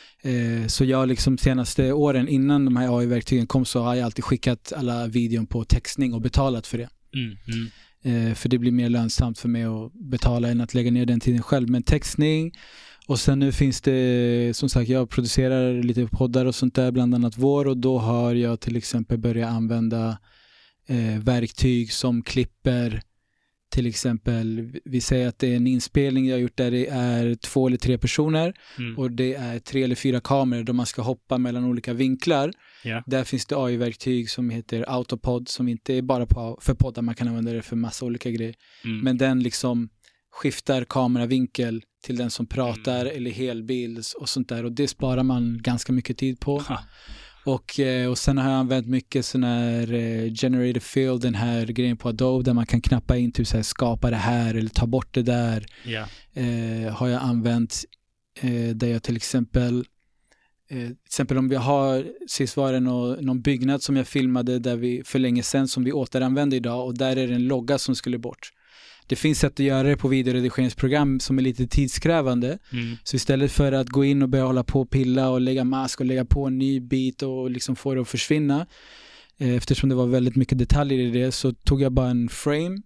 Eh, så jag liksom senaste åren innan de här A I-verktygen kom så har jag alltid skickat alla videon på textning och betalat för det. Mm, mm. Eh, för det blir mer lönsamt för mig att betala än att lägga ner den tiden själv. Men textning, och sen nu finns det, som sagt, jag producerar lite poddar och sånt där, bland annat vår, och då har jag till exempel börjat använda eh, verktyg som klipper. Till exempel, vi säger att det är en inspelning jag har gjort där det är två eller tre personer mm. och det är tre eller fyra kameror där man ska hoppa mellan olika vinklar. Yeah. Där finns det A I-verktyg som heter Autopod, som inte är bara på, för poddar, man kan använda det för massa olika grejer. Mm. Men den liksom skiftar kameravinkel till den som pratar mm. eller helbild och sånt där, och det sparar man ganska mycket tid på. Ha. Och, och sen har jag använt mycket sån här eh, generated fill, den här grejen på Adobe där man kan knappa in typ så här, skapa det här eller ta bort det där. Yeah. Eh, har jag använt eh, där jag till exempel eh, till exempel om vi har, sist var det någon, någon byggnad som jag filmade där vi för länge sedan som vi återanvände idag, och där är det en logga som skulle bort. Det finns sätt att göra det på videoredigeringsprogram som är lite tidskrävande. Mm. Så istället för att gå in och börja hålla på och pilla och lägga mask och lägga på en ny bit och liksom få det att försvinna, eh, eftersom det var väldigt mycket detaljer i det, så tog jag bara en frame,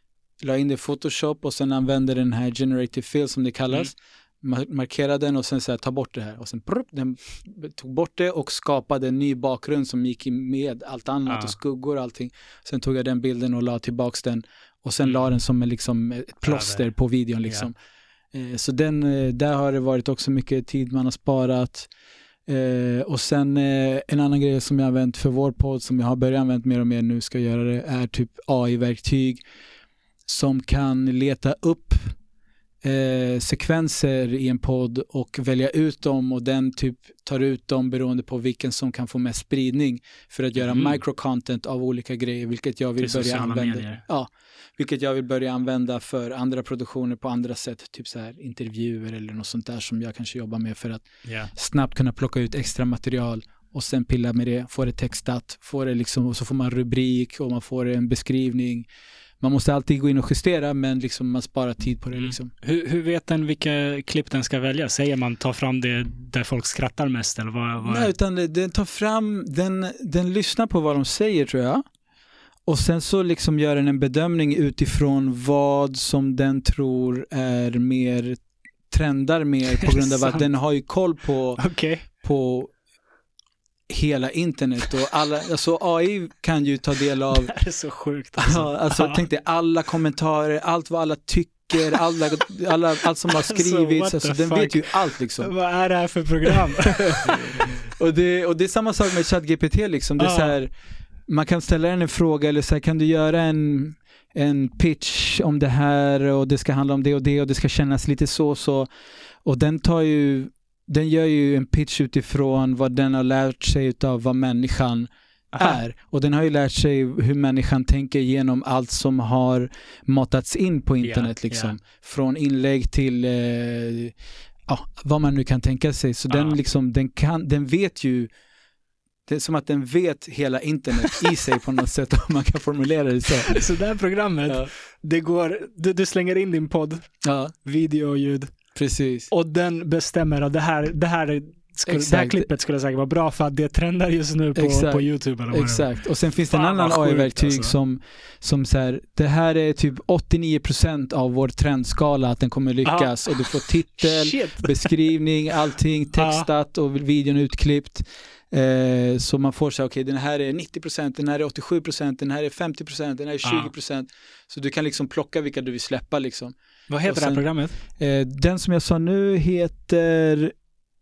la in det i Photoshop och sen använde den här generative fill som det kallas. Mm. Markerade den och sen så här, ta bort det här. Och sen prr, den tog bort det och skapade en ny bakgrund som gick med allt annat ah. och skuggor och allting. Sen tog jag den bilden och la tillbaks den. Och sen mm. la den som en, liksom, ett plåster ja, på videon. Liksom. Ja. Eh, så den, där har det varit också mycket tid man har sparat. Eh, och sen eh, en annan grej som jag har använt för vår podd, som jag har börjat använda mer och mer nu, ska göra det, är typ A I-verktyg som kan leta upp eh, sekvenser i en podd och välja ut dem och den typ tar ut dem beroende på vilken som kan få mest spridning för att göra mm. microcontent av olika grejer, vilket jag vill börja använda. Medier. Ja, vilket jag vill börja använda för andra produktioner på andra sätt, typ så här intervjuer eller något sånt där som jag kanske jobbar med för att yeah. snabbt kunna plocka ut extra material och sen pilla med det, få det textat, få det liksom, och så får man rubrik och man får en beskrivning. Man måste alltid gå in och justera, men liksom man sparar tid på det. Liksom. Mm. Hur, hur vet den vilka klipp den ska välja? Säger man ta fram det där folk skrattar mest? Eller vad, vad Nej, utan den tar fram, den, den lyssnar på vad de säger, tror jag. Och sen så liksom gör den en bedömning utifrån vad som den tror är mer trendar mer på grund av att den har ju koll på, okay. på hela internet och alla, alltså A I kan ju ta del av det är så sjukt alltså, ja, alltså tänk dig alla kommentarer, allt vad alla tycker, alla, alla, allt som har skrivits, alltså, den vet ju allt liksom. Vad är det här för program? och, det, och det är samma sak med ChatGPT liksom, det är så här, man kan ställa en fråga eller så här, kan du göra en en pitch om det här och det ska handla om det och det och det ska kännas lite så så, och den tar ju den gör ju en pitch utifrån vad den har lärt sig av vad människan Aha. är. Och den har ju lärt sig hur människan tänker genom allt som har matats in på internet. Yeah, liksom. Yeah. Från inlägg till eh, ja, vad man nu kan tänka sig. Så den, liksom, den, kan, den vet ju, det är som att den vet hela internet i sig på något sätt, om man kan formulera det så. Så det här programmet, ja. det går, du, du slänger in din podd, ja. video och ljud. Precis. Och den bestämmer att det här, det här, skulle, det här klippet skulle säkert vara bra för att det trendar just nu på, på YouTube. Eller vad Exakt. Och sen finns det en annan A I-verktyg alltså. som, som så här, det här är typ åttionio procent av vår trendskala att den kommer lyckas. Ah. Och du får titel, Shit. beskrivning, allting textat ah. och videon utklippt. Eh, så man får säga, okej, okay, den här är nittio procent, den här är åttiosju procent, den här är femtio procent, den här är tjugo procent. Ah. Så du kan liksom plocka vilka du vill släppa liksom. Vad heter sen, det här programmet? Eh, den som jag sa nu heter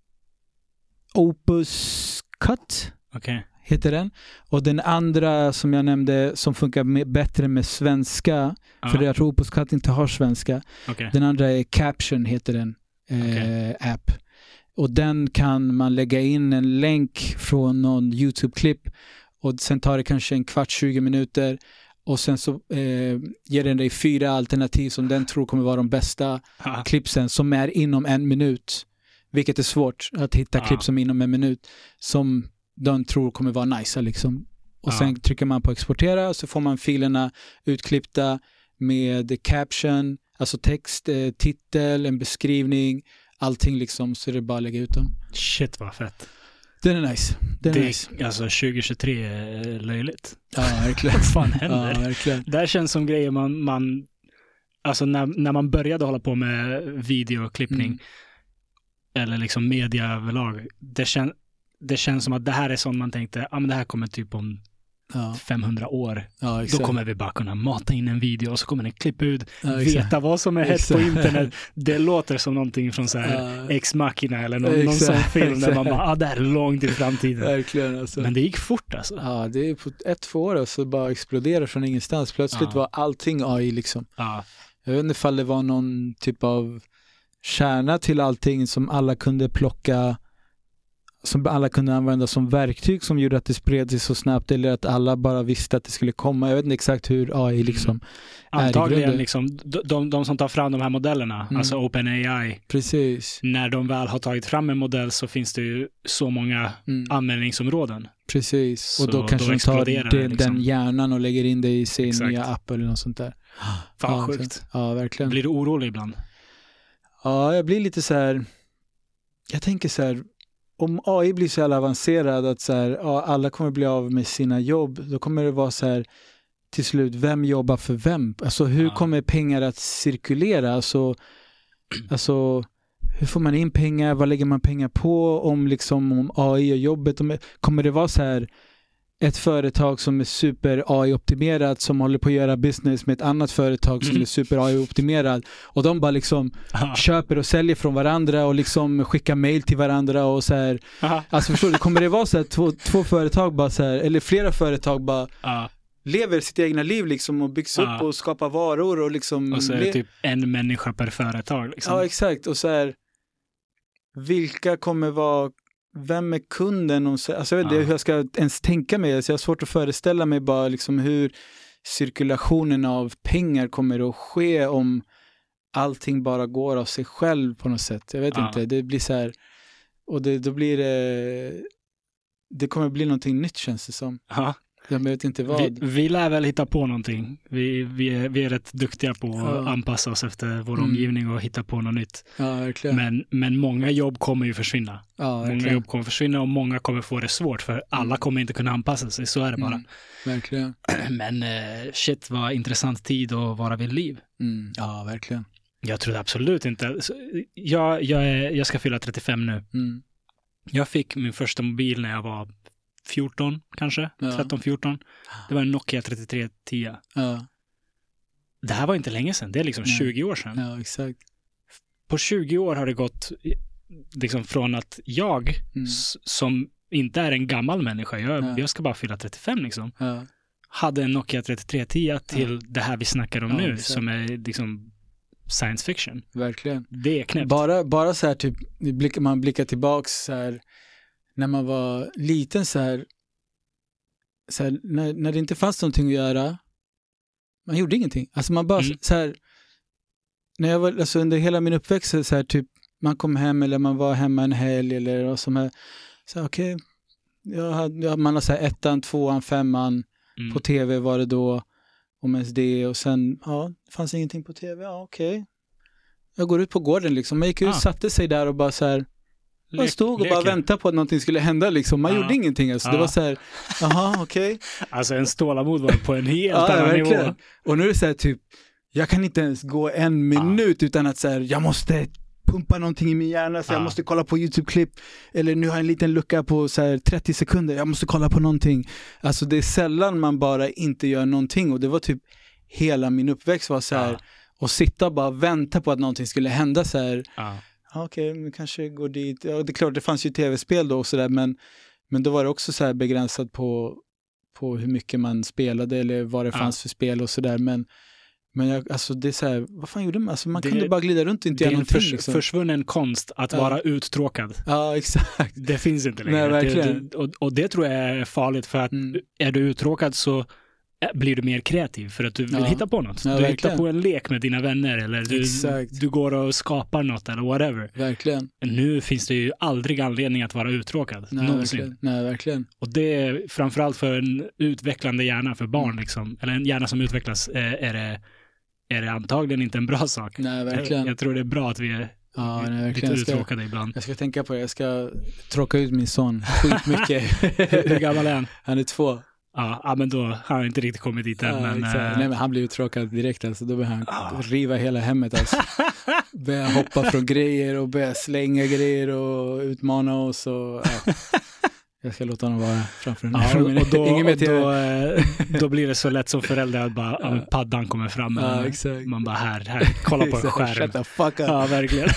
Opus Cut. Okay. Heter den. Och den andra som jag nämnde som funkar med, bättre med svenska, ah. för jag tror Opus Cut inte har svenska. Okay. Den andra är Caption, heter den eh, okay. app. Och den kan man lägga in en länk från någon YouTube-klipp och sen tar det kanske en kvart, tjugo minuter och sen så eh, ger den dig fyra alternativ som den tror kommer vara de bästa ah. klippsen som är inom en minut. Vilket är svårt att hitta ah. klipp som är inom en minut som den tror kommer vara nice liksom. Och ah. sen trycker man på exportera så får man filerna utklippta med caption, alltså text, eh, titel, en beskrivning, allting liksom, så är det bara att lägga ut dem. Shit, vad fett. Den är nice. Den det är nice. Alltså tjugo tjugotre är löjligt. Ja, verkligen. Vad fan händer? Ja, verkligen. Det här känns som grejer man, man alltså när, när man började hålla på med videoklippning mm. eller liksom media överlag, det, kän, det känns som att det här är sånt man tänkte, ja ah, men det här kommer typ om ja. femhundra år. Ja, då kommer vi bara kunna mata in en video och så kommer den klippa ut, ja, veta vad som är hett på internet. Det låter som någonting från så här ja. Ex Machina eller någon, någon sån film exakt. Där man bara, ah, det här är långt i framtiden. Verkligen, alltså. Men det gick fort alltså. Ja, det är på ett, två år och så bara exploderar från ingenstans. Plötsligt ja. var allting A I liksom. Ja. Jag vet inte ifall det var någon typ av kärna till allting som alla kunde plocka, som alla kunde använda som verktyg som gjorde att det spred sig så snabbt, eller att alla bara visste att det skulle komma. Jag vet inte exakt hur A I liksom mm. är antagligen liksom, de, de, de som tar fram de här modellerna, mm. alltså OpenAI. Precis. När de väl har tagit fram en modell så finns det ju så många mm. användningsområden. Precis. Så och då kanske då de tar det, liksom. den hjärnan och lägger in det i sin exakt. nya app eller något sånt där. Fan ja, sjukt. Så, ja, verkligen. Blir du orolig ibland? Ja, jag blir lite så här, jag tänker så här, om A I blir så jävla avancerad att så här, ja, alla kommer bli av med sina jobb, då kommer det vara så här till slut, vem jobbar för vem? Alltså hur ja. kommer pengar att cirkulera? Alltså, alltså hur får man in pengar? Vad lägger man pengar på? Om liksom om A I och jobbet, om, kommer det vara så här ett företag som är super A I-optimerat som håller på att göra business med ett annat företag som mm. är super A I-optimerad och de bara liksom Aha. köper och säljer från varandra och liksom skickar mail till varandra och så här. Aha. Alltså förstår du, kommer det vara så här två, två företag bara så här, eller flera företag bara Aha. lever sitt egna liv liksom och byggs ja. upp och skapar varor och liksom... Och så är det typ en människa per företag liksom. Ja, exakt. Och så här, vilka kommer vara, vem är kunden? Och så, alltså jag vet inte ja. hur jag ska ens tänka mig. Alltså jag har svårt att föreställa mig bara liksom hur cirkulationen av pengar kommer att ske om allting bara går av sig själv på något sätt. Jag vet ja. inte. Det blir så här, och det, då blir det, det kommer bli någonting nytt känns det som. Ja. Jag vet inte vad. Vi, vi lär väl hitta på någonting. Vi, vi, är, vi är rätt duktiga på att ja. anpassa oss efter vår mm. omgivning och hitta på något nytt. Ja, verkligen. Men, men många jobb kommer ju försvinna. Ja, många jobb kommer försvinna och många kommer få det svårt för alla kommer inte kunna anpassa sig. Så är det bara. Mm. Verkligen. Men eh, shit, vad intressant tid att vara vid liv. Mm. Ja, verkligen. Jag trodde absolut inte. Jag, jag, är, jag ska fylla trettiofem nu. Mm. Jag fick min första mobil när jag var fjorton kanske, ja. tretton fjorton. Det var en Nokia trettiotre tio. Ja. Det här var inte länge sedan, det är liksom Nej. tjugo år sedan. Ja, exakt. På tjugo år har det gått liksom från att jag mm. s- som inte är en gammal människa, jag, ja. jag ska bara fylla trettiofem liksom. Ja. Hade en Nokia trettiotre tio till ja. det här vi snackar om ja, nu exakt. som är liksom science fiction. Verkligen. Det är knäppt. Bara, bara så här typ, man blickar tillbaks så här, när man var liten så här, så här när, när det inte fanns någonting att göra, man gjorde ingenting. Alltså man bara mm. så här, när jag var, alltså under hela min uppväxt så här typ, man kom hem eller man var hemma en helg eller vad som är, så okej, okay, jag hade, jag, man har så här ettan, tvåan, femman, mm. på tv var det då, om ens det, och sen, ja, det fanns ingenting på tv, ja okej. Okay. Jag går ut på gården liksom, man gick ut, ah. satte sig där och bara så här, man stod och Leker. bara väntade på att någonting skulle hända liksom. Man ja. gjorde ingenting alltså. Ja. Det var så här, jaha, okej. Okay. Alltså en stålamod var på en helt ja, annan verkligen. nivå. Och nu är det så här typ, jag kan inte ens gå en minut ja. utan att så här, jag måste pumpa någonting i min hjärna så ja. jag måste kolla på YouTube-klipp. Eller nu har jag en liten lucka på så här trettio sekunder, jag måste kolla på någonting. Alltså det är sällan man bara inte gör någonting. Och det var typ, hela min uppväxt var så här, ja. och sitta och bara vänta på att någonting skulle hända så här. Ja. Okej, okay, men kanske går dit. Ja, det är klart, det fanns ju tv-spel då och sådär, men, men då var det också så här begränsat på, på hur mycket man spelade eller vad det ja. fanns för spel och sådär. Men, men jag, alltså det är så här, vad fan gjorde man? Alltså man det, kunde bara glida runt och inte göra någonting. Det är en förs- liksom. försvunnen konst att ja. vara uttråkad. Ja, exakt. Det finns inte längre. Nej, verkligen. Det, det, och, och det tror jag är farligt för att mm. är du uttråkad så blir du mer kreativ för att du vill ja. hitta på något. Ja, du verkligen. hittar på en lek med dina vänner eller du, du går och skapar något eller whatever. Verkligen. Nu finns det ju aldrig anledning att vara uttråkad. Nej, någonsin. Verkligen. Nej, verkligen. Och det är framförallt för en utvecklande hjärna för barn mm. liksom. Eller en hjärna som utvecklas är det, är det antagligen inte en bra sak. Nej, verkligen. Jag, jag tror det är bra att vi är ja, nej, lite uttråkade ibland. Jag ska tänka på det. Jag ska tråka ut min son skitmycket. Hur gammal är han? Han är två. Ja, ja, men då har han inte riktigt kommit dit än. Ja, men, äh... Nej, men han blir uttråkad direkt. Alltså. Då börjar han ah. riva hela hemmet. Alltså. Börjar hoppa från grejer och börja slänga grejer och utmana oss. Och, ja. Jag ska låta honom vara framför den här. Ja, och då, Ingen och då, då blir det så lätt som förälder att bara, ja. paddan kommer fram. Ja, exakt. Man bara här, här, kolla på en skärm. Shut the fuck up. Ja, verkligen.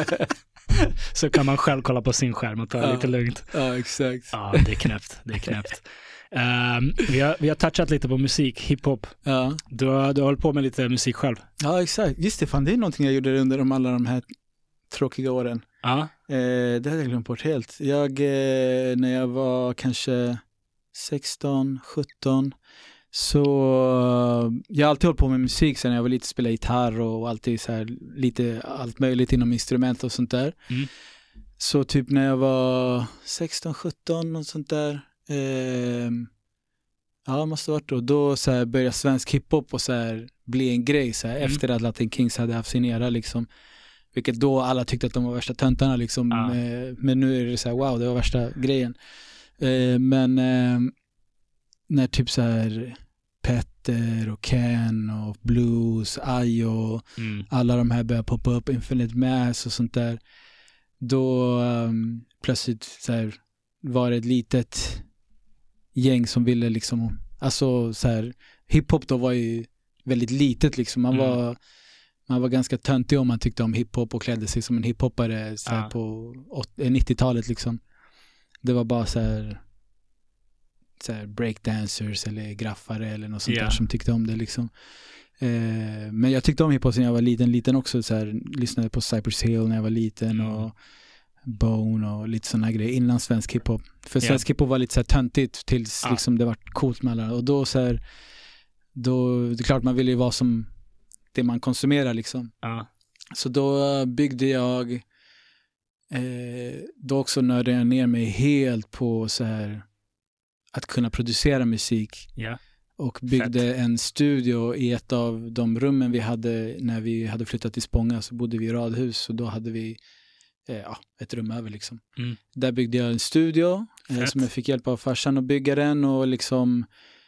Så kan man själv kolla på sin skärm och ta ja. lite lugnt. Ja, exakt. Ja, det är knäppt. Det är knäppt. Um, vi, har, vi har touchat lite på musik, hiphop. Ja. Du har, du har hållit på med lite musik själv. Ja, exakt. Just det, fan, det är någonting jag gjorde under de, alla de här tråkiga åren. Ja. Eh, det hade jag glömt bort helt. Jag, eh, när jag var kanske sexton, sjutton, så jag har alltid hållit på med musik sen jag var lite, spelade gitarr och alltid så här, lite allt möjligt inom instrument och sånt där. Mm. Så typ när jag var sexton, sjutton och sånt där, eh, ja, måste varit då, då så här började svensk hiphop och så här bli en grej så här, mm. efter att Latin Kings hade haft sin era liksom. Vilket då alla tyckte att de var värsta töntarna liksom. Ja. Eh, men nu är det så här, wow, det var värsta grejen. Eh, men eh, när typ så här Petter och Ken och Blues, Ayo, mm. alla de här började poppa upp, Infinite Mass och sånt där. Då um, plötsligt så här, var det ett litet gäng som ville liksom, alltså så här, hiphop då var ju väldigt litet liksom. Man mm. var Man var ganska töntig om man tyckte om hiphop och klädde sig som en hiphoppare så här, ja. på nittiotalet liksom. Det var bara så här, så här breakdancers eller graffare eller något sånt yeah. där som tyckte om det liksom. Eh, men jag tyckte om hiphop när jag var liten, liten också så här, lyssnade på Cypress Hill när jag var liten mm. och Bone och lite såna grejer innan svensk hiphop. För yeah. svensk hiphop var lite så här töntigt tills ah. liksom det var coolt med alla. Och då så här, då det är klart man vill ju vara som det man konsumerar liksom. Ah. Så då byggde jag eh, då också nördade jag ner mig helt på så här att kunna producera musik. Yeah. Och byggde Fett. en studio i ett av de rummen vi hade när vi hade flyttat till Spånga, så bodde vi i radhus och då hade vi eh, ja, ett rum över liksom. Mm. Där byggde jag en studio eh, som jag fick hjälp av farsan att bygga den och liksom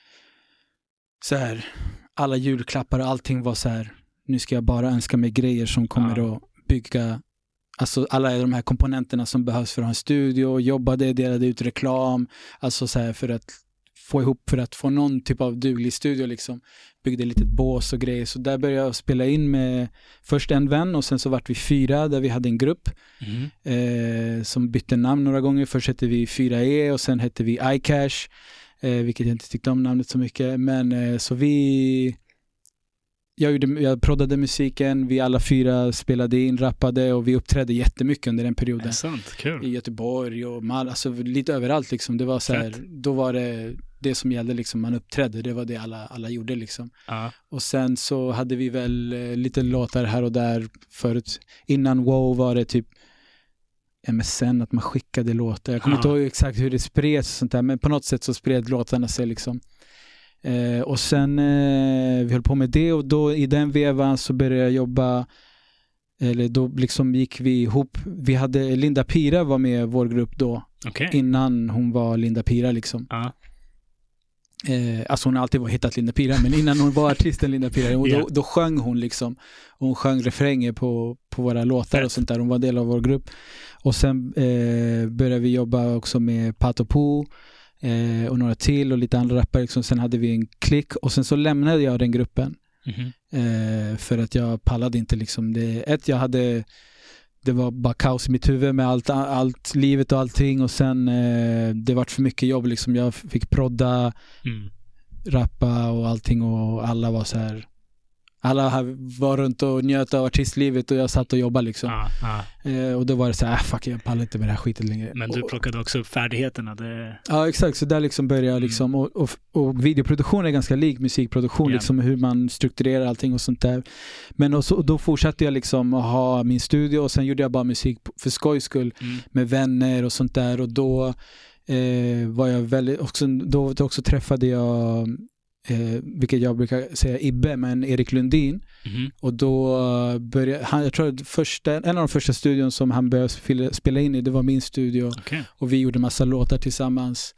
så här, alla julklappar och allting var så här, nu ska jag bara önska mig grejer som kommer ja. att bygga, alltså alla de här komponenterna som behövs för att ha en studio, jobbade, delade ut reklam, alltså så här för att få ihop, för att få någon typ av duglig studio liksom. Byggde lite bås och grejer. Så där började jag spela in med först en vän och sen så vart vi fyra där vi hade en grupp mm. eh, som bytte namn några gånger. Först hette vi fyra E och sen hette vi iCash, eh, vilket jag inte tyckte om namnet så mycket. Men eh, så vi jag, gjorde, jag proddade musiken, vi alla fyra spelade in, rappade och vi uppträdde jättemycket under den perioden. Är sant? Kul. I Göteborg och Mal, alltså lite överallt liksom. Det var så här, då var det det som gällde liksom, man uppträdde, det var det alla, alla gjorde liksom. Uh. Och sen så hade vi väl eh, lite låtar här och där förut. Innan WoW var det typ M S N, att man skickade låtar. Jag kommer uh. inte ihåg exakt hur det spreds och sånt där, men på något sätt så spred låtarna sig liksom. Eh, och sen eh, vi höll på med det och då i den vevan så började jag jobba, eller då liksom gick vi ihop. Vi hade, Linda Pira var med i vår grupp då. Okay. Innan hon var Linda Pira liksom. Uh. Eh, alltså hon har alltid hittat Linda Pira, men innan hon var artisten Linda Pira och yeah. då, då sjöng hon liksom, hon sjöng refränger på, på våra låtar Fett. Och sånt där, hon var del av vår grupp. Och sen eh, började vi jobba också med Pato Po eh, och några till och lite andra rappare liksom. Sen hade vi en klick och sen så lämnade jag den gruppen mm-hmm. eh, för att jag pallade inte liksom det, ett jag hade det var bara kaos i mitt huvud med allt, allt livet och allting och sen eh, det var för mycket jobb liksom. Jag fick prodda mm. rappa och allting och alla var så här, alla var runt och njöt av artistlivet och jag satt och jobbade liksom. Ah, ah. Eh, och då var det så här, äh, fuck, jag pallar inte med det här skiten längre. Men du plockade också upp färdigheterna. Det... Ja, exakt. Så där liksom började jag liksom, mm. och, och, och videoproduktion är ganska lik musikproduktion, yeah. liksom hur man strukturerar allting och sånt där. Men och så, och då fortsatte jag liksom att ha min studio och sen gjorde jag bara musik för skojs skull mm. med vänner och sånt där. Och då eh, var jag väldigt, också, då, då också träffade jag Eh, vilket jag brukar säga Ibbe, men Erik Lundin mm-hmm. och då började han, jag tror att första, en av de första studion som han började spela in i, det var min studio okay. och vi gjorde massa låtar tillsammans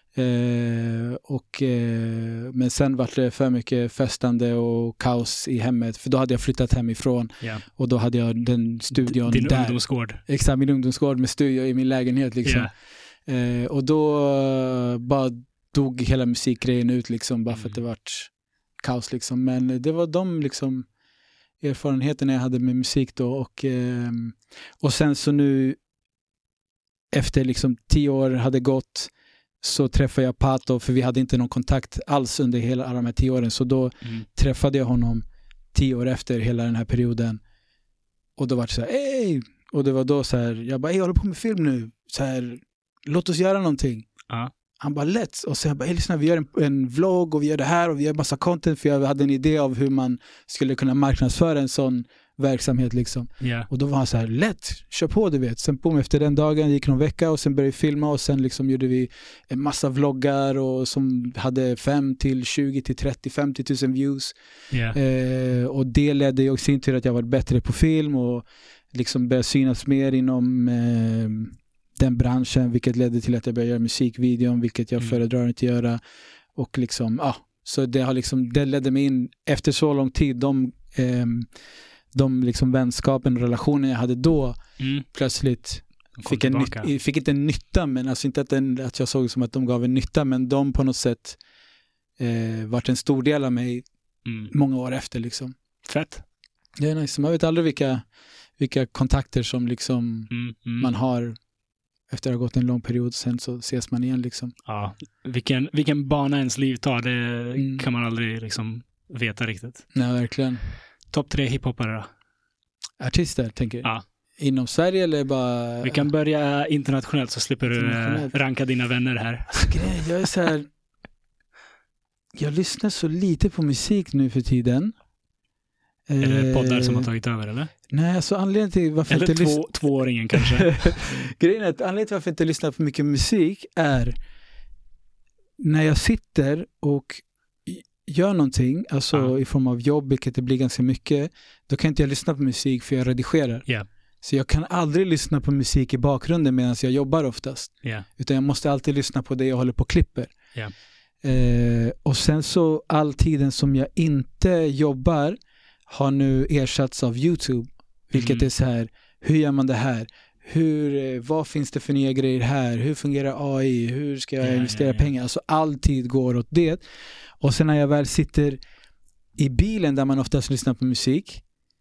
eh, och eh, men sen var det för mycket festande och kaos i hemmet, för då hade jag flyttat hemifrån yeah. och då hade jag den studion din där. ungdomsgård. Exakt, min ungdomsgård med studio i min lägenhet liksom. Yeah. Eh, och då uh, bara dog hela musikgrejen ut liksom, bara för att det vart kaos liksom. Men det var de liksom erfarenheterna jag hade med musik då och, eh, och sen så nu efter liksom tio år hade gått så träffade jag Pato, för vi hade inte någon kontakt alls under hela alla de här tio åren, så då mm. träffade jag honom tio år efter hela den här perioden och då var det så här, ej! Och det var då så här, jag bara, jag håller på med film nu, så här, låt oss göra någonting. Ja. Han bara, let's. Och så jag bara, hey, lyssna, vi gör en, en vlogg och vi gör det här och vi gör massa content, för jag hade en idé av hur man skulle kunna marknadsföra en sån verksamhet liksom. Yeah. Och då var han så här, lätt, kör på, du vet. Sen på efter den dagen gick någon vecka och sen började vi filma och sen liksom gjorde vi en massa vloggar och som hade fem till tjugo till trettio femtio tusen views. Yeah. Eh, och det ledde ju också in till att jag var bättre på film och liksom började synas mer inom eh, den branschen, vilket ledde till att jag började göra musikvideon, vilket jag mm. föredrar inte göra. Och liksom, ja, så det har liksom, det ledde mig in efter så lång tid, de eh, de liksom vänskapen och relationen jag hade då mm. plötsligt fick, en ny, fick inte en nytta, men alltså inte att, den, att jag såg som att de gav en nytta, men de på något sätt eh, varit en stor del av mig mm. många år efter liksom. Fett. Det är nice. Man vet aldrig vilka, vilka kontakter som liksom mm. Mm. man har efter att ha gått en lång period, sen så ses man igen liksom. Ja, vilken, vilken bana ens liv tar, det Mm. kan man aldrig liksom veta riktigt. Nej, verkligen. Topp tre hiphopare då? Artister, tänker jag. Ja. Inom Sverige eller bara... Vi kan börja internationellt så slipper du eh, Internationellt. ranka dina vänner här. Alltså, grejen, jag är så här... Jag lyssnar så lite på musik nu för tiden. Är det poddar som har Eh, tagit över, eller? Nej, alltså anledningen till varför Eller jag inte lyssnar... två, tvååringen kanske. Grejen är att anledningen till varför jag inte lyssnar på mycket musik är när jag sitter och gör någonting, alltså Ja. i form av jobb, vilket det blir ganska mycket, då kan inte jag lyssna på musik för jag redigerar. Ja. Så jag kan aldrig lyssna på musik i bakgrunden medan jag jobbar oftast. Ja. Utan jag måste alltid lyssna på det jag håller på och klipper. Ja. Eh, och sen så all tiden som jag inte jobbar har nu ersatts av YouTube. Vilket Mhm. är så här, hur gör man det här? Hur, eh, vad finns det för nya grejer här? Hur fungerar A I? Hur ska jag Ja, investera ja, ja. pengar? Alltså all tid går åt det. Och sen när jag väl sitter i bilen där man oftast lyssnar på musik,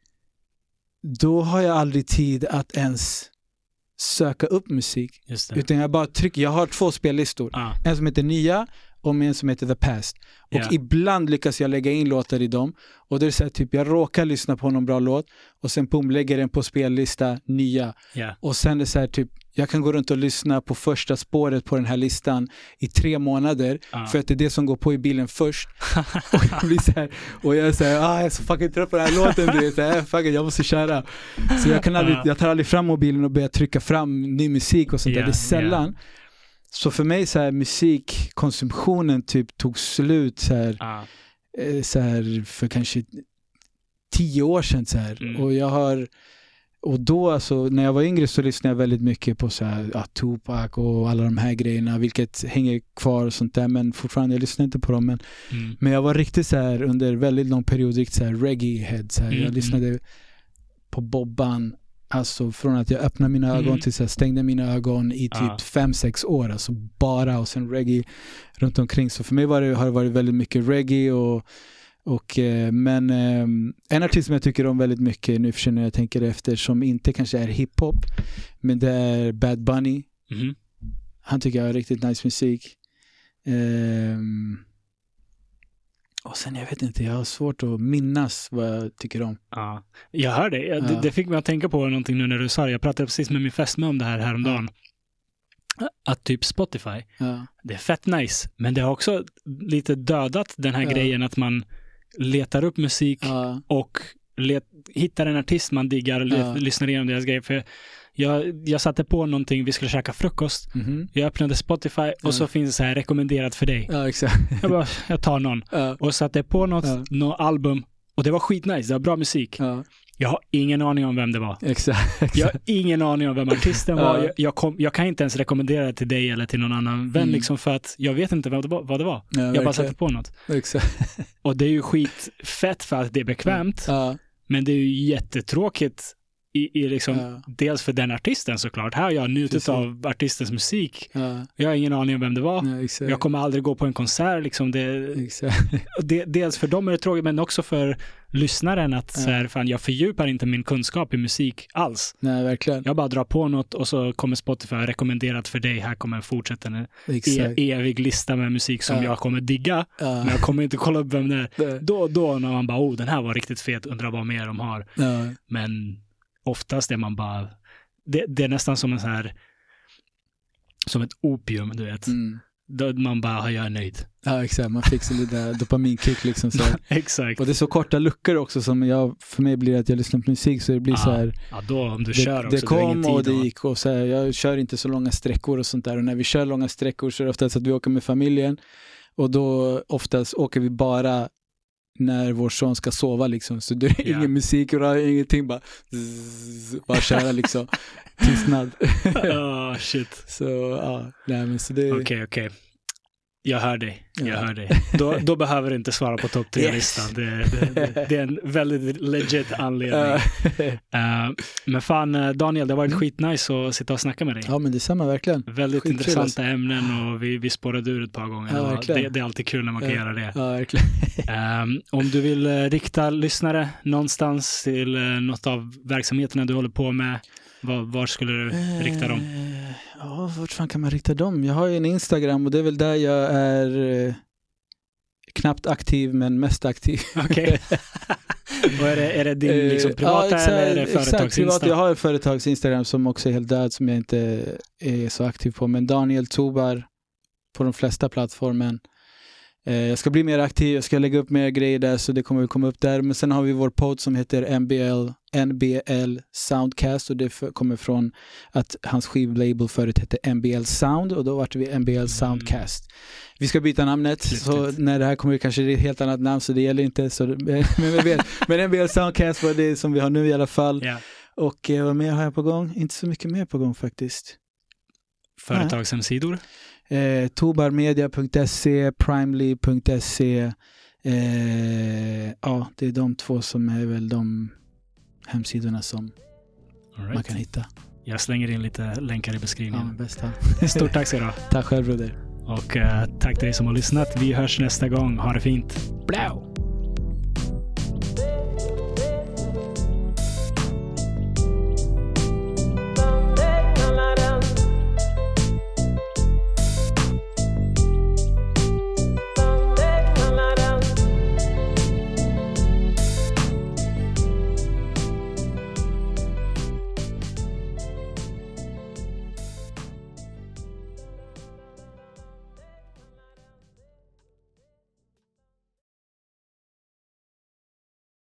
då har jag aldrig tid att ens söka upp musik. Just det. Utan jag bara trycker, jag har två spellistor. Ah, En som heter Nya och en som heter The Past. Och Ja. ibland lyckas jag lägga in låtar i dem. Och det är så här, typ, jag råkar lyssna på någon bra låt och sen boom, lägger den på spellista Nya. ja. Och sen är det så här, typ, jag kan gå runt och lyssna på första spåret på den här listan i tre månader. Ah. För att det är det som går på i bilen först. Och jag blir så här, och jag är så här, ah, jag är så fucking trött på den här låten. Du vet, så här, fuck it, jag måste köra. Så jag kan aldrig, Ah. jag tar aldrig fram mobilen och börjar trycka fram ny musik och sånt där. Ja, Det är sällan. Så för mig så här, musikkonsumtionen typ tog slut så här, Ah, eh, så här för kanske tio år sedan så här. Mm. Och jag har och då alltså när jag var yngre så lyssnade jag väldigt mycket på så här, ja, Tupac och alla de här grejerna, vilket hänger kvar och sånt där, men fortfarande jag lyssnar inte på dem, men, mm. men jag var riktigt så här under väldigt lång period riktigt så här reggae-head så här. Mm, Jag lyssnade på Bobban, alltså från att jag öppnade mina ögon Mm. till så här, stängde mina ögon i typ Ja. fem, sex år, alltså bara, och sen reggae runt omkring. Så för mig var det, har det varit väldigt mycket reggae och, och eh, men eh, en artist som jag tycker om väldigt mycket nu för sig när jag tänker efter, som inte kanske är hiphop, men det är Bad Bunny. Mhm. Han tycker jag har riktigt nice musik. Ehm, och sen jag vet inte, jag har svårt att minnas vad jag tycker om. Ja, jag hör det. Jag, det. Ja. Det fick mig att tänka på någonting nu när du sa det. Jag pratade precis med min fästmö om det här häromdagen. Att typ Spotify, Ja, det är fett nice. Men det har också lite dödat den här Ja. grejen att man letar upp musik ja, och let, hittar en artist man diggar och Ja. lyssnar igenom deras grejer. För jag, jag satte på någonting, vi skulle käka frukost. mhm. Jag öppnade Spotify och Ja. så finns det så här rekommenderat för dig. Ja, exakt. Jag bara, jag tar någon. Ja, Och satte på något, Ja. något album. Och det var skitnice, det var bra musik. ja, Jag har ingen aning om vem det var. exakt. Jag har ingen aning om vem artisten Ja. var. Jag, jag, kom, jag kan inte ens rekommendera det till dig eller till någon annan vän Mm. liksom, för att jag vet inte vad det var. Vad det var. Ja, Jag bara verkligen. satte på något. Exakt. Och det är ju skitfett för att det är bekvämt. Ja, Men det är ju jättetråkigt i, i liksom, Ja. dels för den artisten såklart. Här har jag njutit Precis. av artistens musik. ja, Jag har ingen aning om vem det var. ja, exakt. Jag kommer aldrig gå på en konsert. Liksom. Det, Exakt. det, dels för dem är det tråkigt, men också för lyssnaren att Ja. så här, fan, jag fördjupar inte min kunskap i musik alls. Nej, verkligen. Jag bara drar på något och så kommer Spotify rekommenderat för dig. Här kommer fortsätta en Exakt. e- evig lista med musik som Ja. jag kommer digga. Ja. Men jag kommer inte kolla upp vem det är. Det- Då och då när man bara, oh, den här var riktigt fet, undrar vad mer de har. Ja, Men oftast är man bara, det, det är nästan som en så här, som ett opium, du vet. mm. Då man bara, jag är nöjd. Ja, exakt. Man fixar lite där dopaminkick liksom. Så. Exakt. Och det är så korta luckor också som jag, för mig blir det att jag lyssnar på musik så det blir Ja, så här. Ja, då om du Det, kör också, det du har ingen kom tid och det att- gick och så här, jag kör inte så långa sträckor och sånt där, och när vi kör långa sträckor så är det oftast att vi åker med familjen, och då oftast åker vi bara när vår son ska sova liksom, så det är Ja. ingen musik och ingenting, bara zzz, bara köra liksom tystnad. Oh, shit. Så ja, nej men så det Okej, okej. Jag hör dig. Jag Ja. hör dig. Då, då behöver du inte svara på topp tre-listan. Yes. Det, det, det, det är en väldigt legit anledning. Uh, men fan, eh, Daniel, det har varit skitnice att sitta och snacka med dig. Ja, men detsamma verkligen. Väldigt Skitkul, intressanta alltså. ämnen och vi, vi spårade ur ett par gånger. Ja, och verkligen. det, det är alltid kul när man kan Ja. göra det. Ja, verkligen. Um, om du vill uh, rikta lyssnare någonstans till uh, något av verksamheterna du håller på med, var, var skulle du rikta dem? Eh, Ja, vart fan kan man rikta dem? Jag har ju en Instagram och det är väl där jag är eh, knappt aktiv men mest aktiv. Okej. Och är det, är det din liksom, privata ja, exakt, eller är det företagsinsta? Jag har en företagsinstagram som också är helt död som jag inte är så aktiv på. Men Daniel Tobar på de flesta plattformen. Eh, jag ska bli mer aktiv, jag ska lägga upp mer grejer där så det kommer att komma upp där. Men sen har vi vår podd som heter N B L, N B L Soundcast och det för, kommer från att hans skivlabel förut hette N B L Sound och då vart vi N B L Soundcast. Mm. Vi ska byta namnet Klyftigt. Så när det här kommer det kanske är ett helt annat namn så det gäller inte så men, men, men N B L Soundcast var det som vi har nu i alla fall. Yeah. Och eh, vad mer har jag på gång? Inte så mycket mer på gång faktiskt. Företagshemsidor? Eh, tobarmedia punkt se, primely punkt se eh, ja, det är de två som är väl de hemsidorna som right. man kan hitta. Jag slänger in lite länkar i beskrivningen. Ja, bästa. Stort tack så du. Tack själv, broder. Och uh, tack till dig som har lyssnat. Vi hörs nästa gång. Ha det fint. Blau!